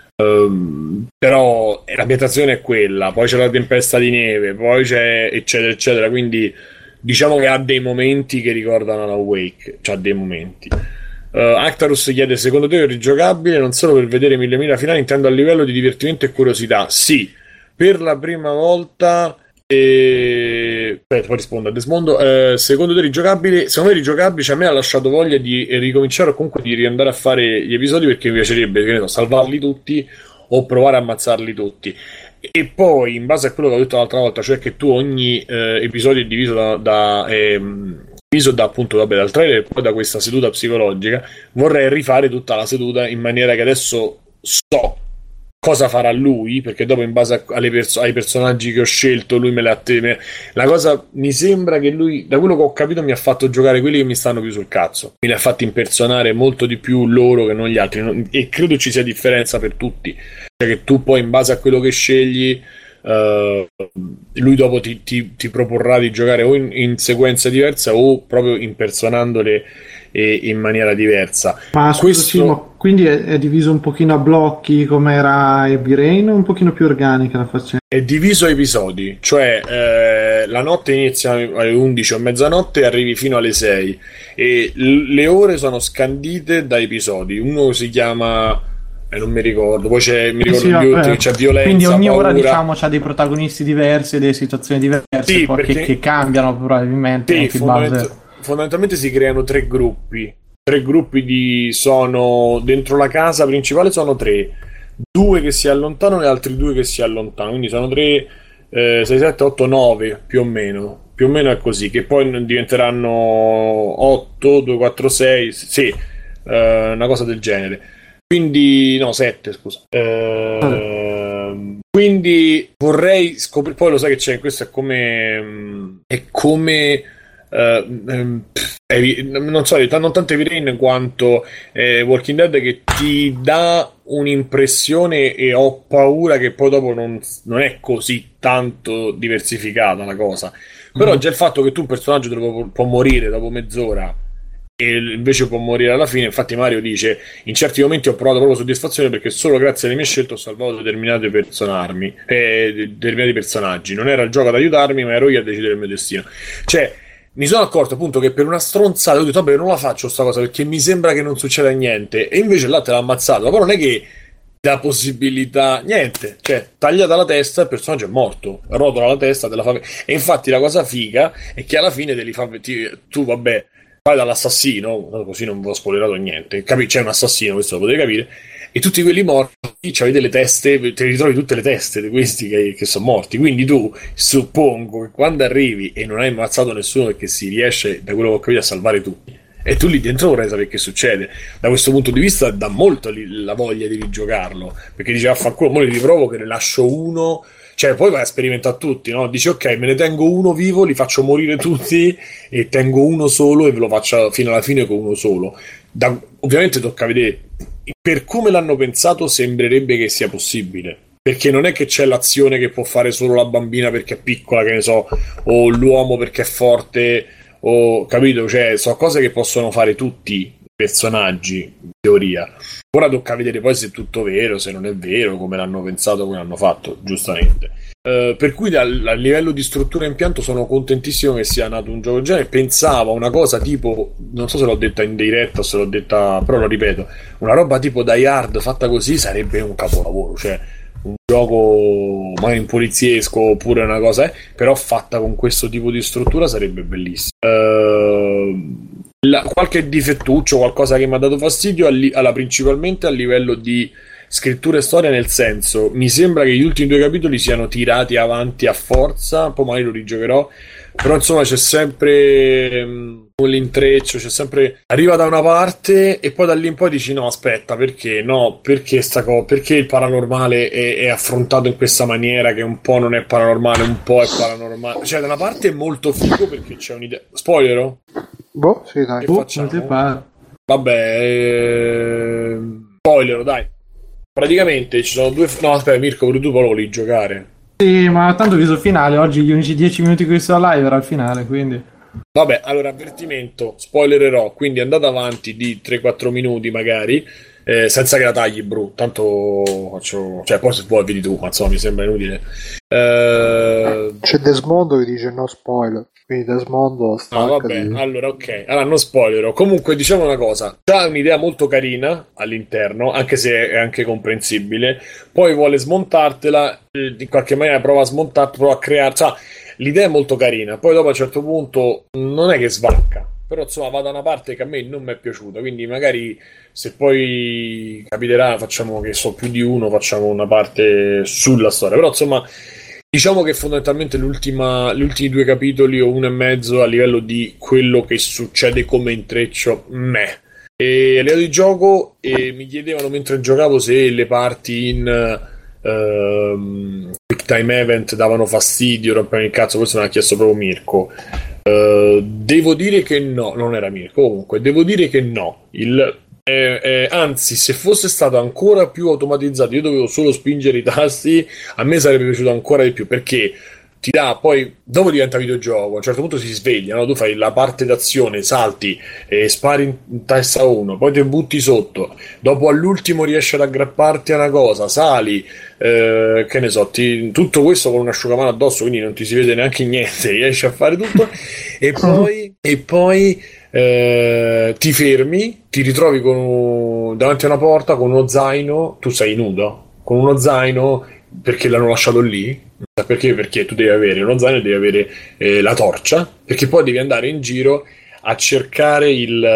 però l'ambientazione è quella, poi c'è la tempesta di neve, poi c'è eccetera eccetera, quindi diciamo che ha dei momenti che ricordano la Wake, c'ha dei momenti. Actarus chiede: secondo te è rigiocabile? Non solo per vedere mille finali, intendo a livello di divertimento e curiosità. Sì, per la prima volta. Aspetta, poi rispondo a Desmondo. Secondo te rigiocabile? Secondo me rigiocabile, cioè a me ha lasciato voglia di ricominciare o comunque di riandare a fare gli episodi, perché mi piacerebbe, che ne so, salvarli tutti o provare a ammazzarli tutti. E poi, in base a quello che ho detto l'altra volta, cioè che tu ogni episodio è diviso diviso da appunto, vabbè, dal trailer e poi da questa seduta psicologica, vorrei rifare tutta la seduta in maniera che adesso so cosa farà lui, perché dopo in base ai personaggi che ho scelto lui la cosa, mi sembra che lui, da quello che ho capito, mi ha fatto giocare quelli che mi stanno più sul cazzo, me li ha fatti impersonare molto di più loro che non gli altri, e credo ci sia differenza per tutti, cioè che tu poi in base a quello che scegli lui dopo ti proporrà di giocare o in sequenza diversa o proprio impersonandole in maniera diversa. Ma scusa, quindi è diviso un pochino a blocchi come era Heavy Rain, o un pochino più organica la faccenda? È diviso a episodi, cioè la notte inizia alle 11 o mezzanotte e arrivi fino alle 6 e le ore sono scandite da episodi. Uno si chiama non mi ricordo, poi mi ricordo che c'è violenza, quindi ogni paura. ora diciamo c'ha dei protagonisti diversi e delle situazioni diverse, sì, poi che cambiano probabilmente, sì, fondamentalmente si creano tre gruppi sono dentro la casa principale, sono 3, 2 che si allontanano e altri 2 che si allontanano, quindi sono 3, 6, 7, 8, 9 più o meno è così, che poi diventeranno 8, 2, 4, 6, sì, una cosa del genere. Quindi, no, 7, scusa. Quindi vorrei scoprire. Poi lo sai che c'è, questo è come. Non so, non tanto Heavy Rain quanto Walking Dead, che ti dà un'impressione e ho paura che poi dopo non è così tanto diversificata la cosa. Però già il fatto che tu un personaggio può morire dopo mezz'ora e invece può morire alla fine. Infatti Mario dice: in certi momenti ho provato proprio soddisfazione perché solo grazie alle mie scelte ho salvato determinati personaggi. Non era il gioco ad aiutarmi, ma ero io a decidere il mio destino. Cioè, mi sono accorto appunto che per una stronzata ho detto: vabbè, non la faccio sta cosa perché mi sembra che non succeda niente, e invece là te l'ha ammazzato. Ma poi non è che dà possibilità, niente, cioè tagliata la testa, il personaggio è morto, rotola la testa, te la fa. E infatti la cosa figa è che alla fine te li fa tu, vabbè, vai dall'assassino, così non vi ho spoilerato niente, c'è un assassino, questo lo potete capire, e tutti quelli morti, avete le teste, te li ritrovi tutte le teste di questi che sono morti, quindi tu, suppongo che quando arrivi e non hai ammazzato nessuno perché si riesce, da quello che ho capito, a salvare tutti, e tu lì dentro vorrei sapere che succede. Da questo punto di vista dà molto la voglia di rigiocarlo, perché dice affanculo, mo li riprovo che ne lascio uno, cioè poi vai a sperimentare tutti, no? Dici ok, me ne tengo uno vivo, li faccio morire tutti e tengo uno solo e ve lo faccio fino alla fine con uno solo. Ovviamente tocca vedere, per come l'hanno pensato sembrerebbe che sia possibile, perché non è che c'è l'azione che può fare solo la bambina perché è piccola, che ne so, o l'uomo perché è forte, o capito, cioè sono cose che possono fare tutti i personaggi in teoria. Ora tocca vedere poi se è tutto vero, se non è vero, come l'hanno pensato, come l'hanno fatto, giustamente. Per cui a livello di struttura e impianto sono contentissimo che sia nato un gioco del genere. Pensavo a una cosa tipo, non so se l'ho detta in diretta o se l'ho detta, però lo ripeto, una roba tipo Die Hard fatta così sarebbe un capolavoro, cioè un gioco magari in poliziesco oppure una cosa, però fatta con questo tipo di struttura sarebbe bellissimo. Qualche difettuccio, qualcosa che mi ha dato fastidio principalmente a livello di scrittura e storia, nel senso, mi sembra che gli ultimi 2 capitoli siano tirati avanti a forza, poi magari lo rigiocherò, però insomma c'è sempre un intreccio, c'è sempre, arriva da una parte e poi da lì in poi dici no aspetta, perché perché il paranormale è affrontato in questa maniera che un po' non è paranormale, un po' è paranormale, cioè da una parte è molto figo perché c'è un'idea, spoilero? Boh, sì, dai. Non ti pare. Vabbè, spoilero, dai. Praticamente ci sono 2. No, aspetta, Mirko, pure tu poi lo volevi giocare. Sì, ma tanto ho visto il finale. Oggi gli unici 10 minuti che ho visto live era il finale, quindi. Vabbè, allora avvertimento, spoilererò, quindi andate avanti di 3-4 minuti magari, senza che la tagli, bro. Tanto faccio. Cioè, poi se vuoi vedi tu, ma insomma mi sembra inutile. C'è Desmondo che dice no spoiler. Quindi Desmondo no, vabbè, allora ok, allora non spoilerò. Comunque diciamo una cosa, c'ha un'idea molto carina all'interno, anche se è anche comprensibile, poi vuole smontartela, in qualche maniera prova a smontarla, prova a creare, cioè, l'idea è molto carina, poi dopo a un certo punto non è che svacca, però insomma va da una parte che a me non mi è piaciuta, quindi magari se poi capiterà facciamo che so più di uno, facciamo una parte sulla storia, però insomma diciamo che fondamentalmente gli ultimi 2 capitoli o 1 e mezzo a livello di quello che succede come intreccio, e a livello di gioco mi chiedevano mentre giocavo se le parti in Quick Time Event davano fastidio, rompevano il cazzo, questo me l'ha chiesto proprio Mirko. Devo dire che no, non era Mirko, comunque devo dire che no, anzi se fosse stato ancora più automatizzato, io dovevo solo spingere i tasti, a me sarebbe piaciuto ancora di più, perché ti dà poi, dopo diventa videogioco, a un certo punto si sveglia, no? Tu fai la parte d'azione, salti e spari in testa a uno, poi ti butti sotto, dopo all'ultimo riesci ad aggrapparti a una cosa, sali, che ne so, tutto questo con un asciugamano addosso, quindi non ti si vede neanche niente, riesci a fare tutto e poi ti fermi, ti ritrovi davanti a una porta con uno zaino, tu sei nudo, con uno zaino perché l'hanno lasciato lì. Perché? Perché tu devi avere uno zaino e devi avere la torcia, perché poi devi andare in giro a cercare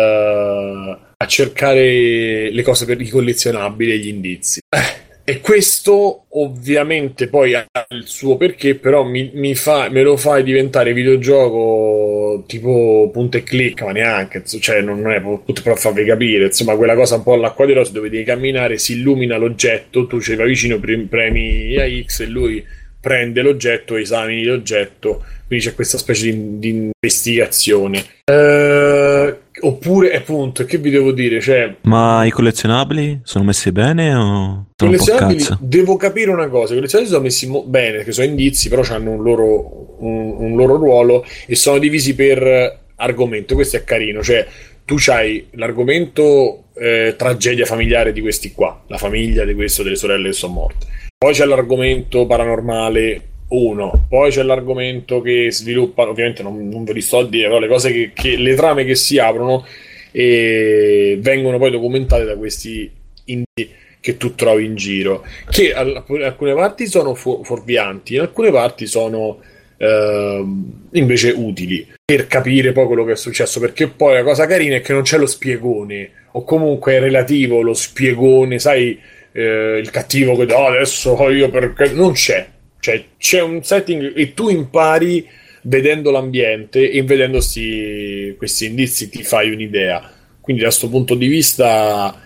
le cose per i collezionabili e gli indizi. E questo ovviamente poi ha il suo perché, però me lo fai diventare videogioco tipo punta e clic, ma neanche, cioè non è per farvi capire, insomma quella cosa un po' all'acqua di rose dove devi camminare, si illumina l'oggetto, tu ci vai vicino, premi a X e lui prende l'oggetto, esamini l'oggetto, quindi c'è questa specie di investigazione. Oppure, appunto, che vi devo dire? Cioè, ma i collezionabili sono messi bene o sono un po' collezionabili, cazzo? devo capire una cosa, i collezionabili sono messi bene, che sono indizi, però hanno un loro ruolo e sono divisi per argomento, questo è carino, cioè tu c'hai l'argomento tragedia familiare di questi qua, la famiglia di questo, delle sorelle che sono morte, poi c'è l'argomento paranormale 1, poi c'è l'argomento che sviluppa, ovviamente non ve li sto a dire, però le cose che le trame che si aprono e vengono poi documentate da questi indizi che tu trovi in giro, che in alcune parti sono fuorvianti, in alcune parti sono invece utili per capire poi quello che è successo, perché poi la cosa carina è che non c'è lo spiegone, o comunque è relativo lo spiegone, sai, il cattivo che adesso io perché non c'è, cioè c'è un setting e tu impari vedendo l'ambiente e vedendo questi indizi ti fai un'idea, quindi da questo punto di vista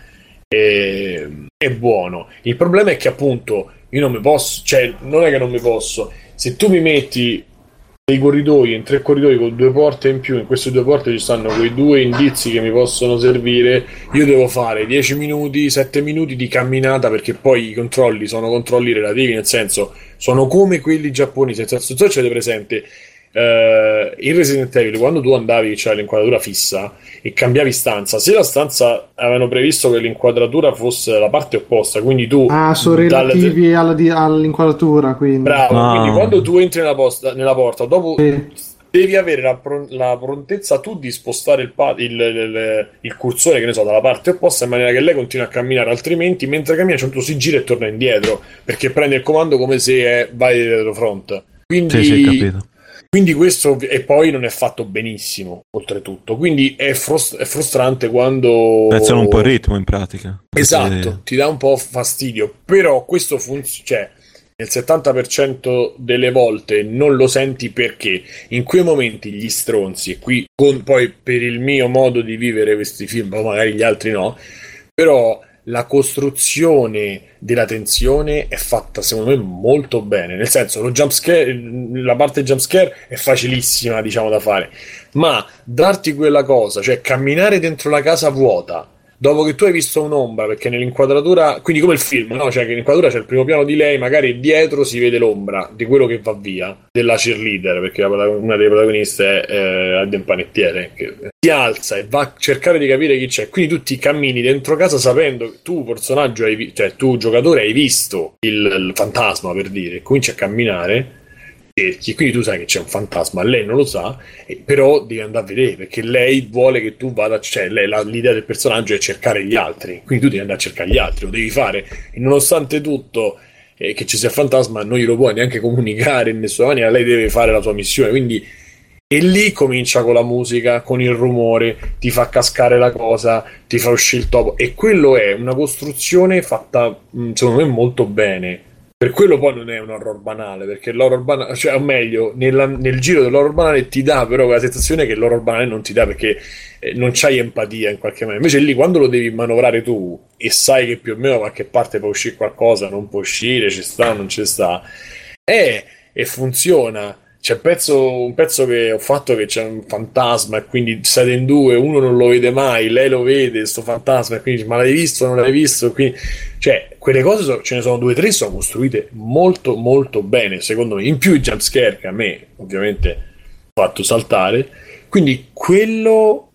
è buono. Il problema è che appunto io non mi posso, cioè non è che non mi posso, se tu mi metti dei corridoi, in 3 corridoi con 2 porte in più, in queste 2 porte ci stanno quei 2 indizi che mi possono servire, io devo fare 10 minuti, 7 minuti di camminata, perché poi i controlli sono controlli relativi, nel senso sono come quelli giapponesi, nel senso, tu avete presente in Resident Evil quando tu andavi, c'era l'inquadratura fissa e cambiavi stanza, se la stanza avevano previsto che l'inquadratura fosse la parte opposta, quindi tu sono relativi all'inquadratura, quindi bravo, quindi quando tu entri nella porta dopo devi avere la prontezza tu di spostare il cursore, che ne so, dalla parte opposta, in maniera che lei continui a camminare, altrimenti mentre cammina tu si gira e torna indietro, perché prende il comando come se vai di retrofront, quindi sì, capito. Quindi questo, e poi non è fatto benissimo, oltretutto. Quindi è frustrante quando... Spezzano un po' il ritmo, in pratica. Esatto, ti dà un po' fastidio. Però questo cioè, nel 70% delle volte non lo senti, perché in quei momenti gli stronzi, qui poi per il mio modo di vivere questi film, o magari gli altri no, però la costruzione della tensione è fatta secondo me molto bene, nel senso la parte jump scare è facilissima, diciamo, da fare, ma darti quella cosa, cioè camminare dentro la casa vuota dopo che tu hai visto un'ombra, perché nell'inquadratura, quindi come il film, no? Cioè che nell'inquadratura c'è il primo piano di lei, magari dietro si vede l'ombra di quello che va via, della cheerleader, perché una delle protagoniste è Alden Panettiere, che si alza e va a cercare di capire chi c'è, quindi tu ti cammini dentro casa sapendo che tu personaggio cioè tu giocatore hai visto il fantasma, per dire, e cominci a camminare, e quindi tu sai che c'è un fantasma, lei non lo sa, però devi andare a vedere, perché lei vuole che tu vada, cioè l'idea del personaggio è cercare gli altri, quindi tu devi andare a cercare gli altri, lo devi fare, e nonostante tutto che ci sia il fantasma non glielo puoi neanche comunicare in nessuna maniera, lei deve fare la sua missione, quindi e lì comincia con la musica, con il rumore, ti fa cascare la cosa, ti fa uscire il topo, e quello è una costruzione fatta secondo me molto bene. Per quello poi non è un horror banale, perché l'horror banale, cioè o meglio, nel giro dell'horror banale ti dà però quella sensazione che l'horror banale non ti dà, perché non c'hai empatia in qualche maniera. Invece lì quando lo devi manovrare tu e sai che più o meno da qualche parte può uscire qualcosa, non può uscire, ci sta, non ci sta, e funziona. C'è un pezzo che ho fatto che c'è un fantasma e quindi siete in 2, uno non lo vede mai, lei lo vede, sto fantasma, e quindi ma l'hai visto, non l'hai visto? Quindi, cioè, quelle cose ce ne sono 2 o 3, sono costruite molto molto bene, secondo me. In più i jumpscare, che a me ovviamente ho fatto saltare, quindi quello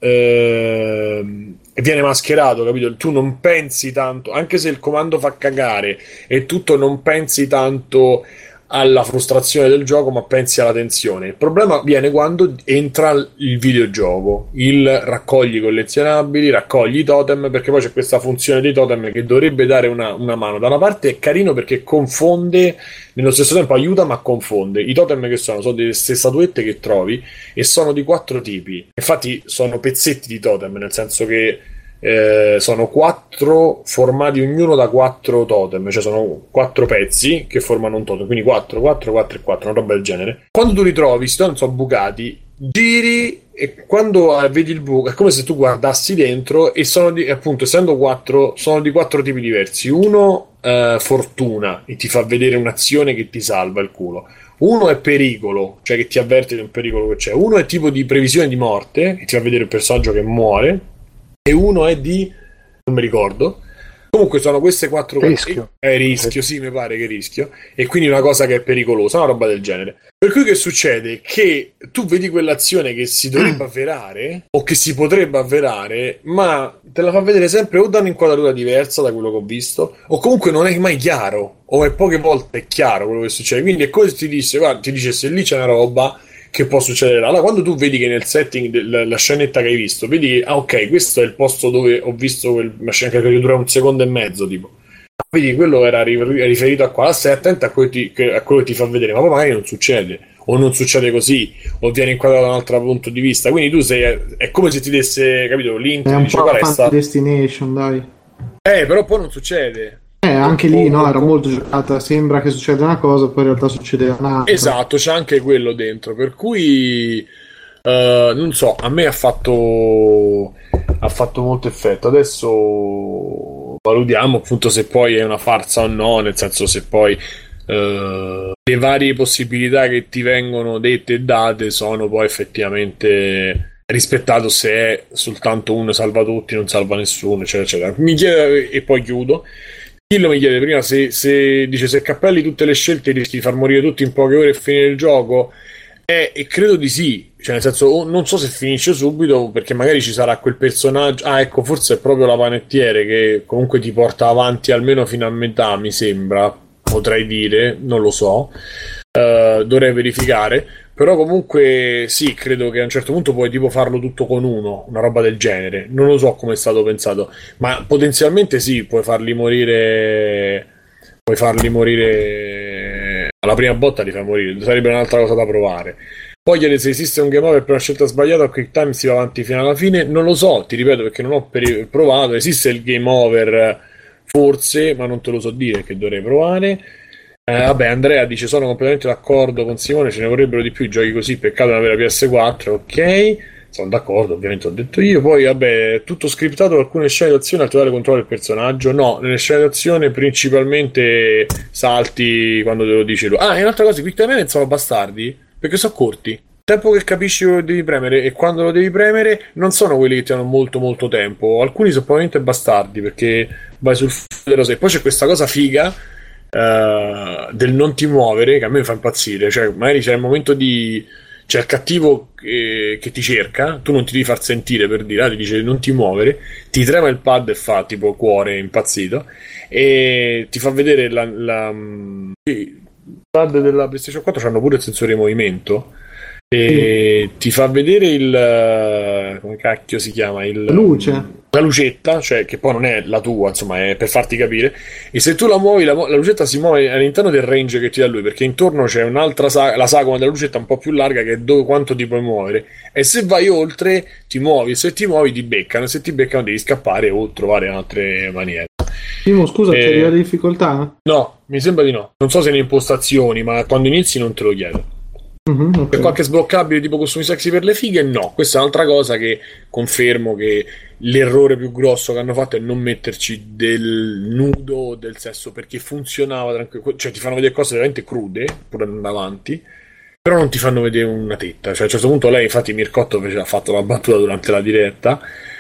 viene mascherato, capito? Tu non pensi tanto, anche se il comando fa cagare e tutto, non pensi tanto alla frustrazione del gioco, ma pensi alla tensione. Il problema viene quando entra il videogioco, raccogli i collezionabili, raccogli i totem, perché poi c'è questa funzione dei totem che dovrebbe dare una mano. Da una parte è carino perché confonde, nello stesso tempo aiuta ma confonde. I totem che sono delle statuette che trovi e sono di 4 tipi, infatti sono pezzetti di totem, nel senso che sono 4 formati ognuno da 4 totem, cioè sono 4 pezzi che formano un totem, quindi 4, 4, 4 e 4, una roba del genere. Quando tu li trovi, si sono bucati, giri e quando vedi il buco è come se tu guardassi dentro, e appunto, essendo 4, sono di 4 tipi diversi. Uno fortuna, e ti fa vedere un'azione che ti salva il culo. Uno è pericolo, cioè che ti avverte di un pericolo che c'è. Uno è tipo di previsione di morte, che ti fa vedere il personaggio che muore. E uno è non mi ricordo. Comunque sono queste 4 rischio. Rischio, sì, mi pare che rischio. E quindi una cosa che è pericolosa, una roba del genere. Per cui che succede? Che tu vedi quell'azione che si dovrebbe avverare o che si potrebbe avverare, ma te la fa vedere sempre o da un'inquadratura diversa da quello che ho visto, o comunque non è mai chiaro, o è poche volte è chiaro quello che succede. Quindi è come se ti dice, guarda, ti dice se lì c'è una roba che può succedere là. Allora, quando tu vedi che nel setting della scenetta che hai visto, vedi, ok, questo è il posto dove ho visto una scena che dura 1 secondo e mezzo, tipo, vedi, quello era riferito a qua, stai attento a quello che ti fa vedere, ma poi magari non succede, o non succede così, o viene inquadrato da un altro punto di vista. Quindi tu è come se ti desse, capito, È un dice, po' guarda, Final Destination, dai. però poi non succede. Anche lì no, era molto giocata, sembra che succeda una cosa, poi in realtà succede un'altra. Esatto, c'è anche quello dentro, per cui non so, a me ha fatto molto effetto. Adesso valutiamo appunto se poi è una farsa o no, nel senso se poi le varie possibilità che ti vengono dette e date sono poi effettivamente rispettato, se è soltanto uno salva tutti, non salva nessuno, eccetera, eccetera. Mi chiede, e poi chiudo. Killo mi chiede prima se dice se cappelli tutte le scelte rischi di far morire tutti in poche ore e finire il gioco. E credo di sì, cioè nel senso non so se finisce subito, perché magari ci sarà quel personaggio, ecco, forse è proprio la panettiere che comunque ti porta avanti almeno fino a metà, mi sembra, potrei dire, non lo so, dovrei verificare, però comunque sì, credo che a un certo punto puoi tipo farlo tutto con uno, una roba del genere, non lo so come è stato pensato, ma potenzialmente sì, puoi farli morire alla prima botta, li fai morire, sarebbe un'altra cosa da provare. Poi chiede se esiste un game over per una scelta sbagliata o quick time si va avanti fino alla fine, non lo so, ti ripeto, perché non ho provato. Esiste il game over forse, ma non te lo so dire, che dovrei provare. Vabbè, Andrea dice sono completamente d'accordo con Simone, ce ne vorrebbero di più i giochi così, peccato non avere la PS4, ok, sono d'accordo, ovviamente ho detto io. Poi vabbè, tutto scriptato, alcune scene d'azione al totale controllo del personaggio, no, nelle scene d'azione principalmente salti quando te lo dice lui. E un'altra cosa, i quick time event sono bastardi perché sono corti, il tempo che capisci lo devi premere, e quando lo devi premere non sono quelli che ti hanno molto molto tempo, alcuni sono probabilmente bastardi perché vai sul filo. E poi c'è questa cosa figa del non ti muovere, che a me fa impazzire, cioè magari c'è il momento c'è il cattivo che ti cerca, tu non ti devi far sentire, per dire, ti dice non ti muovere, ti trema il pad e fa tipo cuore impazzito, e ti fa vedere il pad della PlayStation 4 hanno pure il sensore di movimento, e ti fa vedere come cacchio si chiama, la lucetta, cioè che poi non è la tua, insomma, è per farti capire, e se tu la muovi la lucetta si muove all'interno del range che ti dà lui, perché intorno c'è un'altra la sagoma della lucetta un po' più larga che è quanto ti puoi muovere, e se vai oltre ti muovi, se ti muovi ti beccano, e se ti beccano devi scappare o trovare altre maniere. Timo, scusa, c'è delle difficoltà? No, mi sembra di no, non so se ne impostazioni, ma quando inizi non te lo chiedo. Okay. Per qualche sbloccabile tipo costumi sexy per le fighe, no, questa è un'altra cosa che confermo che l'errore più grosso che hanno fatto è non metterci del nudo o del sesso, perché funzionava tranquillo, cioè ti fanno vedere cose veramente crude pure andando avanti, però non ti fanno vedere una tetta, cioè a un certo punto lei, infatti Mircotto ha fatto la battuta durante la diretta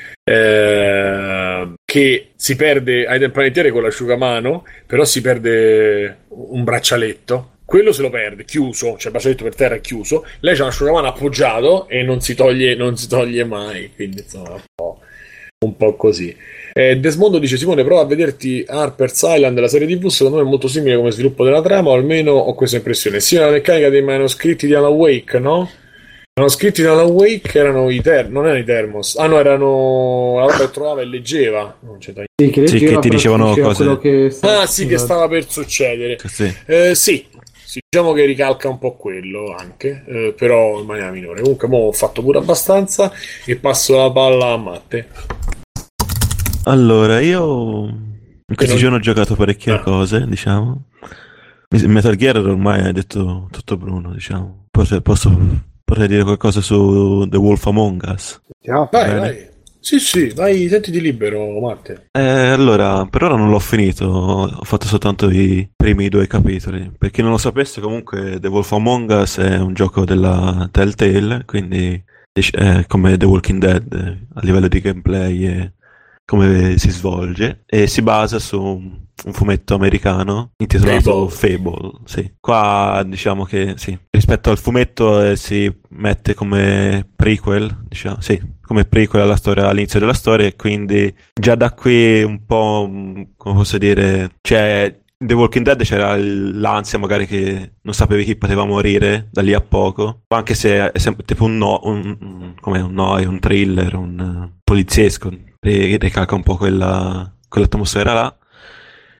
che si perde ai tempanettiere con l'asciugamano, però si perde un braccialetto. Quello se lo perde, chiuso, cioè il braccialetto per terra è chiuso, lei c'ha l'asciugamano appoggiato e non si toglie mai, quindi insomma un po' così. Desmondo dice Simone, prova a vederti Harper's Island, la serie TV, secondo me è molto simile come sviluppo della trama, o almeno ho questa impressione, sia la meccanica dei manoscritti di Alan Wake, no? I manoscritti di Alan Wake erano non erano i Thermos, no, erano la roba che trovava e leggeva, non c'è sì, che ti dicevano cose che stava per succedere. Sì, diciamo che ricalca un po' quello anche, però in maniera minore. Comunque mo ho fatto pure abbastanza e passo la palla a Matte. Allora, io in questi giorni ho giocato parecchie cose, diciamo. Metal Gear ormai ha detto tutto Bruno, diciamo. Potrei dire qualcosa su The Wolf Among Us. Vai. Sì, vai, sentiti libero, Matte. Allora, per ora non l'ho finito, ho fatto soltanto i primi 2 capitoli. Per chi non lo sapesse, comunque The Wolf Among Us è un gioco della Telltale, quindi è come The Walking Dead a livello di gameplay e come si svolge, e si basa su un fumetto americano intitolato Fable. Sì. Qua diciamo che sì, rispetto al fumetto si mette come prequel, diciamo, sì, come prequel alla storia, all'inizio della storia, e quindi già da qui un po', come posso dire, cioè in The Walking Dead c'era l'ansia magari che non sapevi chi poteva morire da lì a poco, anche se è sempre tipo un thriller, un poliziesco, ricalca un po' quell'atmosfera là.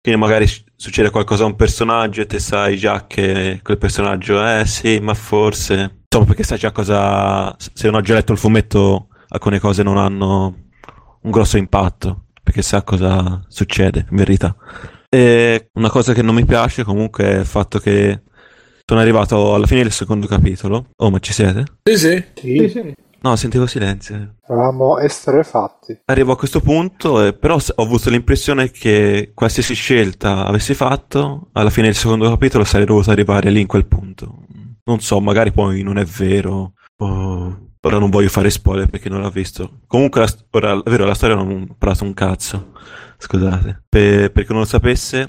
Quindi magari succede qualcosa a un personaggio e te sai già che quel personaggio sì, ma forse... Insomma, perché sai già cosa... Se non ho già letto il fumetto, alcune cose non hanno un grosso impatto, perché sa cosa succede, in verità. E una cosa che non mi piace comunque è il fatto che sono arrivato alla fine del secondo capitolo. Oh, ma ci siete? Sì. No, sentivo silenzio. Dovevamo essere fatti. Arrivo a questo punto, però ho avuto l'impressione che qualsiasi scelta avessi fatto, alla fine del secondo capitolo sarei dovuto arrivare lì in quel punto. Non so, magari poi non è vero. Ora non voglio fare spoiler perché non l'ho visto. Comunque, ora, è vero, la storia non ho imparato un cazzo. Scusate. Per chi non lo sapesse,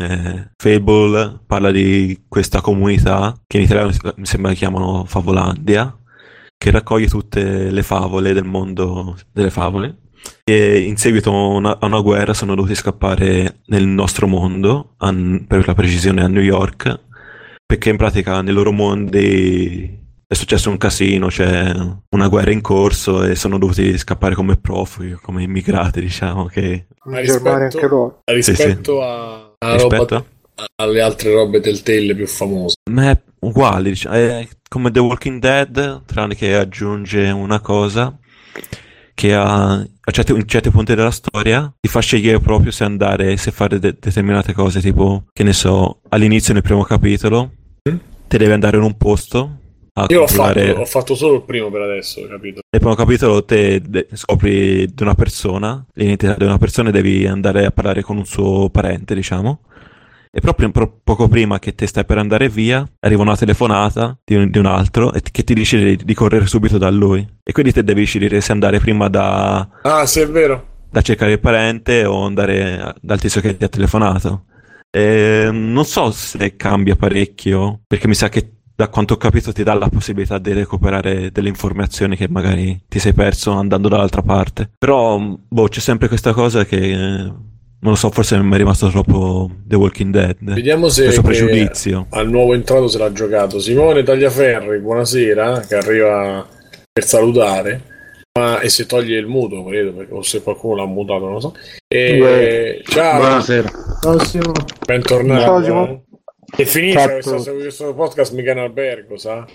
Fable parla di questa comunità, che in italiano mi sembra che chiamano Favolandia, che raccoglie tutte le favole del mondo delle favole, e in seguito a una guerra sono dovuti scappare nel nostro mondo, per la precisione a New York, perché in pratica nei loro mondi è successo un casino, c'è una guerra in corso e sono dovuti scappare come profughi, come immigrati, diciamo, che... In Germania anche loro. Rispetto Rispetto? alle altre robe Telltale più famose. Ma è uguale, diciamo, è come The Walking Dead, tranne che aggiunge una cosa che in certi punti della storia ti fa scegliere proprio se fare determinate cose, tipo, che ne so, all'inizio nel primo capitolo te devi andare in un posto a Io controllare... ho fatto solo il primo per adesso, capito? Nel primo capitolo te scopri di una persona, l'identità di una persona, e devi andare a parlare con un suo parente, diciamo. E proprio poco prima che te stai per andare via, arriva una telefonata di un altro che ti dice di correre subito da lui. E quindi te devi scegliere se andare prima Ah, sì, è vero. da cercare il parente o andare dal tizio che ti ha telefonato. E non so se cambia parecchio, perché mi sa che da quanto ho capito ti dà la possibilità di recuperare delle informazioni che magari ti sei perso andando dall'altra parte. Però, c'è sempre questa cosa che... non lo so, forse mi è rimasto troppo The Walking Dead. Vediamo se questo pregiudizio. Al nuovo entrato se l'ha giocato. Simone Tagliaferri, buonasera, che arriva per salutare. E se toglie il muto, credo, o se qualcuno l'ha mutato, non lo so. Ciao. Buonasera. Bentornato. Ciao, Simone. E finisce questo podcast mica in albergo, sa?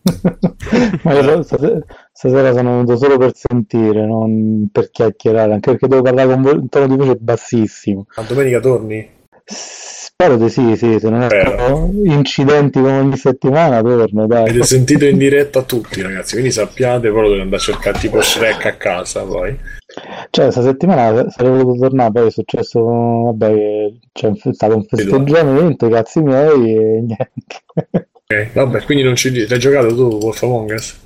Ma io stasera sono venuto solo per sentire, non per chiacchierare, anche perché devo parlare con voi un tono di voce bassissimo. A domenica torni? Spero di sì, se non sono incidenti come ogni settimana torno, dai. Avete sentito in diretta a tutti, ragazzi, quindi sappiate, poi lo dovete andare a cercare tipo Shrek a casa, poi. Cioè, questa settimana sarei voluto tornare, poi è successo, vabbè, c'è stato un festeggiamento, i cazzi miei e niente. Ok, vabbè, quindi non ci l'hai giocato tu, Wolf Among Us?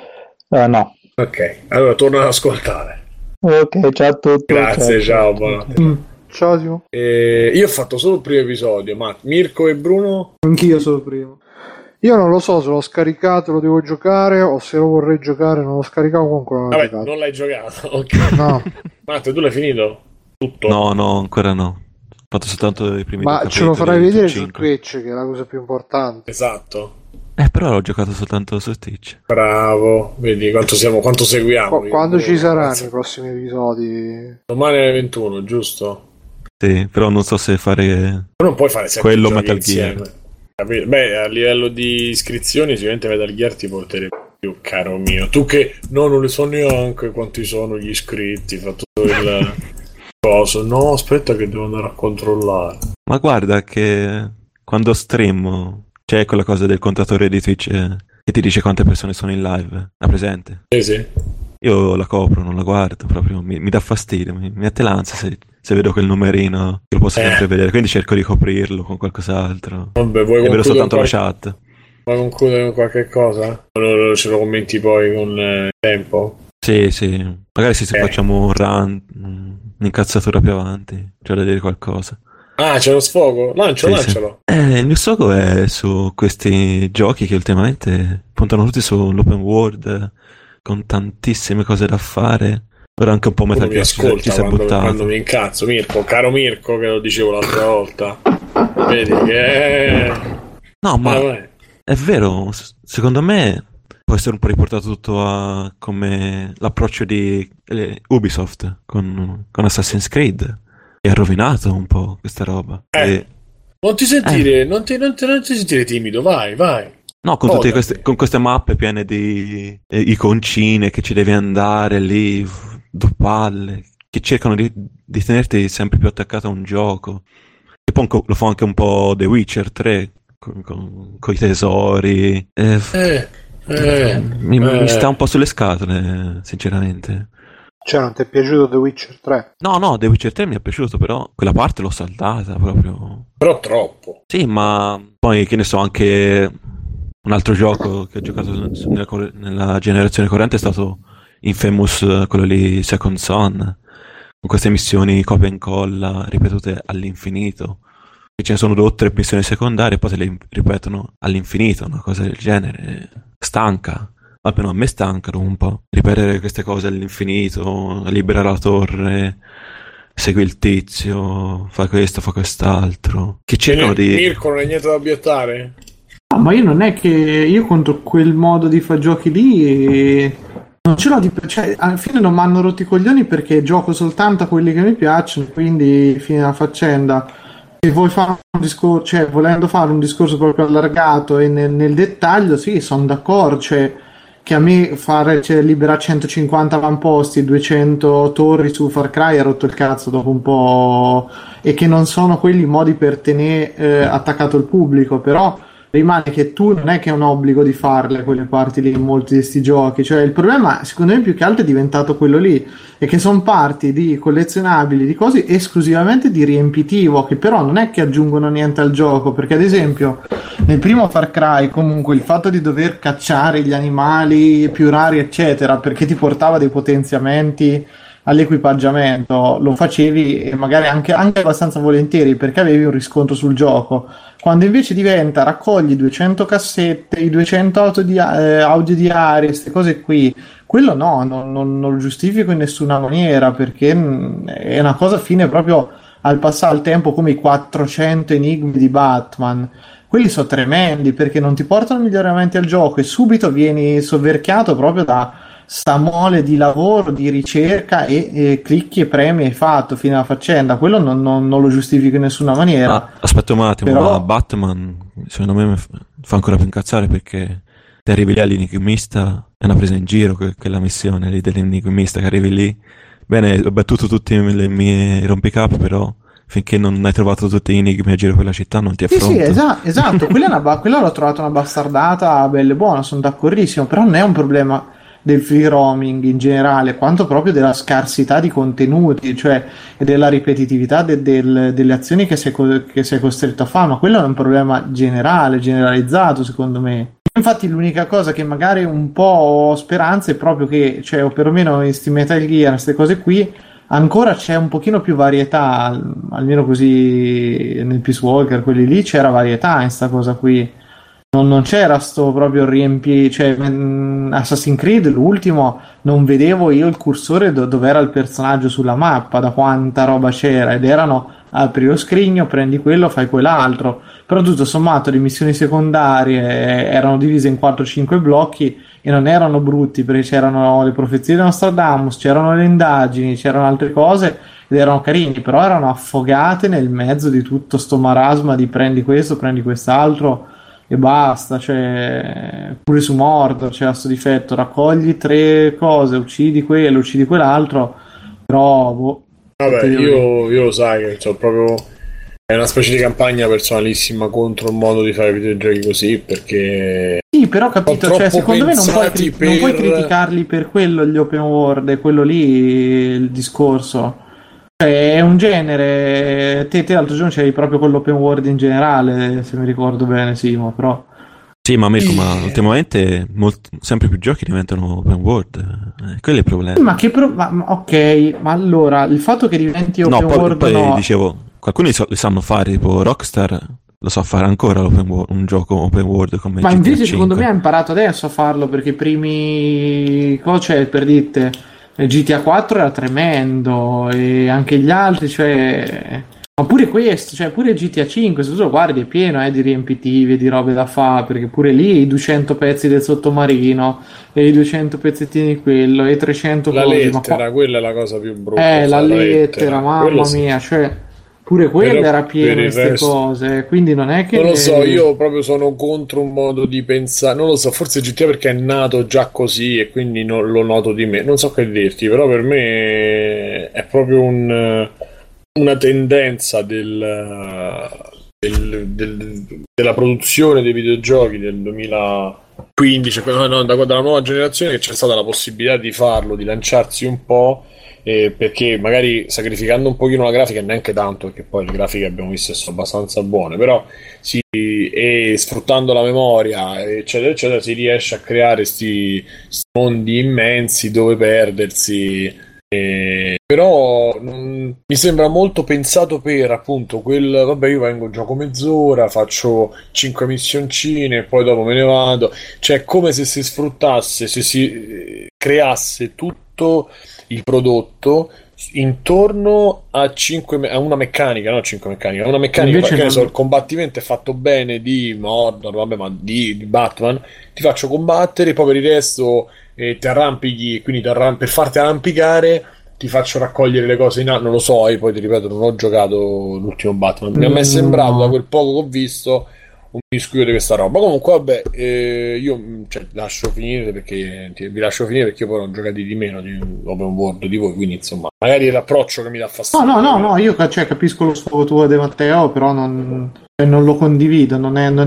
No. Ok, allora torna ad ascoltare. Ok, ciao a tutti. Grazie, ciao buonanotte. Ciao Simo. Io ho fatto solo il primo episodio, ma Mirko e Bruno? Anch'io solo primo. Io non lo so se l'ho scaricato, lo devo giocare, o se lo vorrei giocare, non l'ho scaricato, comunque non l'ho Vabbè, giocato. non l'hai giocato, ok. No. Matteo, tu l'hai finito? Tutto? No, ancora no. Ho fatto soltanto i primi Ma due ce lo farai capitoli, vedere su 5. Twitch, che è la cosa più importante. Esatto. Però l'ho giocato soltanto su Twitch. Bravo, vedi quanto seguiamo. Quando ci saranno i prossimi episodi? Domani alle 21, giusto? Sì, però non so se fare Ma non puoi fare sempre quello giochi Metal insieme. Gear. Capito? Beh, a livello di iscrizioni sicuramente Metal Gear ti porterebbe più, caro mio. Tu che non le so neanche quanti sono gli iscritti, fa tutto il coso. No, aspetta che devo andare a controllare. Ma guarda che quando stream c'è quella cosa del contatore di Twitch che ti dice quante persone sono in live. È presente? Sì. Io la copro, non la guardo, proprio mi dà fastidio, mi mette l'ansia se vedo quel numerino che lo posso sempre vedere, quindi cerco di coprirlo con qualcos'altro. Vabbè, vuoi e vedo soltanto la qualche... chat. Vuoi concludere con qualche cosa? O ce lo commenti poi con il tempo? Sì, magari se facciamo un run, un'incazzatura più avanti, c'è da dire qualcosa. Ah, c'è lo sfogo? Lancialo. Il mio sfogo è su questi giochi che ultimamente puntano tutti sull'open world, con tantissime cose da fare. Ora anche un po' Metal Gear ci si è buttato. Quando mi incazzo, caro Mirko, che lo dicevo l'altra volta. Vedi che... No, ma è vero, secondo me può essere un po' riportato tutto a come l'approccio di Ubisoft con Assassin's Creed. è rovinato un po' questa roba. Non ti sentire, non ti sentire timido, vai. No, con tutte queste mappe piene di iconcine che ci devi andare lì, due palle, che cercano di tenerti sempre più attaccato a un gioco. E poi lo fa anche un po' The Witcher 3, con i tesori. Mi sta un po' sulle scatole, sinceramente. Cioè, non ti è piaciuto The Witcher 3? No, The Witcher 3 mi è piaciuto, però quella parte l'ho saltata proprio. Però troppo. Sì, ma poi, che ne so, anche un altro gioco che ho giocato nella generazione corrente è stato Infamous, quello lì Second Son, con queste missioni copia e incolla ripetute all'infinito. Ce ne sono 2 o 3 missioni secondarie e poi se le ripetono all'infinito, una cosa del genere. Stanca. Almeno a me stancano un po'. Ripetere queste cose all'infinito, liberare la torre, segui il tizio, fa questo, fa quest'altro. Che cercano di... Mirko, non hai niente da obiettare? No, ma io non è che io contro quel modo di fare giochi lì non ce l'ho cioè, alla fine non mi hanno rotto i coglioni perché gioco soltanto a quelli che mi piacciono, quindi fine la faccenda. Se vuoi fare un discorso, cioè volendo fare un discorso proprio allargato e nel dettaglio, sì, sono d'accordo, cioè che a me fare, cioè, liberare 150 avamposti e 200 torri su Far Cry ha rotto il cazzo dopo un po', e che non sono quelli modi per tenere attaccato il pubblico, però rimane che tu non è che è un obbligo di farle quelle parti lì in molti di questi giochi, cioè il problema secondo me più che altro è diventato quello lì, e che sono parti di collezionabili, di cose esclusivamente di riempitivo, che però non è che aggiungono niente al gioco, perché ad esempio nel primo Far Cry comunque il fatto di dover cacciare gli animali più rari eccetera perché ti portava dei potenziamenti all'equipaggiamento lo facevi e magari anche abbastanza volentieri perché avevi un riscontro sul gioco. Quando invece diventa raccogli 200 cassette, i 200 audio diari, queste cose qui, quello no, non lo giustifico in nessuna maniera, perché è una cosa fine proprio al passare il tempo, come i 400 enigmi di Batman. Quelli sono tremendi perché non ti portano miglioramenti al gioco e subito vieni sovverchiato proprio da sta mole di lavoro, di ricerca e clicchi e premi hai fatto fino alla faccenda. Quello non lo giustifico in nessuna maniera. Aspetta un attimo, però... ma Batman secondo me fa ancora più incazzare perché ti arrivi lì all'enigmista, è una presa in giro quella missione lì dell'enigmista, che arrivi lì, bene, ho battuto tutti le mie rompicapo, però finché non hai trovato tutti gli enigmi a giro per la città non ti affronta. Sì, esatto, quella l'ho trovata una bastardata bella e buona, sono d'accordissimo, però non è un problema del free roaming in generale, quanto proprio della scarsità di contenuti, cioè e della ripetitività delle azioni che sei costretto a fare, ma quello è un problema generalizzato secondo me. Infatti l'unica cosa che magari un po' ho speranza è proprio che, cioè, o perlomeno in sti Metal Gear, queste cose qui, ancora c'è un pochino più varietà, almeno così nel Peace Walker, quelli lì c'era varietà in sta cosa qui. Non c'era sto proprio cioè Assassin's Creed l'ultimo non vedevo io il cursore dove era il personaggio sulla mappa, da quanta roba c'era, ed erano apri lo scrigno, prendi quello, fai quell'altro, però tutto sommato le missioni secondarie erano divise in 4-5 blocchi e non erano brutti perché c'erano le profezie di Nostradamus, c'erano le indagini, c'erano altre cose ed erano carini, però erano affogate nel mezzo di tutto sto marasma di prendi questo, prendi quest'altro e basta, cioè pure su Mordor c'era sto difetto, raccogli 3 cose, uccidi quello, uccidi quell'altro, però vabbè, io lo sai che cioè, proprio è una specie di campagna personalissima contro il modo di fare videogiochi così, perché sì, però capito, cioè secondo me non puoi criticarli per quello gli open world, è quello lì il discorso. È un genere, te l'altro giorno c'eri proprio con l'open world in generale, se mi ricordo bene, Simo, però... Sì, ma Mirko, ma ultimamente sempre più giochi diventano open world, quello è il problema. Ma che ok, ma allora, il fatto che diventi open world poi dicevo, alcuni li sanno fare, tipo Rockstar lo sa fare ancora un gioco open world come ma GTA invece 5. Secondo me ha imparato adesso a farlo, perché i primi... cosa c'è per dite? GTA 4 era tremendo e anche gli altri, cioè Ma pure questo, cioè pure GTA 5, se tu lo guardi è pieno di riempitivi e di robe da fare, perché pure lì i 200 pezzi del sottomarino e i 200 pezzettini di quello e i 300 La cose, lettera, quella è la cosa più brutta. la cioè, lettera, mamma quello sì. mia, cioè pure quello Però era per pieno di il queste resto- cose, quindi non è che... Non lo so, io proprio sono contro un modo di pensare. Non lo so, forse GTA perché è nato già così e quindi non lo noto di me. Non so che dirti, però per me è proprio una tendenza della produzione dei videogiochi del 2015, dalla nuova generazione, che c'è stata la possibilità di farlo, di lanciarsi un po'. Perché magari sacrificando un pochino la grafica, neanche tanto, perché poi le grafiche abbiamo visto sono abbastanza buone, però e sfruttando la memoria eccetera eccetera si riesce a creare sti mondi immensi dove perdersi, però mi sembra molto pensato per appunto vabbè, io vengo, gioco mezz'ora, faccio 5 missioncine e poi dopo me ne vado, cioè come se si sfruttasse, se si creasse tutto il prodotto intorno a una meccanica, no? 5 meccaniche, una meccanica, Invece che ne non- so, il combattimento è fatto bene di Mordor, vabbè, ma di Batman, ti faccio combattere, poi per il resto ti arrampichi, quindi per farti arrampicare ti faccio raccogliere le cose in alto, non lo so, e poi ti ripeto, non ho giocato l'ultimo Batman, a me è sembrato, da quel poco che ho visto, un miscuglio di questa roba. Comunque vabbè, io lascio finire perché vi lascio finire perché io poi ho giocati di meno di open world di voi, quindi insomma magari è l'approccio che mi dà fastidio. No, io capisco lo sfogo tuo De Matteo, però non lo condivido,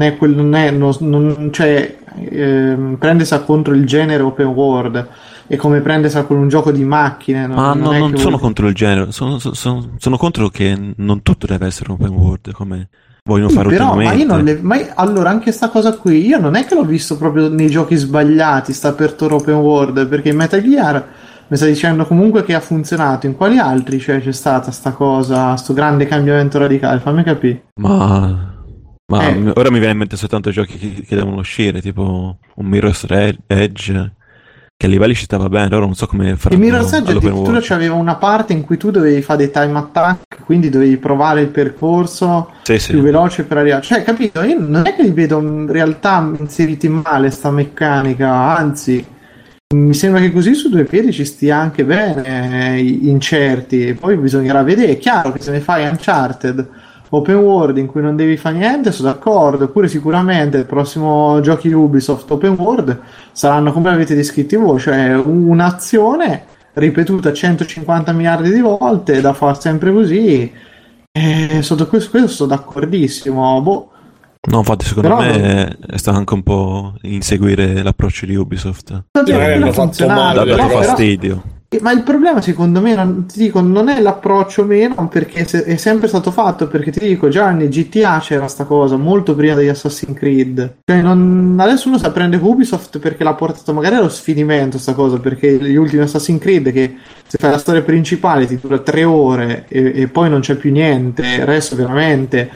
prendersi contro il genere open world e come prendersi con un gioco di macchine. Ma non è non che sono vuoi- contro il genere, sono contro che non tutto deve essere open world come vogliono fare Però, ultimamente. allora anche sta cosa qui, io non è che l'ho visto proprio nei giochi sbagliati, sta apertura open world, perché in Metal Gear mi sta dicendo comunque che ha funzionato, in quali altri c'è stata sta cosa, sto grande cambiamento radicale, fammi capire. Ma Eh. ora mi viene in mente soltanto giochi che devono uscire, tipo un Mirror's Edge, che a livelli ci stava bene, ora non so come Il faranno Mirror's Edge all'open addirittura world. c'aveva una parte in cui tu dovevi fare dei time attack, quindi dovevi provare il percorso Sì. più veloce per arrivare. Cioè, capito? Io non è che li vedo in realtà inseriti male sta meccanica, anzi, mi sembra che così su due piedi ci stia anche bene, incerti. Poi bisognerà vedere. È chiaro che se ne fai Uncharted open world in cui non devi fare niente, sono d'accordo. Eppure sicuramente il prossimo giochi Ubisoft open world saranno come avete descritto voi, cioè un'azione ripetuta 150 miliardi di volte da far sempre così. Sotto questo sono d'accordissimo. Boh. No, infatti secondo Però me sta anche un po' inseguire l'approccio di Ubisoft. Vabbè, magari quello hanno ha fatto funzionato, male Dà delle dato però- cose. fastidio. Ma il problema secondo me ti dico, non è l'approccio meno, perché è sempre stato fatto, perché ti dico già nei GTA c'era sta cosa molto prima degli Assassin's Creed, cioè adesso uno si prende Ubisoft perché l'ha portato magari allo sfinimento sta cosa, perché gli ultimi Assassin's Creed, che se fai la storia principale ti dura 3 ore e poi non c'è più niente, il resto veramente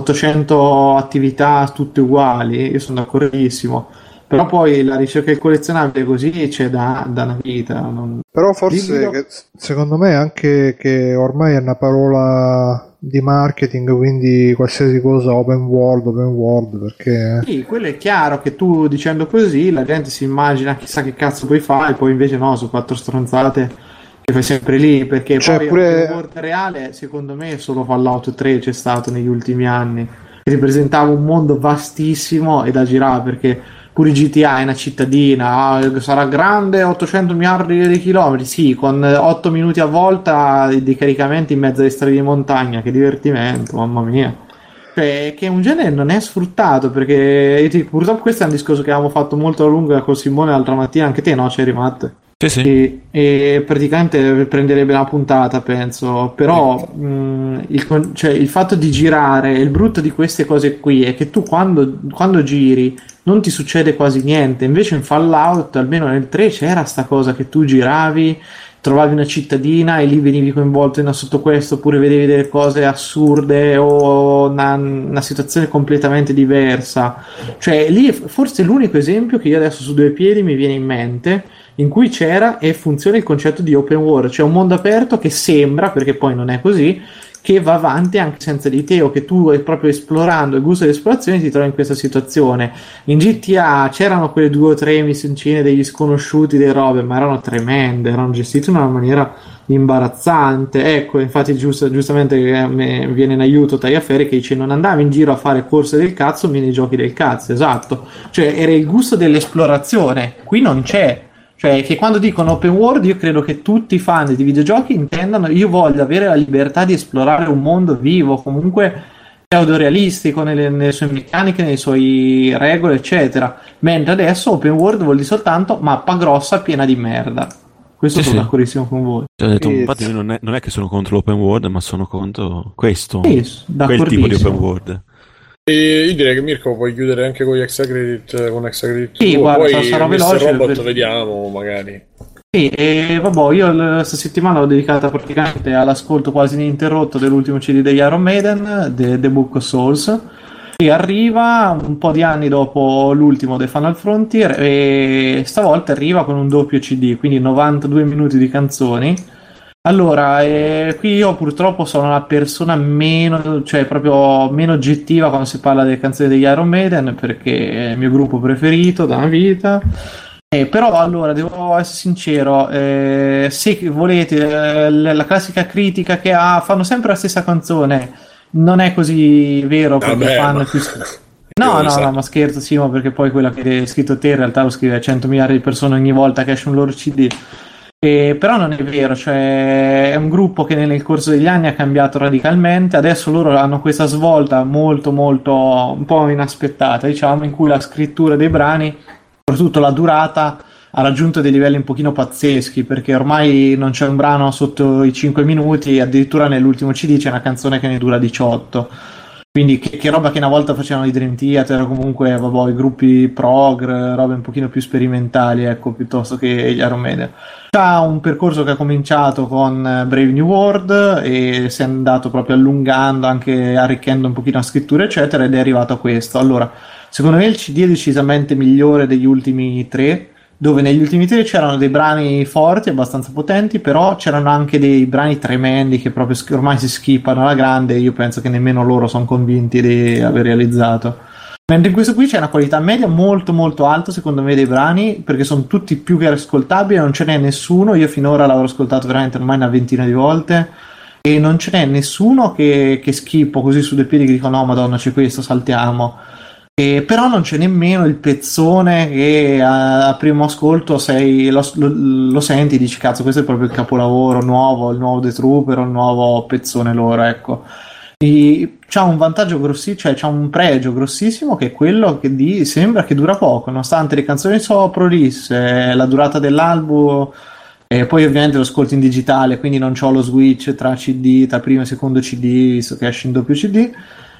800 attività tutte uguali, io sono d'accordissimo. Però poi la ricerca del collezionabile così c'è da una vita. Però forse Dimmelo. secondo me anche che ormai è una parola di marketing, quindi qualsiasi cosa open world, perché Sì, quello è chiaro che tu dicendo così la gente si immagina chissà che cazzo puoi fare, poi invece no, su 4 stronzate che fai sempre lì, perché Cioè, poi pure- il world reale secondo me solo Fallout 3 c'è stato negli ultimi anni, che ripresentava un mondo vastissimo e da girare, perché pure GTA è una cittadina, sarà grande 800 miliardi di chilometri, sì, con 8 minuti a volta di caricamenti in mezzo alle strade di montagna, che divertimento, mamma mia. Cioè, che un genere non è sfruttato, perché purtroppo questo è un discorso che avevamo fatto molto a lungo con Simone l'altra mattina, anche te no, c'eri Matte. Sì. E praticamente prenderebbe una puntata, penso. Però il fatto di girare, il brutto di queste cose qui è che tu quando giri non ti succede quasi niente. Invece in Fallout, almeno nel 3, c'era sta cosa che tu giravi, trovavi una cittadina e lì venivi coinvolto in sotto questo, oppure vedevi delle cose assurde o una situazione completamente diversa. Cioè lì forse l'unico esempio che io adesso su due piedi mi viene in mente in cui c'era e funziona il concetto di open world, cioè un mondo aperto che sembra, perché poi non è così, che va avanti anche senza di te, o che tu proprio esplorando il gusto dell'esplorazione ti trovi in questa situazione. In GTA c'erano quelle 2 o 3 missioncine degli sconosciuti, delle robe, ma erano tremende, erano gestite in una maniera imbarazzante. Ecco, infatti giustamente mi viene in aiuto Tagliaferri che dice non andavi in giro a fare corse del cazzo, minigiochi del cazzo, esatto, cioè era il gusto dell'esplorazione, qui non c'è. Cioè, che quando dicono open world, io credo che tutti i fan di videogiochi intendano io voglio avere la libertà di esplorare un mondo vivo, comunque pseudo-realistico nelle sue meccaniche, nelle sue regole, eccetera. Mentre adesso open world vuol dire soltanto mappa grossa piena di merda. Questo sono d'accordissimo con voi. Ho detto, infatti non è che sono contro l'open world, ma sono contro questo, quel tipo di open world. E io direi che Mirko puoi chiudere anche con gli extra-credit, con extra-credit. Sì, guarda, sarò veloce. Robot vediamo magari. Sì, e vabbè, io questa settimana l'ho dedicata praticamente all'ascolto quasi ininterrotto dell'ultimo CD degli Iron Maiden, The Book of Souls, che arriva un po' di anni dopo l'ultimo The Final Frontier, e stavolta arriva con un doppio CD, quindi 92 minuti di canzoni. Allora, qui io purtroppo sono una persona cioè proprio meno oggettiva quando si parla delle canzoni degli Iron Maiden, perché è il mio gruppo preferito da una vita. Però allora devo essere sincero, se volete la classica critica che fanno sempre la stessa canzone, non è così vero, perché fanno più... No, ma scherzo, sì, ma perché poi quella che hai scritto te in realtà lo scrive 100 miliardi di persone ogni volta che esce un loro CD. Però non è vero, cioè è un gruppo che nel corso degli anni ha cambiato radicalmente. Adesso loro hanno questa svolta molto molto un po' inaspettata, diciamo, in cui la scrittura dei brani, soprattutto la durata, ha raggiunto dei livelli un pochino pazzeschi, perché ormai non c'è un brano sotto i 5 minuti, addirittura nell'ultimo CD c'è una canzone che ne dura 18. Quindi che roba che una volta facevano i Dream Theater, o comunque i gruppi prog, robe un pochino più sperimentali, ecco, piuttosto che gli Iron Maiden. C'ha un percorso che ha cominciato con Brave New World e si è andato proprio allungando, anche arricchendo un pochino la scrittura, eccetera, ed è arrivato a questo. Allora, secondo me il CD è decisamente migliore degli ultimi 3, dove negli ultimi 3 c'erano dei brani forti, abbastanza potenti, però c'erano anche dei brani tremendi che proprio ormai si skippano alla grande, e io penso che nemmeno loro sono convinti di aver realizzato. Mentre in questo qui c'è una qualità media molto molto alta, secondo me, dei brani, perché sono tutti più che ascoltabili, non ce n'è nessuno, io finora l'avrò ascoltato veramente ormai una ventina di volte, e non ce n'è nessuno che schippo così su due piedi, che dico no madonna c'è questo, saltiamo. Però non c'è nemmeno il pezzone che a primo ascolto lo senti e dici cazzo questo è proprio il capolavoro nuovo, il nuovo The Trooper, il nuovo pezzone loro, ecco. E c'ha un vantaggio grossissimo, cioè c'ha un pregio grossissimo, che è quello che sembra che dura poco, nonostante le canzoni sono prolisse, la durata dell'album, e poi ovviamente lo ascolto in digitale, quindi non c'ho lo switch tra CD, tra primo e secondo CD, visto che esce in doppio CD.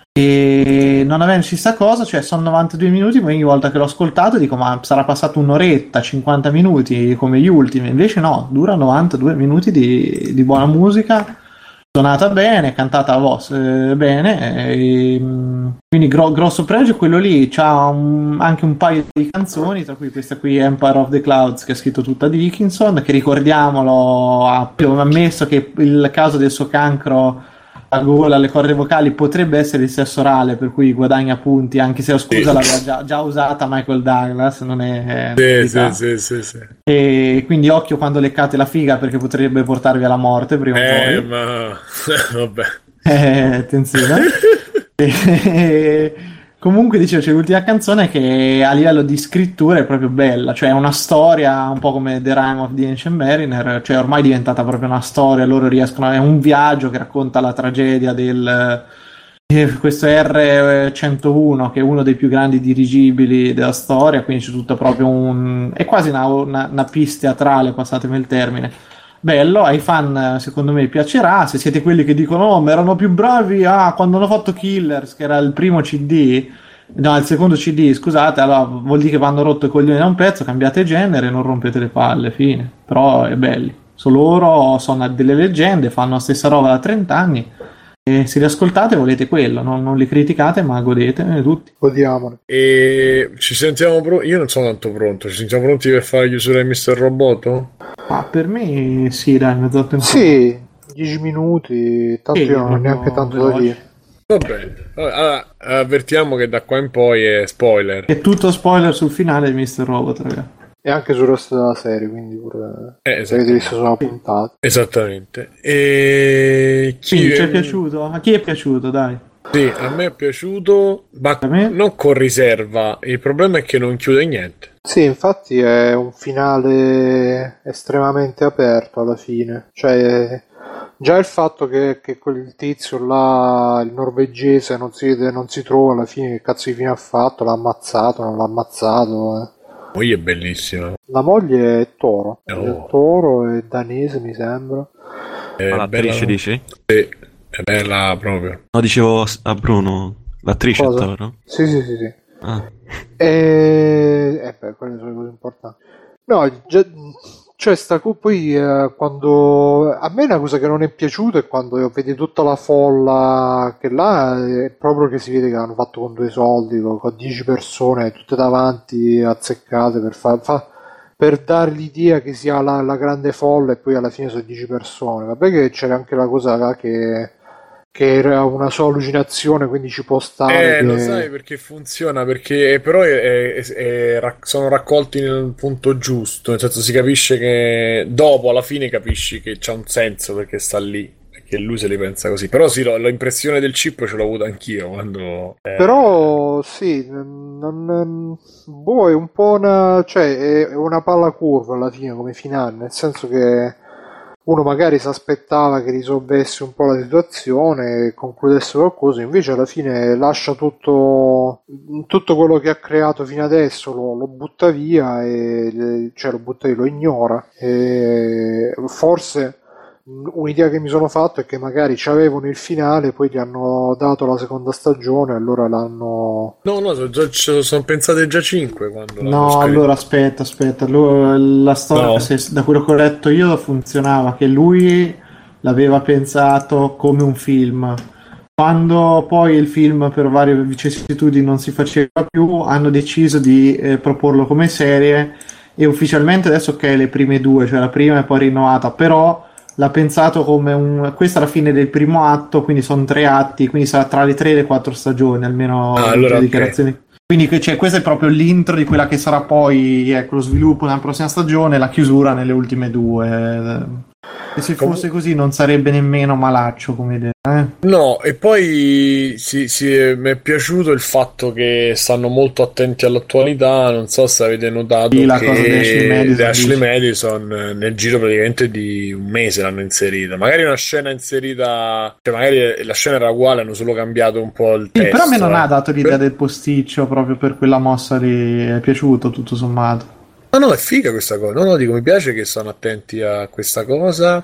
E non avendoci sta cosa, cioè sono 92 minuti, ma ogni volta che l'ho ascoltato dico ma sarà passato un'oretta, 50 minuti come gli ultimi, invece no, dura 92 minuti di buona musica, suonata bene, cantata bene, quindi grosso pregio quello lì. C'ha anche un paio di canzoni, tra cui questa qui Empire of the Clouds, che ha scritto tutta Dickinson, che ricordiamolo ha più ammesso che il caso del suo cancro la gola, alle corde vocali potrebbe essere il sesso orale, per cui guadagna punti, anche se la scusa l'aveva già usata Michael Douglas, non è sì. E quindi occhio quando leccate la figa, perché potrebbe portarvi alla morte prima o poi. Ma vabbè, attenzione. Comunque dicevo, c'è l'ultima canzone che a livello di scrittura è proprio bella, cioè è una storia un po' come The Rime of the Ancient Mariner, cioè ormai è diventata proprio una storia, loro riescono, è un viaggio che racconta la tragedia questo R101, che è uno dei più grandi dirigibili della storia, quindi c'è tutto proprio è quasi una pista teatrale, passatemi il termine. Bello, ai fan secondo me piacerà. Se siete quelli che dicono oh, ma erano più bravi quando hanno fatto Killers, che era il primo CD, no, il secondo CD, scusate, allora vuol dire che vanno rotto i coglioni da un pezzo, cambiate genere e non rompete le palle, fine. Però è belli, loro sono delle leggende, fanno la stessa roba da 30 anni, e se li ascoltate volete quello, non li criticate, ma godete tutti. Godiamone. E ci sentiamo io non sono tanto pronto, ci sentiamo pronti per fare la chiusura di Mr. Roboto? Ma per me sì, dai, mezz'otto in Sì, 10 minuti, tanto Sì, io non ho neanche tanto da veloce. dire. Va bene. Allora, avvertiamo che da qua in poi è spoiler. È tutto spoiler sul finale di Mr. Robot, ragazzi. E anche sul resto della serie, quindi pure se avete Esattamente. visto solo la puntata. Esattamente. E Sì, ci è piaciuto? A chi è piaciuto, dai? Sì, a me è piaciuto, ma A me? non con riserva. Il problema è che non chiude niente. Sì, infatti è un finale estremamente aperto alla fine. Cioè, già il fatto che quel tizio là, il norvegese, non si vede, non si trova alla fine, che cazzo di fine ha fatto? L'ha ammazzato, non l'ha ammazzato? Poi è bellissima. La moglie è Toro. Oh. È Toro, è danese, mi sembra. È Ma l'attrice bella- dici? Sì, è bella proprio. No, dicevo a Bruno, l'attrice Cosa? è Toro. Sì, sì, sì, sì. Ah. Beh, quelle sono le cose importanti. No, cioè poi quando a me una cosa che non è piaciuta è quando vedi tutta la folla, che là è proprio che si vede che hanno fatto con 2 soldi, con 10 persone tutte davanti azzeccate per dare l'idea che sia la grande folla, e poi alla fine sono 10 persone. Vabbè che c'era anche la cosa là che era una sua allucinazione, quindi ci può stare Lo che... sai perché funziona? Perché però sono raccolti nel punto giusto, nel senso si capisce che dopo alla fine capisci che c'ha un senso perché sta lì, perché lui se li pensa così. Però sì, l'impressione del chip ce l'ho avuta anch'io quando... Però sì, boh, è un po' cioè è una palla curva alla fine come finale, nel senso che uno magari si aspettava che risolvesse un po' la situazione e concludesse qualcosa, invece alla fine lascia tutto quello che ha creato fino adesso, lo butta via, cioè lo butta via, lo ignora. E forse un'idea che mi sono fatto è che magari c'avevano il finale, poi gli hanno dato la seconda stagione, allora l'hanno... No, sono pensate già 5 quando l'hanno No, scritto. allora aspetta. La storia, No. da quello che ho letto io, funzionava che lui l'aveva pensato come un film. Quando poi il film per varie vicissitudini non si faceva più, hanno deciso di proporlo come serie, e ufficialmente adesso ok, le prime 2, cioè la prima è poi rinnovata, però l'ha pensato come questa è la fine del primo atto, quindi sono 3 atti, quindi sarà tra le 3 e le 4 stagioni, almeno Allora, le ok. dichiarazioni. Quindi cioè, questo è proprio l'intro di quella che sarà poi, ecco, lo sviluppo nella prossima stagione, la chiusura nelle ultime 2. E se fosse così non sarebbe nemmeno malaccio come idea. No, e poi mi è piaciuto il fatto che stanno molto attenti all'attualità. Non so se avete notato Sì, la che cosa di Ashley Madison, di Ashley dici. Madison nel giro praticamente di un mese l'hanno inserita. Magari una scena inserita, cioè magari la scena era uguale, hanno solo cambiato un po' il Sì, testo. però a me non ha dato l'idea Per- del posticcio proprio per quella mossa lì, è piaciuto tutto sommato. No, è figa questa cosa. No, dico, mi piace che stanno attenti a questa cosa.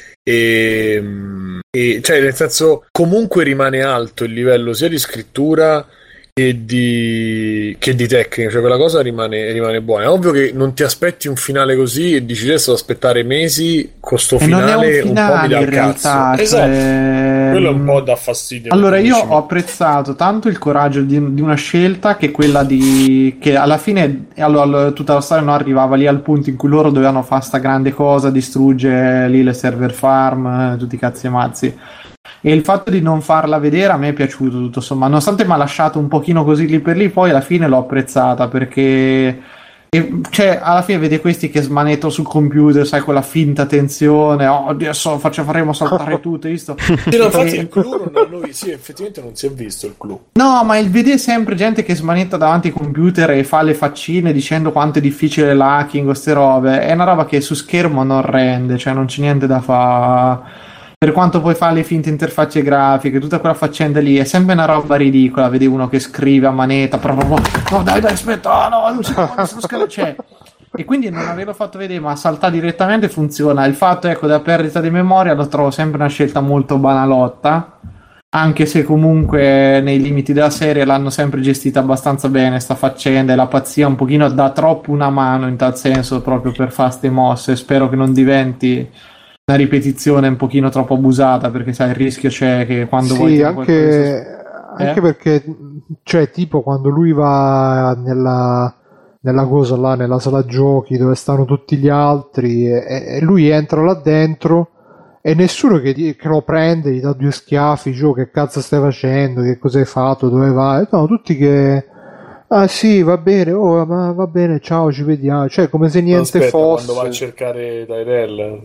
E cioè, nel senso, comunque rimane alto il livello sia di scrittura che di tecnica, cioè quella cosa rimane buona. È ovvio che non ti aspetti un finale così e dici adesso aspettare mesi con sto E non è finale un un po' mi dà finale in il cazzo. realtà, Esatto, cioè... quello un po' dà fastidio. Allora perché io dici, ho apprezzato tanto il coraggio di una scelta, che è quella di che alla fine allora, tutta la storia non arrivava lì al punto in cui loro dovevano fare sta grande cosa, distrugge lì le server farm, tutti i cazzi e mazzi. E il fatto di non farla vedere a me è piaciuto tutto sommato, nonostante mi ha lasciato un pochino così lì per lì, poi alla fine l'ho apprezzata perché cioè alla fine vede questi che smanettano sul computer, sai, quella finta tensione, oh adesso faremo saltare tutto, hai visto? Sì, no, infatti il clou sì, effettivamente non si è visto il clou. No, ma il vedere sempre gente che smanetta davanti ai computer e fa le faccine dicendo quanto è difficile l'hacking o ste robe, è una roba che su schermo non rende, cioè non c'è niente da fare. Per quanto poi fa le finte interfacce grafiche, tutta quella faccenda lì è sempre una roba ridicola. Vedi uno che scrive a manetta, proprio, no dai aspetta, no, un secondo, sullo schermo c'è. E quindi non averlo fatto vedere, ma saltare direttamente funziona. Il fatto, ecco, della perdita di memoria lo trovo sempre una scelta molto banalotta, anche se comunque nei limiti della serie l'hanno sempre gestita abbastanza bene sta faccenda, e la pazzia un pochino dà troppo una mano in tal senso proprio per fare ste mosse. Spero che non diventi una ripetizione un pochino troppo abusata, perché sai il rischio c'è che quando Sì, vuoi dire anche perché cioè tipo quando lui va nella cosa là, nella sala giochi dove stanno tutti gli altri, e lui entra là dentro e nessuno che lo prende, gli dà due schiaffi, giù, che cazzo stai facendo, che cosa hai fatto, dove vai, no, tutti che ah sì, va bene, oh, ma va bene, ciao, ci vediamo, cioè come se niente Aspetta, fosse. quando va a cercare Tyrell.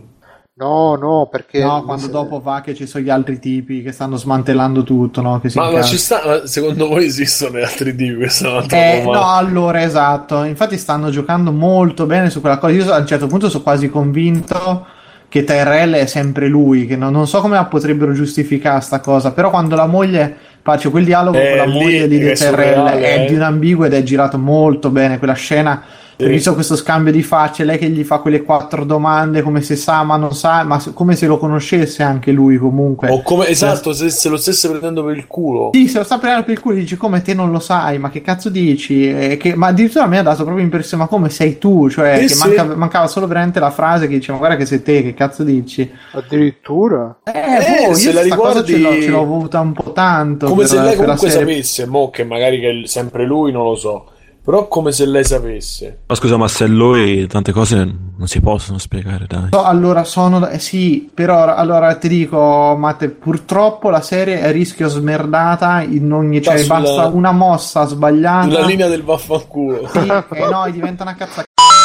No, perché No, quando dopo va che ci sono gli altri tipi che stanno smantellando tutto, no? Che si Ma ci incazzano. sta, secondo voi esistono gli altri tipi? Questo è un altro No, allora esatto. Infatti stanno giocando molto bene su quella cosa. Io a un certo punto sono quasi convinto che Tyrell è sempre lui, che non so come la potrebbero giustificare sta cosa, però quando la moglie faccio quel dialogo con la lì moglie di è Tyrell surreale, è di un ambiguo ed è girato molto bene quella scena. Perché c'è questo scambio di facce, lei che gli fa quelle 4 domande come se sa ma non sa, ma come se lo conoscesse anche lui comunque. O come, esatto, se lo stesse prendendo per il culo. Sì, se lo sta prendendo per il culo, dici come te non lo sai, ma che cazzo dici? Ma addirittura a me ha dato proprio impressione, ma come sei tu? Cioè, che mancava solo veramente la frase che diceva guarda che sei te, che cazzo dici? Addirittura? Io se la questa cosa ricordi ce l'ho avuta un po' tanto. come se lei per la comunque serie. sapesse, mo che magari che è sempre lui, non lo so. Però come se lei sapesse. Ma scusa, ma se lui tante cose non si possono spiegare, dai. Allora sì, però allora ti dico, Matte, purtroppo la serie è a rischio smerdata in ogni, cioè basta una mossa sbagliata. Sulla linea del vaffanculo. Sì, e no, diventa una cazzacata.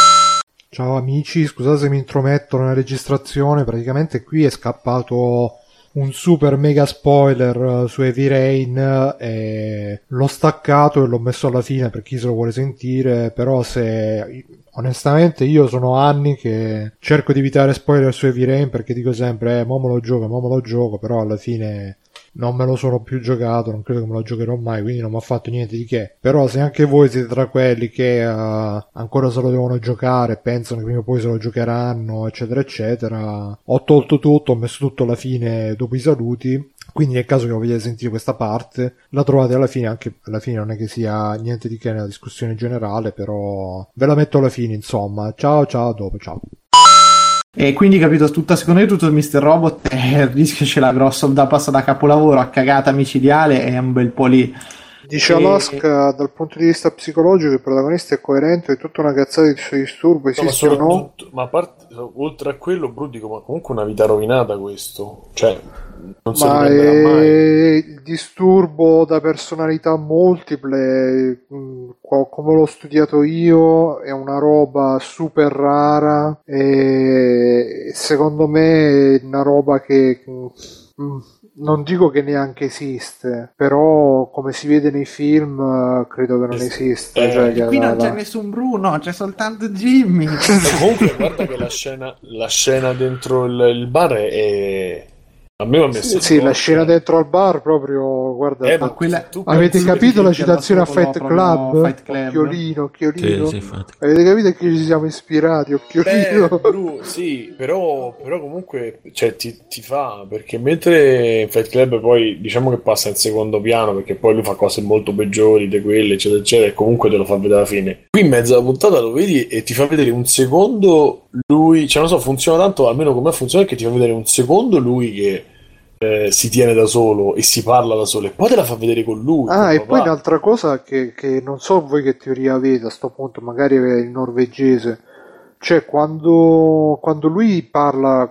Ciao amici, scusate se mi intrometto nella registrazione, praticamente qui è scappato un super mega spoiler su Heavy Rain e l'ho staccato e l'ho messo alla fine per chi se lo vuole sentire, però se onestamente io sono anni che cerco di evitare spoiler su Heavy Rain perché dico sempre mo me lo gioco, però alla fine non me lo sono più giocato, non credo che me lo giocherò mai, quindi non mi ha fatto niente di che. Però se anche voi siete tra quelli che ancora se lo devono giocare, pensano che prima o poi se lo giocheranno, eccetera eccetera, ho tolto tutto, ho messo tutto alla fine dopo i saluti, quindi nel caso che vogliate sentire questa parte la trovate alla fine, anche alla fine non è che sia niente di che nella discussione generale, però ve la metto alla fine, insomma. Ciao, a dopo, ciao. E quindi capito, secondo me tutto il Mr. Robot rischia c'è la grossa da passa da capolavoro a cagata micidiale e è un bel po' lì. Dice Alaska, dal punto di vista psicologico il protagonista è coerente, è tutta una cazzata di suoi disturbi, esiste o no? Ma a parte, oltre a quello, Bru, dico, ma comunque una vita rovinata questo. Cioè, non si riprenderà mai. Il disturbo da personalità multiple, come l'ho studiato io, è una roba super rara e secondo me è una roba che non dico che neanche esiste, però come si vede nei film credo che non esiste. Cioè, qui non c'è nessun Bruno, c'è soltanto Jimmy. Comunque guarda che la scena dentro il bar è... A me mi ha messo sì, la scena dentro al bar proprio, guarda, ma avete capito la citazione a Fight Club? Occhiolino. Sì, avete capito che ci siamo ispirati, occhiolino? Sì, però comunque cioè, ti fa, perché mentre in Fight Club poi diciamo che passa in secondo piano perché poi lui fa cose molto peggiori di quelle eccetera eccetera e comunque te lo fa vedere alla fine. Qui in mezzo alla puntata lo vedi e ti fa vedere un secondo lui, cioè non so, funziona tanto, almeno come funziona, che ti fa vedere un secondo lui che si tiene da solo e si parla da solo e poi te la fa vedere con lui. E poi un'altra cosa che non so voi che teoria avete a sto punto, magari è il norvegese, cioè quando lui parla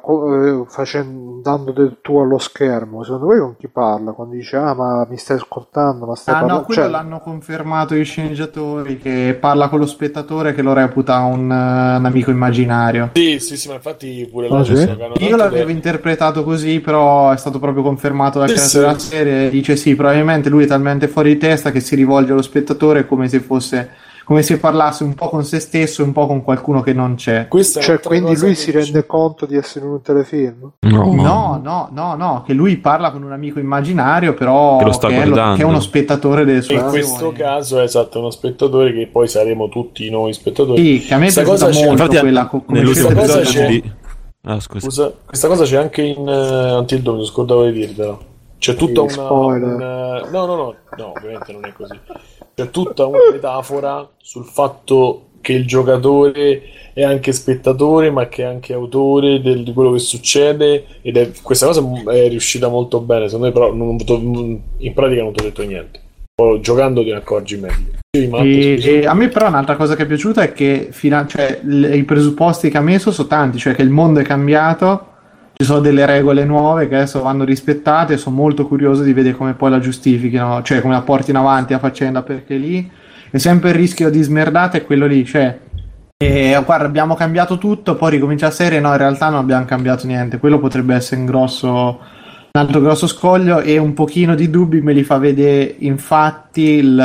dando del tuo allo schermo, secondo voi con chi parla? Quando dice ma mi stai ascoltando, ma stai parlando? No, quello l'hanno confermato gli sceneggiatori, che parla con lo spettatore che lo reputa un amico immaginario. Sì, ma infatti pure là io l'avevo interpretato così, però è stato proprio confermato dal creatore della serie. Dice sì, probabilmente lui è talmente fuori di testa che si rivolge allo spettatore come se parlasse un po' con se stesso e un po' con qualcuno che non c'è. Cioè, quindi lui si rende conto di essere in un telefilm? No, che lui parla con un amico immaginario, però che lo sta guardando, che è uno spettatore delle sue azioni. In questo caso è esatto, uno spettatore che poi saremo tutti noi spettatori. Sì, che a me piace molto quella nell'ultimo episodio scusa, questa cosa c'è anche in Until Dawn, non scordavo di dirvelo. C'è tutta no, ovviamente non è così. C'è tutta una metafora sul fatto che il giocatore è anche spettatore, ma che è anche autore di quello che succede, questa cosa è riuscita molto bene, secondo me, però in pratica non ti ho detto niente. Poi giocando ti ne accorgi meglio. E a me però un'altra cosa che è piaciuta è che i presupposti che ha messo sono tanti, cioè che il mondo è cambiato ci sono delle regole nuove che adesso vanno rispettate, e sono molto curioso di vedere come poi la giustifichino, cioè come la portino avanti la faccenda, perché lì è sempre il rischio di smerdata, è quello lì, cioè guarda, abbiamo cambiato tutto, poi ricomincia la serie, no, in realtà non abbiamo cambiato niente. Quello potrebbe essere un altro grosso scoglio, e un pochino di dubbi me li fa vedere infatti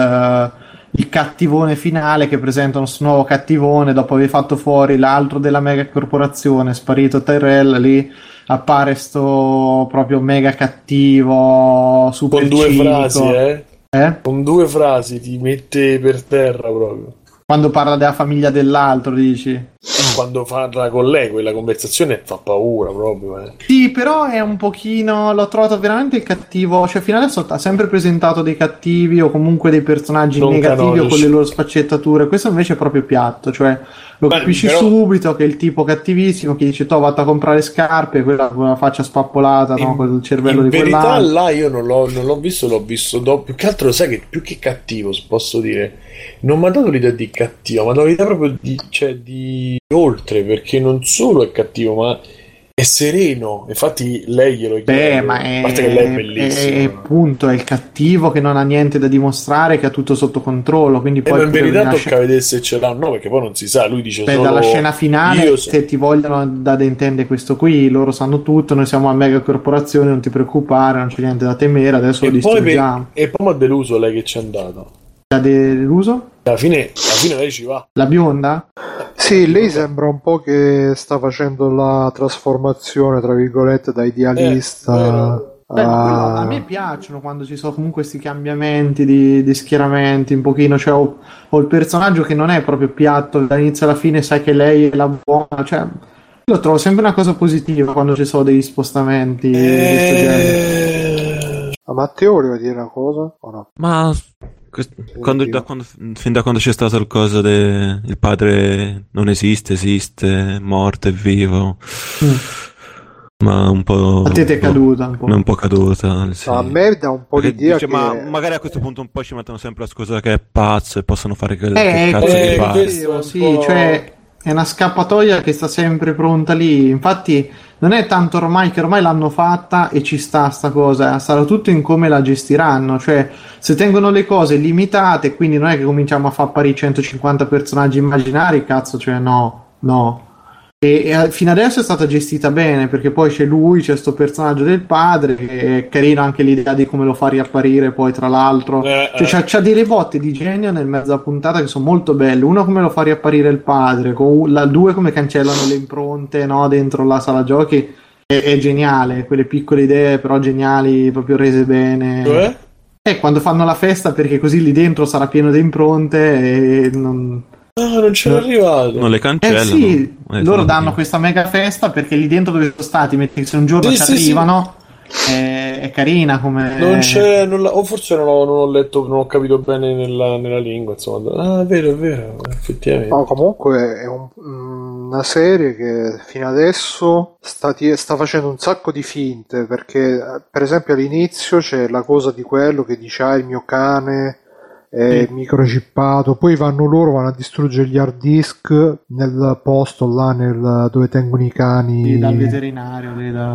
il cattivone finale, che presenta questo nuovo cattivone dopo aver fatto fuori l'altro della mega corporazione, sparito Tyrell, lì appare sto proprio mega cattivo, super con due cinico. frasi, con 2 frasi ti mette per terra proprio. Quando parla della famiglia dell'altro, dici? Quando parla con lei, quella conversazione fa paura proprio. Sì, però è un pochino, l'ho trovato veramente il cattivo, cioè fino adesso ha sempre presentato dei cattivi o comunque dei personaggi non negativi canonici, o con le loro sfaccettature. Questo invece è proprio piatto, cioè lo capisci però subito che è il tipo cattivissimo che dice: "To, vado a comprare scarpe", quella con la faccia spappolata, no? Con il cervello in di verità quell'altro. là io non l'ho visto, l'ho visto dopo. Più che altro, sai, che più che cattivo, posso dire, non mi ha dato l'idea di cattivo, ma ha dato l'idea proprio di oltre, perché non solo è cattivo, ma è sereno. Infatti lei glielo chiede, Ma a parte che lei è bellissima, appunto, è il cattivo che non ha niente da dimostrare, che ha tutto sotto controllo, quindi poi ma in verità tocca vedere se ce l'ha o no, perché poi non si sa, lui dice solo dalla scena finale, so. se ti vogliono da intendere questo qui, loro sanno tutto, noi siamo una mega corporazione, non ti preoccupare, non c'è niente da temere, adesso lo distruggiamo. E poi mi ha deluso lei che c'è andata. L'ha deluso? Alla fine lei ci va. La bionda? Sì, lei sembra un po' che sta facendo la trasformazione, tra virgolette, da idealista. A me piacciono quando ci sono comunque questi cambiamenti di schieramenti un pochino, cioè ho il personaggio che non è proprio piatto dall'inizio alla fine, sai che lei è la buona, cioè io trovo sempre una cosa positiva quando ci sono degli spostamenti di questo genere. A Matteo voleva dire una cosa o no? Ma fin da quando c'è stato il coso il padre non esiste, morto e vivo, ma un po'... A te ti è caduta un po'. Mi è un po' caduta, sì. A me dà un po' l'idea dice, che... ma magari a questo punto un po' ci mettono sempre la scusa che è pazzo e possono fare che cazzo gli pare. Sì, cioè è una scappatoia che sta sempre pronta lì. Infatti non è tanto ormai che ormai l'hanno fatta e ci sta cosa, sarà tutto in come la gestiranno, cioè se tengono le cose limitate, quindi non è che cominciamo a far apparire 150 personaggi immaginari, cazzo, cioè no. E fino adesso è stata gestita bene, perché poi c'è lui, c'è sto personaggio del padre, che è carino anche l'idea di come lo fa riapparire poi, tra l'altro, cioè c'ha delle botte di genio nel mezzo della puntata che sono molto belle. Uno, come lo fa riapparire il padre, due, come cancellano le impronte, no, dentro la sala giochi, è geniale, quelle piccole idee però geniali, proprio rese bene. Quando fanno la festa, perché così lì dentro sarà pieno di impronte e non c'era arrivato. Non le cancellano. Sì, loro danno questa mega festa perché lì dentro dove sono stati, metti che se un giorno ci arrivano, è carina come... o forse non ho letto, non ho capito bene nella lingua, insomma. È vero, effettivamente. No, comunque è una serie che fino adesso sta facendo un sacco di finte, perché per esempio all'inizio c'è la cosa di quello che dice il mio cane è microchippato, poi vanno a distruggere gli hard disk nel posto là dove tengono i cani, dal veterinario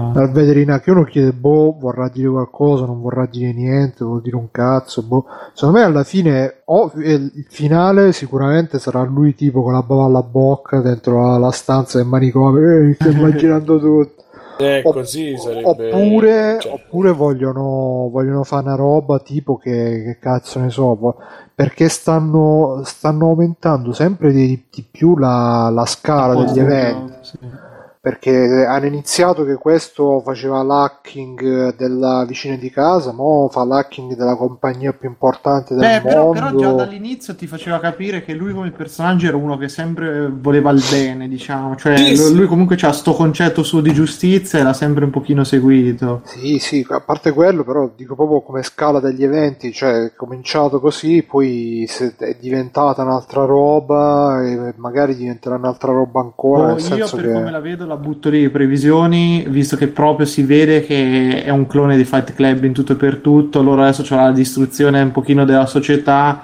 che uno chiede vorrà dire qualcosa, non vorrà dire niente, vuol dire un cazzo, secondo me alla fine il finale sicuramente sarà lui tipo con la bava alla bocca dentro la stanza del manicomio, sto immaginando tutto. Così sarebbe... Oppure vogliono fare una roba tipo che cazzo ne so, perché stanno aumentando sempre di più la scala degli eventi, perché hanno iniziato che questo faceva l'hacking della vicina di casa, mo fa l'hacking della compagnia più importante del mondo. Però già dall'inizio ti faceva capire che lui come personaggio era uno che sempre voleva il bene, diciamo, cioè lui comunque c'ha sto concetto suo di giustizia e l'ha sempre un pochino seguito. Sì, a parte quello, però dico proprio come scala degli eventi, cioè è cominciato così, poi è diventata un'altra roba e magari diventerà un'altra roba ancora, nel senso per come la vedo la butto lì, previsioni, visto che proprio si vede che è un clone di Fight Club in tutto e per tutto. Loro adesso c'è la distruzione un pochino della società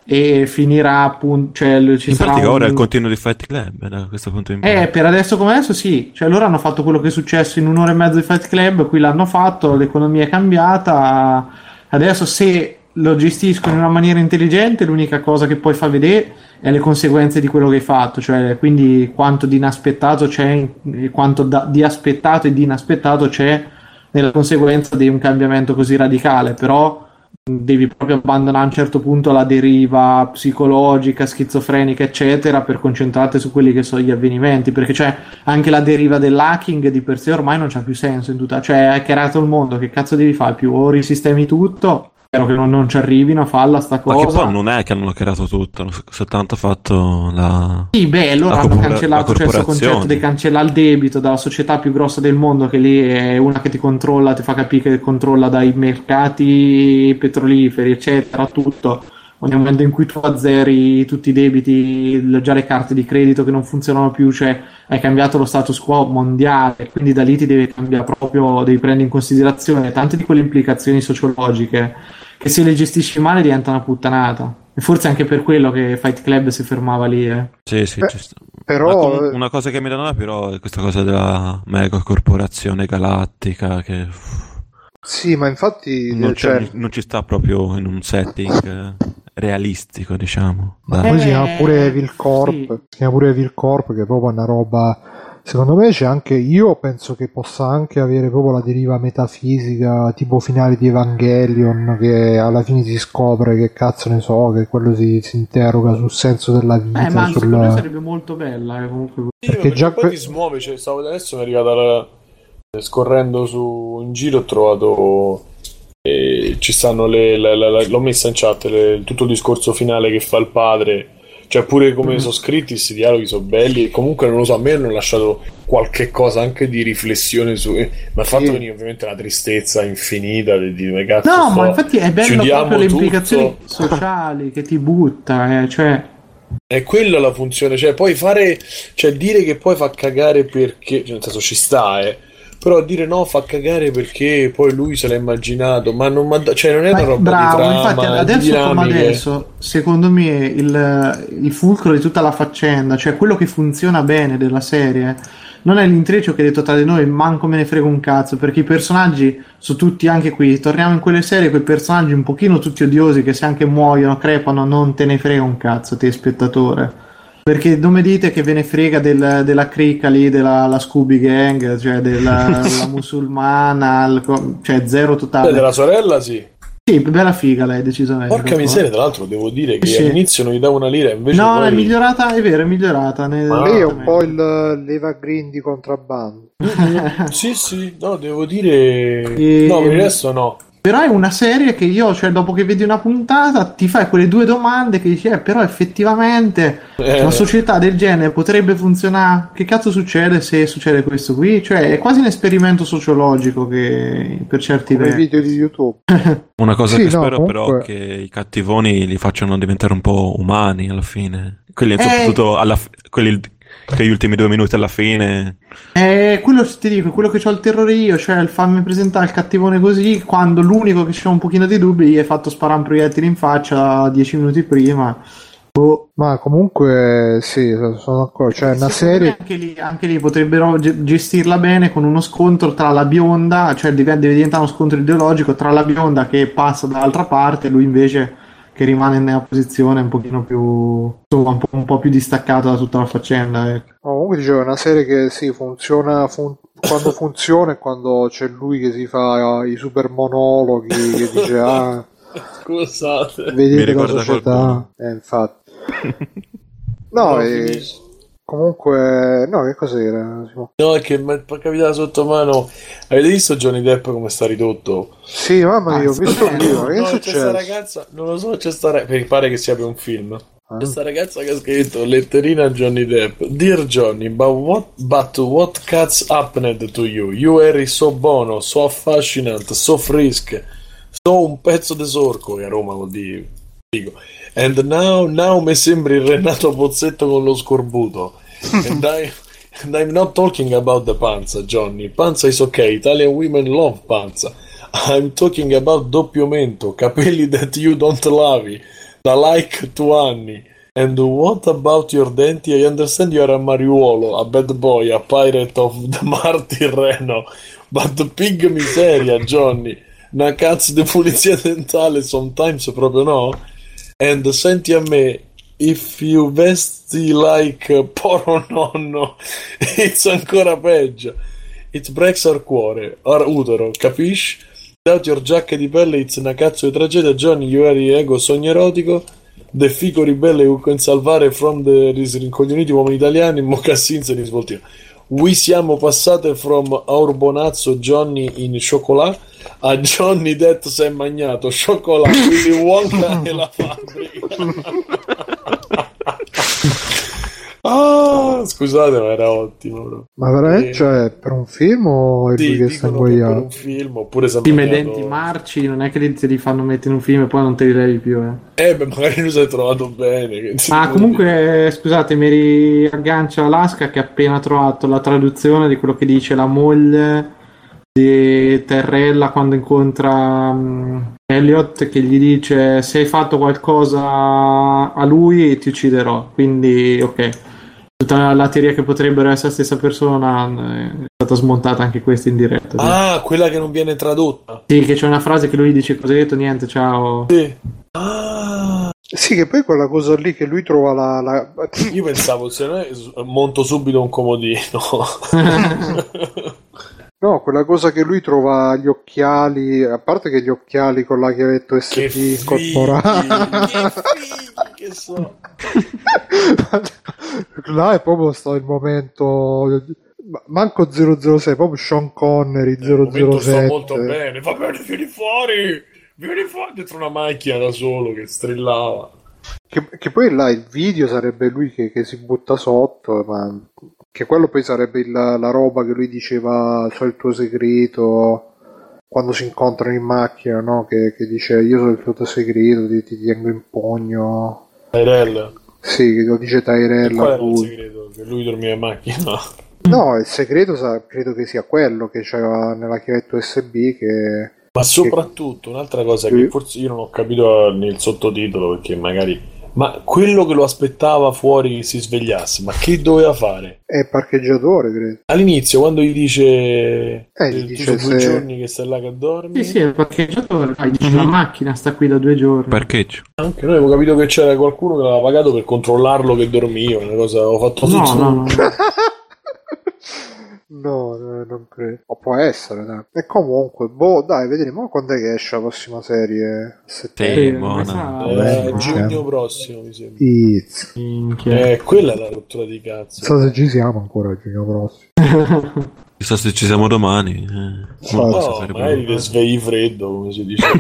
e finirà appunto, cioè ci In sarà pratica ora è il continuo di Fight Club da questo punto in poi. per adesso come adesso sì, cioè loro hanno fatto quello che è successo in un'ora e mezzo di Fight Club, qui l'hanno fatto, l'economia è cambiata, adesso se lo gestiscono in una maniera intelligente l'unica cosa che poi fa vedere è le conseguenze di quello che hai fatto, cioè quindi quanto di inaspettato c'è, quanto di aspettato e di inaspettato c'è nella conseguenza di un cambiamento così radicale, però devi proprio abbandonare a un certo punto la deriva psicologica, schizofrenica eccetera per concentrarti su quelli che sono gli avvenimenti, perché c'è anche la deriva dell'hacking di per sé ormai non c'ha più senso in tutta, cioè hai creato il mondo, che cazzo devi fare più? O risistemi tutto, spero che non ci arrivino a farla sta cosa. Ma che poi non è che hanno creato tutto, hanno soltanto fatto la... Sì, beh, loro hanno cancellato cioè, questo concetto corporazione. di cancellare il debito dalla società più grossa del mondo, che lì è una che ti controlla, ti fa capire che controlla dai mercati petroliferi, eccetera, tutto. Nel momento in cui tu azzeri tutti i debiti, già le carte di credito che non funzionano più, cioè hai cambiato lo status quo mondiale, quindi da lì ti devi cambiare proprio, devi prendere in considerazione tante di quelle implicazioni sociologiche che se le gestisci male diventa una puttanata. E forse anche per quello che Fight Club si fermava lì. Sì, ci sta. Però Una cosa che mi dà però è questa cosa della mega corporazione galattica che sì, ma infatti non cioè, ci sta proprio in un setting realistico, diciamo. Dai. poi si chiama pure Evil Corp, sì. si chiama pure Evil Corp, che è proprio una roba. Secondo me c'è anche, io penso che possa anche avere proprio la deriva metafisica, tipo finale di Evangelion, che alla fine si scopre che cazzo ne so, che quello si interroga sul senso della vita. Ma secondo me sarebbe molto bella comunque. Sì, Perché già poi ti smuove, cioè, stavo adesso mi è arrivata scorrendo in giro ho trovato ci stanno l'ho messa in chat tutto il discorso finale che fa il padre, cioè pure come sono scritti questi dialoghi sono belli e comunque non lo so, a me hanno lasciato qualche cosa anche di riflessione su ma ha fatto venire ovviamente la tristezza infinita di dire cazzo no, ma infatti è bello proprio le implicazioni sociali che ti butta, cioè è quella la funzione, cioè poi fare, cioè dire che poi fa cagare perché, cioè, nel senso ci sta, però dire no fa cagare perché poi lui se l'ha immaginato, ma non, cioè non è una roba bravo, di trama, infatti adesso come adesso, secondo me il fulcro di tutta la faccenda, cioè quello che funziona bene della serie, non è l'intreccio che hai detto tra di noi, manco me ne frega un cazzo, perché i personaggi sono tutti, anche qui, torniamo in quelle serie, quei personaggi un pochino tutti odiosi, che se anche muoiono, crepano, non te ne frega un cazzo, te spettatore. Perché non mi dite che ve ne frega della cricca lì, della Scooby Gang, cioè della musulmana, cioè zero totale. Della sorella sì. Sì, bella figa lei, decisamente. Porca miseria, tra l'altro devo dire che Sì. all'inizio non gli davo una lira, invece No, poi... è migliorata, è vero, è migliorata. lei è un po' il Leva Green di contrabbando. Sì, no, devo dire... E- No, per il resto no. Però è una serie che io, cioè dopo che vedi una puntata, ti fai quelle due domande che dici, però effettivamente una società del genere potrebbe funzionare. Che cazzo succede se succede questo qui? Cioè è quasi un esperimento sociologico che per certi Come i versi. video di YouTube. Una cosa Sì, che no, spero comunque- però che i cattivoni li facciano diventare un po' umani alla fine. Quelli soprattutto quelli quegli ultimi 2 minuti alla fine. Quello ti dico, quello che ho il terrore io, cioè il farmi presentare il cattivone così, quando l'unico che c'è un pochino di dubbi gli è fatto sparare un proiettile in faccia 10 minuti prima. Ma comunque sì, sono d'accordo, cioè è una Secondo me serie. anche lì potrebbero gestirla bene con uno scontro tra la bionda, cioè deve diventare uno scontro ideologico tra la bionda che passa dall'altra parte e lui invece che rimane nella posizione un pochino più, insomma, un po' più distaccato da tutta la faccenda. No, comunque dicevo, è una serie che sì, funziona quando funziona e quando c'è lui che si fa i super monologhi che dice Scusate. Mi vedete la ricorda società, infatti. No, comunque no, che cos'era? No, è che mi è capitata sotto mano. Avete visto Johnny Depp come sta ridotto? Sì, mamma mia, ho visto il video, che è No, c'è successo? sta ragazza, non lo so, c'è sta perché pare che sia per un film. C'è sta ragazza che ha scritto letterina a Johnny Depp. Dear Johnny, but what cuts happened to you? You eri so buono, so affascinante, so frisk, so un pezzo d'esorco, che a Roma vuol dire figo. And now mi sembri il Renato Pozzetto con lo scorbuto. And I'm not talking about the panza, Johnny. Panza is okay, Italian women love panza. I'm talking about doppio mento, capelli that you don't love. la like to Annie. And what about your denti? I understand you are a mariuolo, a bad boy, a pirate of the Martin Reno, but the pig miseria, Johnny. Una cazzo di pulizia dentale sometimes proprio no? And senti a me, if you vesti like poro nonno, it's ancora peggio. It breaks our cuore, our utero, capisci? Without your giacca di pelle, it's una cazzo di tragedia, Johnny, you are ego sogno erotico. The fico ribelle who can salvare from the rincoglioniti uomini italiani, mocassins e risvoltino. We siamo passate from our bonazzo Johnny in chocolat a Johnny that si è magnato chocolat, Willy Wonka e la fabbrica. Scusate, ma era ottimo, bro. Ma veramente, cioè, per un film o è lui che sta ingoiato? Per un film, oppure se Film e denti marci, non è che te li fanno mettere in un film e poi non te li levi più, beh, magari lui si è trovato bene. Ma comunque, scusate, mi riaggancio Alaska che ha appena trovato la traduzione di quello che dice la moglie di Terrella quando incontra Elliot, che gli dice: se hai fatto qualcosa a lui ti ucciderò. Quindi ok, tutta la teoria che potrebbero essere la stessa persona è stata smontata anche questa in diretta. Quella che non viene tradotta. Sì, che c'è una frase che lui dice: cosa hai detto? Niente, ciao. Sì. Sì, che poi quella cosa lì che lui trova la... Io pensavo, se no monto subito un comodino. No, quella cosa che lui trova gli occhiali, a parte che gli occhiali con la chiavetto SP incorporati. Che so. Là è proprio stato il momento, manco 006, proprio Sean Connery 007. Sto molto bene, va bene, vieni fuori dentro una macchina da solo che strillava. Che poi là il video sarebbe lui che si butta sotto, ma che quello poi sarebbe la roba che lui diceva: so il tuo segreto, quando si incontrano in macchina, no? Che dice: io so il tuo segreto, ti tengo in pugno. Tyrell? Sì, che lo dice Tyrell. Qual era il segreto? Che lui dormiva in macchina? No, il segreto credo che sia quello che c'era nella chiavetta USB Ma soprattutto un'altra cosa che forse io non ho capito nel sottotitolo, perché magari... Ma quello che lo aspettava fuori che si svegliasse, ma che doveva fare? È parcheggiatore, credo. All'inizio, quando gli dice... gli dice tu 2 giorni che stai là che dormi... Sì, è il parcheggiatore. Dice: la macchina sta qui da 2 giorni. Parcheggio. Anche noi avevo capito che c'era qualcuno che l'aveva pagato per controllarlo che dormiva, una cosa... Ho fatto tutto... No. No, non credo. O può essere, dai. E comunque, dai, vedremo quando è che esce la prossima serie. A settembre. Sì, buona. Giugno prossimo, mi sembra. Quella è la rottura di cazzo. So se ci siamo ancora a giugno prossimo. Chissà se ci siamo domani. Magari ti svegli freddo, come si dice.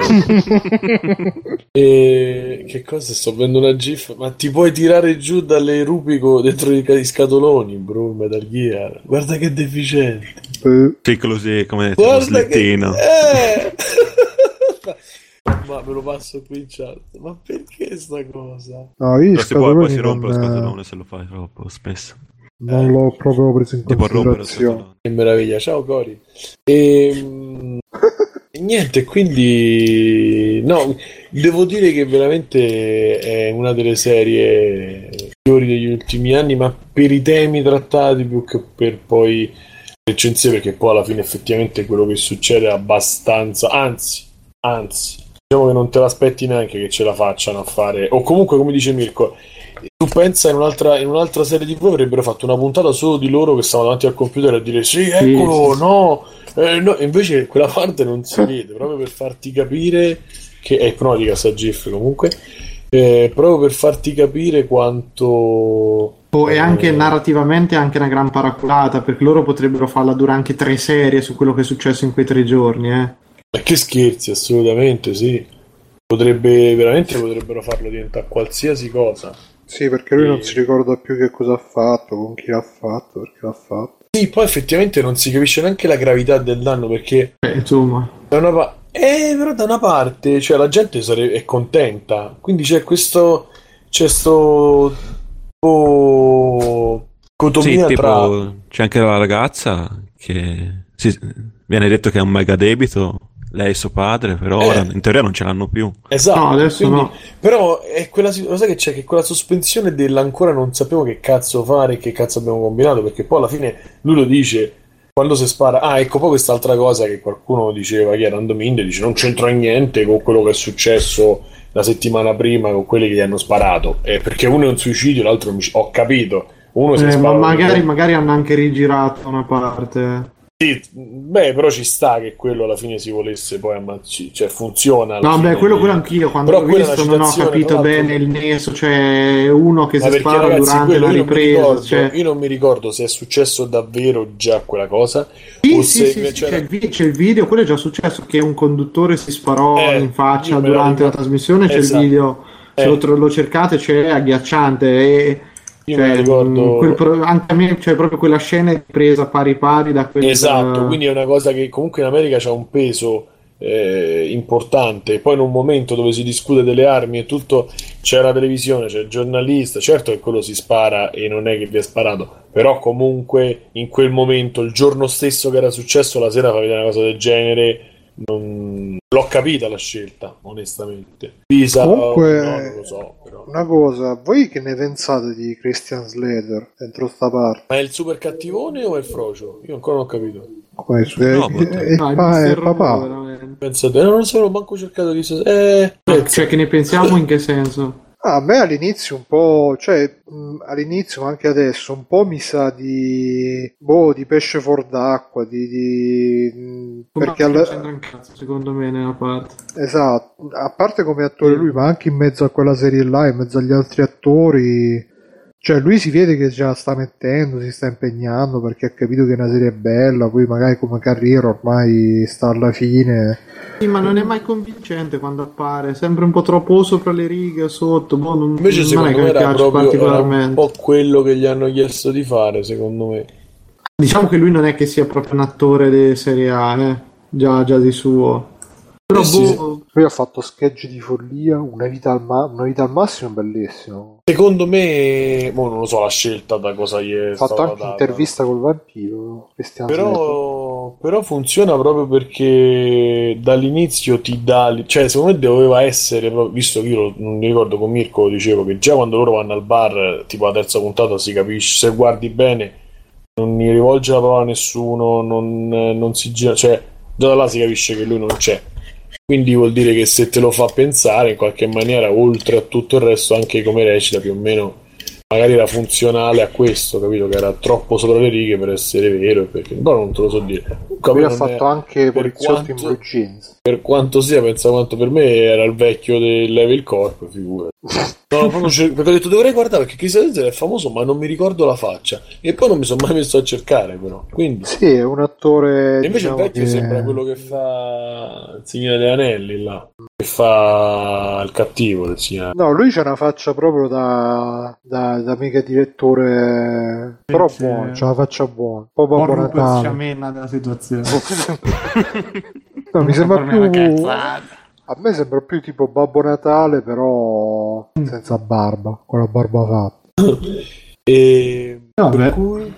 E che cosa? Sto vedendo una gif. Ma ti puoi tirare giù dalle rupico dentro i scatoloni, bro, Metal Gear. Guarda che deficiente. Sì, così come uno slettino. Ma me lo passo qui in chat. Ma perché sta cosa? No, io poi si rompe lo scatolone se lo fai troppo spesso. Non l'ho proprio preso in considerazione. Che meraviglia, ciao Cori. E niente, quindi no, devo dire che veramente è una delle serie migliori degli ultimi anni, ma per i temi trattati più che per poi recensione, perché poi alla fine effettivamente quello che succede è abbastanza, anzi, diciamo che non te l'aspetti neanche che ce la facciano a fare, o comunque, come dice Mirko, tu pensa in un'altra serie TV avrebbero fatto una puntata solo di loro che stavano davanti al computer a dire sì, eccolo, sì. No, invece quella parte non si vede, proprio per farti capire che è ipnotica sta GIF comunque, proprio per farti capire quanto... E anche narrativamente è anche una gran paraculata, perché loro potrebbero farla durare anche 3 serie su quello che è successo in quei 3 giorni, Ma che scherzi, assolutamente sì. Potrebbero farlo diventare qualsiasi cosa. Sì, perché lui non si ricorda più che cosa ha fatto, con chi l'ha fatto, perché l'ha fatto. Sì, poi effettivamente non si capisce neanche la gravità del danno, perché insomma però da una parte, cioè, la gente è contenta, quindi c'è sto dicotomia, sì, tra... tipo, c'è anche la ragazza che viene detto che ha un mega debito lei e suo padre, però Eh. ora in teoria non ce l'hanno più. Esatto, No, adesso quindi- no. Però è quella, lo sai che c'è? Che quella sospensione dell'ancora non sappiamo che cazzo fare, che cazzo abbiamo combinato, perché poi alla fine lui lo dice quando si spara. Ah, ecco poi quest'altra cosa che qualcuno diceva, che era Random India, dice non c'entra niente con quello che è successo la settimana prima con quelli che gli hanno sparato. Perché uno è un suicidio, l'altro ho capito. Uno si è Ma sparato. magari hanno anche rigirato una parte. Sì, beh, però ci sta che quello alla fine si volesse poi ammazzare, cioè funziona. alla No, fine. beh, quello anch'io quando Però l'ho quella è visto una non ho citazione, capito tra l'altro. bene il nesso, cioè uno che Ma si perché spara ragazzi, durante quello una io non mi ripresa, ricordo, cioè... io non mi ricordo se è successo davvero già quella cosa Sì, o sì, se sì, invece c'è era- c'è il video, quello è già successo che un conduttore si sparò in faccia io me lo durante la ricordo. trasmissione, c'è Esatto. il video, se lo cercate c'è agghiacciante e Io me la cioè, ricordo. anche a me c'è proprio quella scena è presa pari pari da quel... Esatto, quindi è una cosa che comunque in America c'ha un peso importante. Poi in un momento dove si discute delle armi e tutto, c'è la televisione, c'è il giornalista. Certo che quello si spara e non è che vi ha sparato, però comunque in quel momento, il giorno stesso che era successo, la sera fa vedere una cosa del genere. Non l'ho capita la scelta, onestamente. Pisa, Comunque, no, non lo so, però. una cosa, voi che ne pensate di Christian Slater dentro sta parte? Ma è il super cattivone o è il frocio? Io ancora non ho capito. Come Robot. è No, il è Mr. papà. Robot, veramente. Pensate, non so, ho manco cercato di. Cioè che ne pensiamo in che senso? A me all'inizio un po', cioè all'inizio ma anche adesso un po' mi sa di di pesce fuor d'acqua, perché non c'entra un cazzo secondo me nella parte. esatto, a parte come attore lui, ma anche in mezzo a quella serie là, in mezzo agli altri attori, cioè lui si vede che già sta mettendo, si sta impegnando perché ha capito che è una serie bella, poi magari come carriera ormai sta alla fine. Sì, ma non è mai convincente quando appare, sempre un po' troppo o sopra le righe o sotto, Invece non è secondo che me mi era piace proprio era un particolarmente. po' quello che gli hanno chiesto di fare, secondo me. Diciamo che lui non è che sia proprio un attore di serie A, già di suo. Però Sì, Lui ha fatto sketch di follia, una vita al massimo, bellissimo. secondo me, non lo so la scelta da cosa gli è Ha fatto stata anche data. intervista col vampiro, Christian Slater. Però funziona proprio perché dall'inizio ti dà, cioè secondo me doveva essere, visto che io non mi ricordo con Mirko lo dicevo, che già quando loro vanno al bar, tipo la terza puntata si capisce, se guardi bene non gli rivolge la parola a nessuno, non si gira, cioè già da là si capisce che lui non c'è. Quindi vuol dire che se te lo fa pensare in qualche maniera, oltre a tutto il resto, anche come recita più o meno, magari era funzionale a questo, capito? Che era troppo sopra le righe per essere vero, perché poi non te lo so dire. Comunque, Lui ha non fatto è- anche per Poliziotto in quanto- Blue Jeans. Per quanto sia, pensa quanto per me era il vecchio del Level Corp, figura. No, proprio perché ho detto dovrei guardare perché Christian Slater è famoso, ma non mi ricordo la faccia. E poi non mi sono mai messo a cercare, però. Quindi. Sì, è un attore. E invece diciamo il vecchio che- sembra quello che fa il Signore degli Anelli là, che fa il cattivo del Signore. No, lui c'ha una faccia proprio da mega direttore. Però Sì. buono, c'ha una faccia buona. Un po' Babbo Porco Natale. sciamenna della situazione. No, mi sembra Per me è una più. cazzata. A me sembra più tipo Babbo Natale, però senza barba, con la barba fatta. E Vabbè. per cui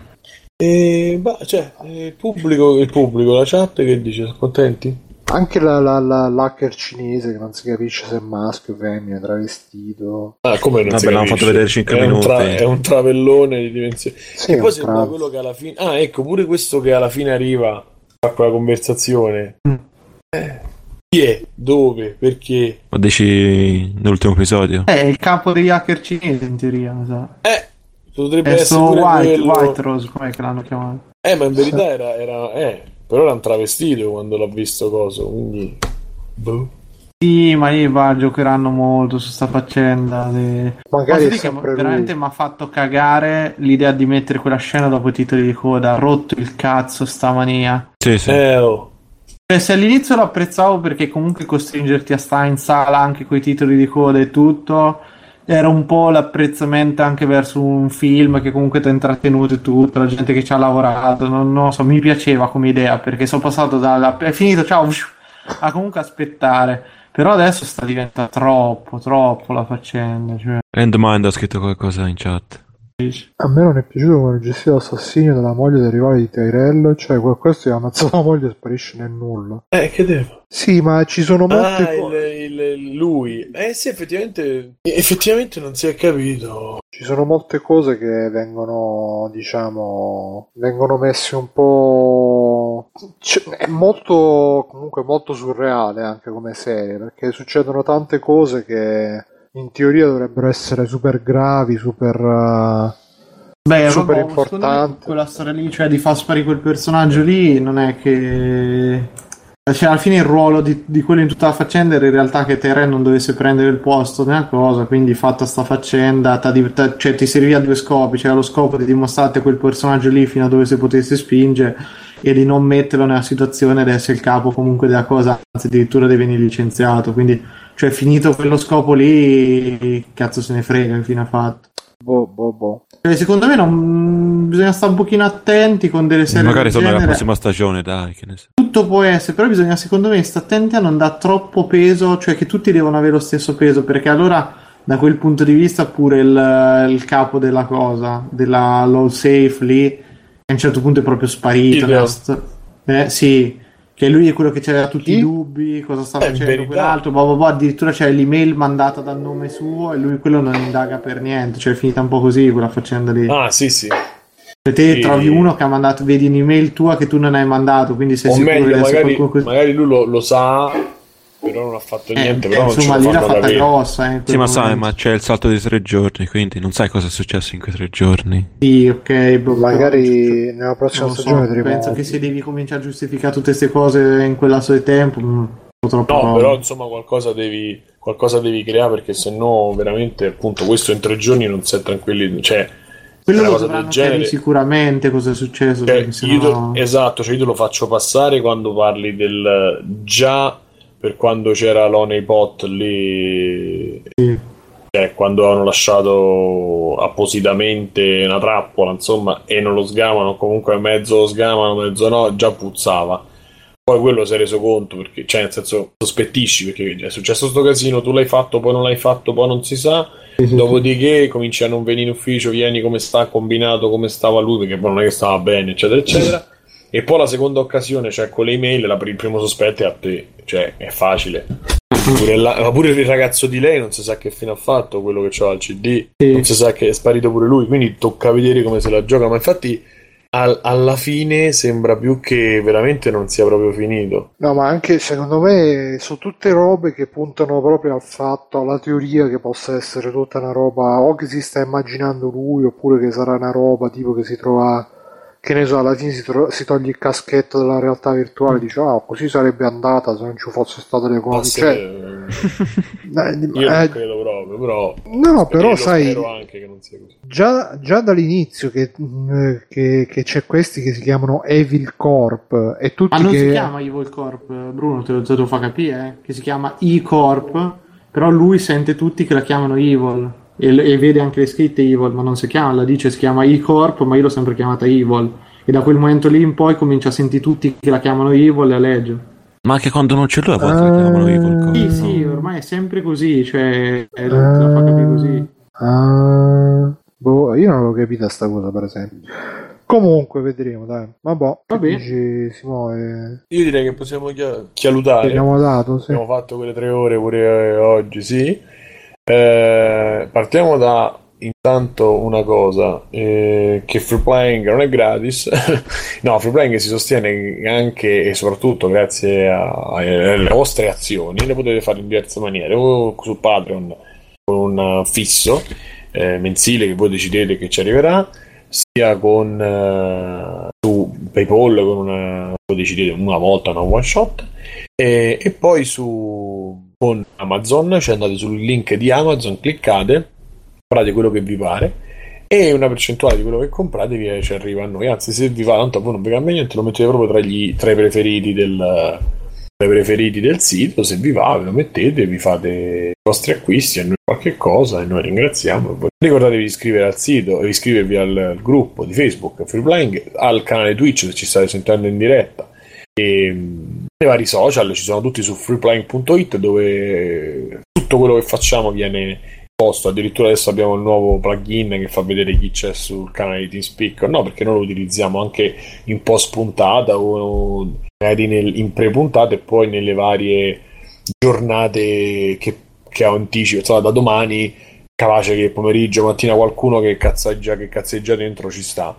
il pubblico, la chat che dice, sono contenti? Anche l'hacker cinese che non si capisce se è maschio o femmina, travestito. Ah, come non Vabbè, si l'hanno capisce? fatto vedere 5 È minuti. è un travellone di dimensioni. Sì, E è poi un sembra trans. quello che alla fine. Ah, ecco, pure questo che alla fine arriva a quella conversazione. Chi è? Dove? Perché? Lo dici nell'ultimo episodio? È il capo degli hacker cinesi in teoria, mi sa. Potrebbe È essere so pure White quello. Rose, com'è che l'hanno chiamato? Ma in verità però era un travestito quando l'ha visto coso, quindi. Boh. Sì, ma lì giocheranno molto su sta faccenda. Magari Posso è dire che sempre veramente lui. mi ha fatto cagare l'idea di mettere quella scena dopo i titoli di coda. Ha rotto il cazzo sta mania. Sì, sì. Oh. Cioè, se all'inizio lo apprezzavo perché comunque costringerti a stare in sala anche con i titoli di coda e tutto, era un po' l'apprezzamento anche verso un film che comunque ti ha intrattenuto e tutto, la gente che ci ha lavorato, non lo so, mi piaceva come idea perché sono passato è finito, ciao, a comunque aspettare. Però adesso sta diventando troppo la faccenda. Cioè. Endmind ha scritto qualcosa in chat. A me non è piaciuto come è gestito l'assassinio della moglie del rivale di Tyrell, cioè questo è ammazzato la moglie e sparisce nel nulla. Che deve? Sì, ma ci sono molte cose. Lui. Sì, effettivamente non si è capito. Ci sono molte cose che vengono, diciamo, messe un po'... è molto, comunque molto surreale anche come serie, perché succedono tante cose che in teoria dovrebbero essere super gravi, super importanti. Quella storia lì, cioè di far sparire quel personaggio lì, non è che... Cioè, alla fine il ruolo di quello in tutta la faccenda era in realtà che Tyrell non dovesse prendere il posto nella cosa, quindi fatta sta faccenda cioè ti serviva a due scopi, c'era lo scopo di dimostrare quel personaggio lì fino a dove si potesse spingere e di non metterlo nella situazione di essere il capo comunque della cosa, anzi addirittura di venire licenziato, quindi cioè finito quello scopo lì cazzo se ne frega che fine ha fatto. Boh. Secondo me bisogna stare un pochino attenti con delle serie magari sono genere. nella prossima stagione, dai, che ne so. Tutto può essere, però bisogna secondo me stare attenti a non dare troppo peso, cioè che tutti devono avere lo stesso peso, perché allora da quel punto di vista pure il capo della cosa, della Law Safe lì, a un certo punto è proprio sparito. Sì, che lui è quello che c'aveva tutti i dubbi, cosa sta facendo quell'altro, addirittura c'è l'email mandata dal nome suo e lui quello non indaga per niente, cioè è finita un po' così quella faccenda lì. Sì. Se te trovi uno che ha mandato, vedi un'email tua che tu non hai mandato, quindi sei sicuro meglio, di essere qualcuno così. magari lui lo sa, però non ha fatto niente, però insomma lì l'ha fatta grossa. Sì, ma sai, ma c'è il salto di 3 giorni, quindi non sai cosa è successo in quei 3 giorni. Sì, ok, magari nella prossima stagione vedremo. Penso che se devi cominciare a giustificare tutte queste cose in quel lasso di tempo però insomma qualcosa devi creare, perché sennò veramente appunto questo in 3 giorni non si è tranquilli, cioè quello lo dovranno capire sicuramente cosa è successo, cioè, sennò... esatto, cioè io te lo faccio passare quando parli del già per quando c'era l'Honeypot lì, sì. Cioè, quando hanno lasciato appositamente una trappola, insomma, e non lo sgamano, comunque mezzo lo sgamano, mezzo no, già puzzava. Poi quello si è reso conto, perché, cioè, nel senso, sospettisci, perché è successo sto casino, tu l'hai fatto, poi non l'hai fatto, poi non si sa. Dopodiché cominci a non venire in ufficio, vieni come sta combinato, come stava lui, perché poi non è che stava bene, eccetera, eccetera. E poi la seconda occasione, cioè con le email, il primo sospetto è a te, cioè è facile. Ma pure il ragazzo di lei non si sa che fine ha fatto, quello che c'ha al CD, non si sa che è sparito pure lui, quindi tocca vedere come se la gioca, ma infatti alla fine sembra più che veramente non sia proprio finito. No, ma anche secondo me sono tutte robe che puntano proprio al fatto, alla teoria che possa essere tutta una roba o che si sta immaginando lui, oppure che sarà una roba tipo che si trova, che ne so, alla fine si toglie il caschetto della realtà virtuale e dice così sarebbe andata se non ci fosse stato le cose, io non credo proprio, però no, però sai, spero anche che non sia così. Già dall'inizio che c'è questi che si chiamano Evil Corp e tutti non si chiama Evil Corp, Bruno, te lo fa capire, che si chiama E-Corp, però lui sente tutti che la chiamano Evil e vede anche le scritte Evil, ma non si chiama, la dice si chiama E-Corp, ma io l'ho sempre chiamata Evil, e da quel momento lì in poi comincia a sentire tutti che la chiamano Evil e la legge. Ma anche quando non c'è lui a volte la chiamano Evil Corp. Sì, ormai è sempre così, cioè la fa capire così. Io non l'ho capita sta cosa, per esempio. Comunque vedremo, dai. Ma boh, dici, si muove. Io direi che possiamo chialutare. Abbiamo fatto quelle 3 ore pure oggi, sì. Partiamo da intanto una cosa, che Free Playing non è gratis. No, Free Playing si sostiene anche e soprattutto grazie alle vostre azioni. Le potete fare in diverse maniere, o su Patreon con un fisso mensile che voi decidete che ci arriverà, sia con su PayPal voi decidete una volta, una one shot, e poi con Amazon, cioè andate sul link di Amazon, cliccate, comprate quello che vi pare e una percentuale di quello che comprate ci arriva a noi. Anzi, se vi va, tanto a voi non vi cambia niente, lo mettete proprio tra i preferiti del sito. Se vi va, ve lo mettete, vi fate i vostri acquisti, a noi qualche cosa e noi ringraziamo. Ricordatevi di iscrivervi al sito, iscrivervi al gruppo di Facebook Free Playing, al canale Twitch se ci state sentendo in diretta, e nei vari social ci sono tutti su freeplaying.it, dove tutto quello che facciamo viene posto. Addirittura adesso abbiamo il nuovo plugin che fa vedere chi c'è sul canale di TeamSpeak. No, perché noi lo utilizziamo anche in post puntata o magari in pre-puntata e poi nelle varie giornate che anticipo. Insomma, da domani capace che pomeriggio, mattina qualcuno che cazzeggia dentro ci sta.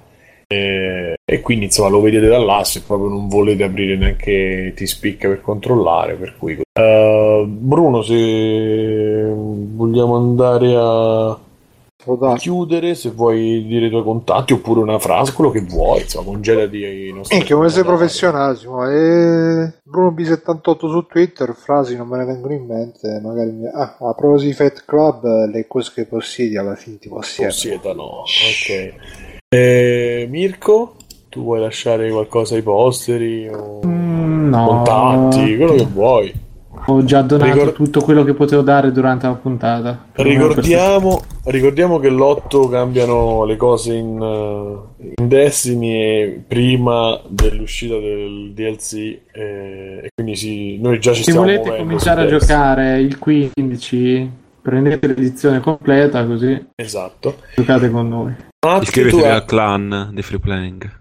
E quindi insomma lo vedete da là se proprio non volete aprire neanche TeamSpeak per controllare, per cui Bruno, se vogliamo andare a chiudere, se vuoi dire i tuoi contatti oppure una frase, quello che vuoi, insomma, congedati i nostri come sei professionale, Bruno B78 su Twitter, frasi non me ne vengono in mente, magari a proposito di Fight Club, le cose che possiedi alla fine ti possiedano. Ok. Mirko, tu vuoi lasciare qualcosa ai posteri o no, contatti, quello che vuoi? Ho già donato tutto quello che potevo dare durante la puntata. Ricordiamo che l'8 cambiano le cose in Destiny prima dell'uscita del DLC e quindi noi già ci stiamo muovendo. Se volete cominciare a giocare il 15, prendete l'edizione completa, così esatto, giocate con noi. Iscrivetevi al clan di Free Playing.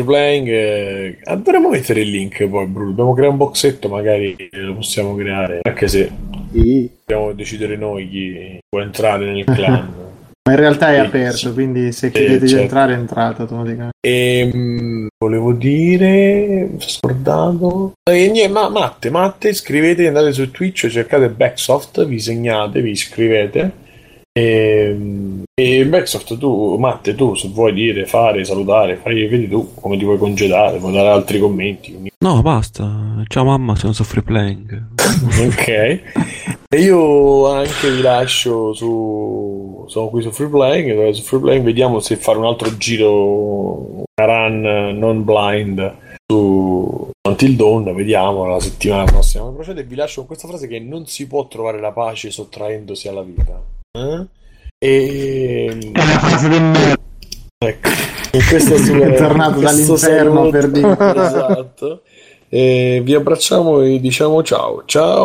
Dovremmo mettere il link poi, Bruno. Dobbiamo creare un boxetto, magari lo possiamo creare, anche se dobbiamo decidere noi chi può entrare nel clan. Ma in realtà è aperto, quindi se chiedete di entrare, entrate automaticamente. Volevo dire, mi sono scordato. Matte, iscrivetevi, andate su Twitch, cercate Backsoft, vi segnate, vi iscrivete. E Backsoft, Matte, tu se vuoi dire, salutare, vedi tu come ti vuoi congedare, puoi dare altri commenti. No, basta. Ciao mamma, sono su Free Playing. Ok. E io anche vi lascio sono qui su Free Playing, vediamo se fare un altro giro, una run non blind su Until Dawn, vediamo la settimana prossima come procede. Vi lascio con questa frase che non si può trovare la pace sottraendosi alla vita. Ecco, in questa è tornato dall'inferno per dire. Esatto. Vi abbracciamo e diciamo ciao.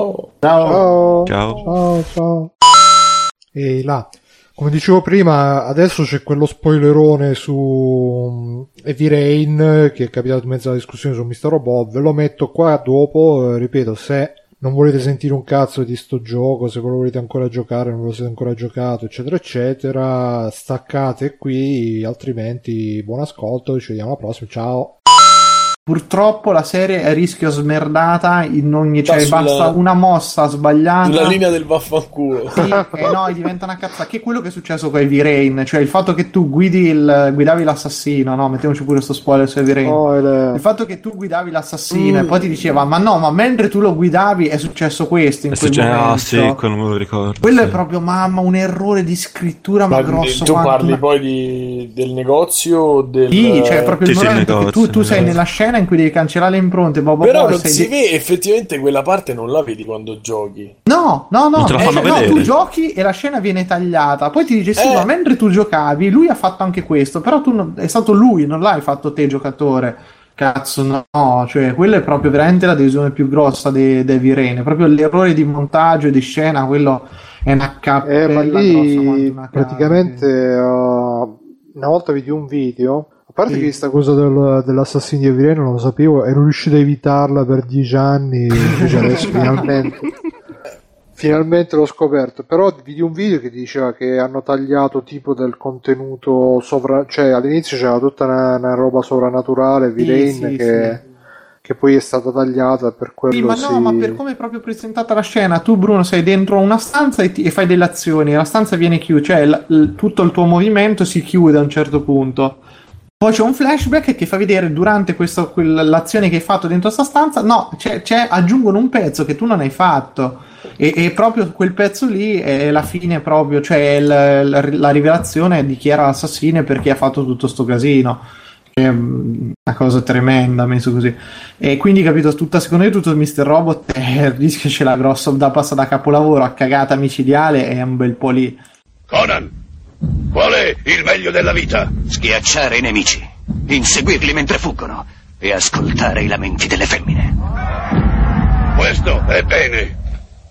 E là, come dicevo prima, adesso c'è quello spoilerone su Heavy Rain che è capitato in mezzo alla discussione su Mr. Robot. Ve lo metto qua dopo, ripeto, se non volete sentire un cazzo di sto gioco, se ve lo volete ancora giocare, non ve lo siete ancora giocato, eccetera eccetera, staccate qui, altrimenti buon ascolto, ci vediamo alla prossima, ciao. Purtroppo la serie è a rischio smerdata in ogni, basta una mossa sbagliata sulla linea del vaffanculo. Sì, no, diventa una cazzata, che è quello che è successo con Heavy Rain, cioè il fatto che tu guidavi l'assassino, no, mettiamoci pure sto spoiler su Heavy Rain. Il fatto che tu guidavi l'assassino e poi ti diceva ma mentre tu lo guidavi è successo questo in quel momento. Sì, quello me lo ricordo. Quello è proprio un errore di scrittura ma grosso. Tu parli poi del negozio sì, cioè proprio il momento che tu sei nella scena in cui devi cancellare le impronte, però non si vede effettivamente quella parte, non la vedi quando giochi. No, tu giochi e la scena viene tagliata, poi ti dice sì, ma mentre tu giocavi lui ha fatto anche questo, però è stato lui, non l'hai fatto te giocatore. Cazzo, no, cioè quella è proprio veramente la decisione più grossa di Heavy Rain, è proprio l'errore di montaggio e di scena, quello è una cappella ma lì grossa, praticamente una volta vedi un video, a parte che questa cosa dell'assassino di Heavy Rain non lo sapevo, ero riuscito a evitarla per 10 anni, invece adesso finalmente l'ho scoperto. Però vidi un video che diceva che hanno tagliato tipo del contenuto cioè all'inizio c'era tutta una roba sovrannaturale Heavy Rain che poi è stata tagliata, per quello ma per come è proprio presentata la scena, tu Bruno sei dentro una stanza e fai delle azioni, la stanza viene chiusa, cioè tutto il tuo movimento si chiude a un certo punto. Poi c'è un flashback che fa vedere durante l'azione che hai fatto dentro sta stanza, aggiungono un pezzo che tu non hai fatto e proprio quel pezzo lì è la fine proprio, cioè la rivelazione di chi era l'assassino e perché ha fatto tutto sto casino. È una cosa tremenda messo così, e quindi capito, secondo me tutto Mr. Robot rischia c'è la grossa da passa da capolavoro a cagata micidiale e un bel po' lì. Conan, qual è il meglio della vita? Schiacciare i nemici, inseguirli mentre fuggono e ascoltare i lamenti delle femmine. Questo è bene.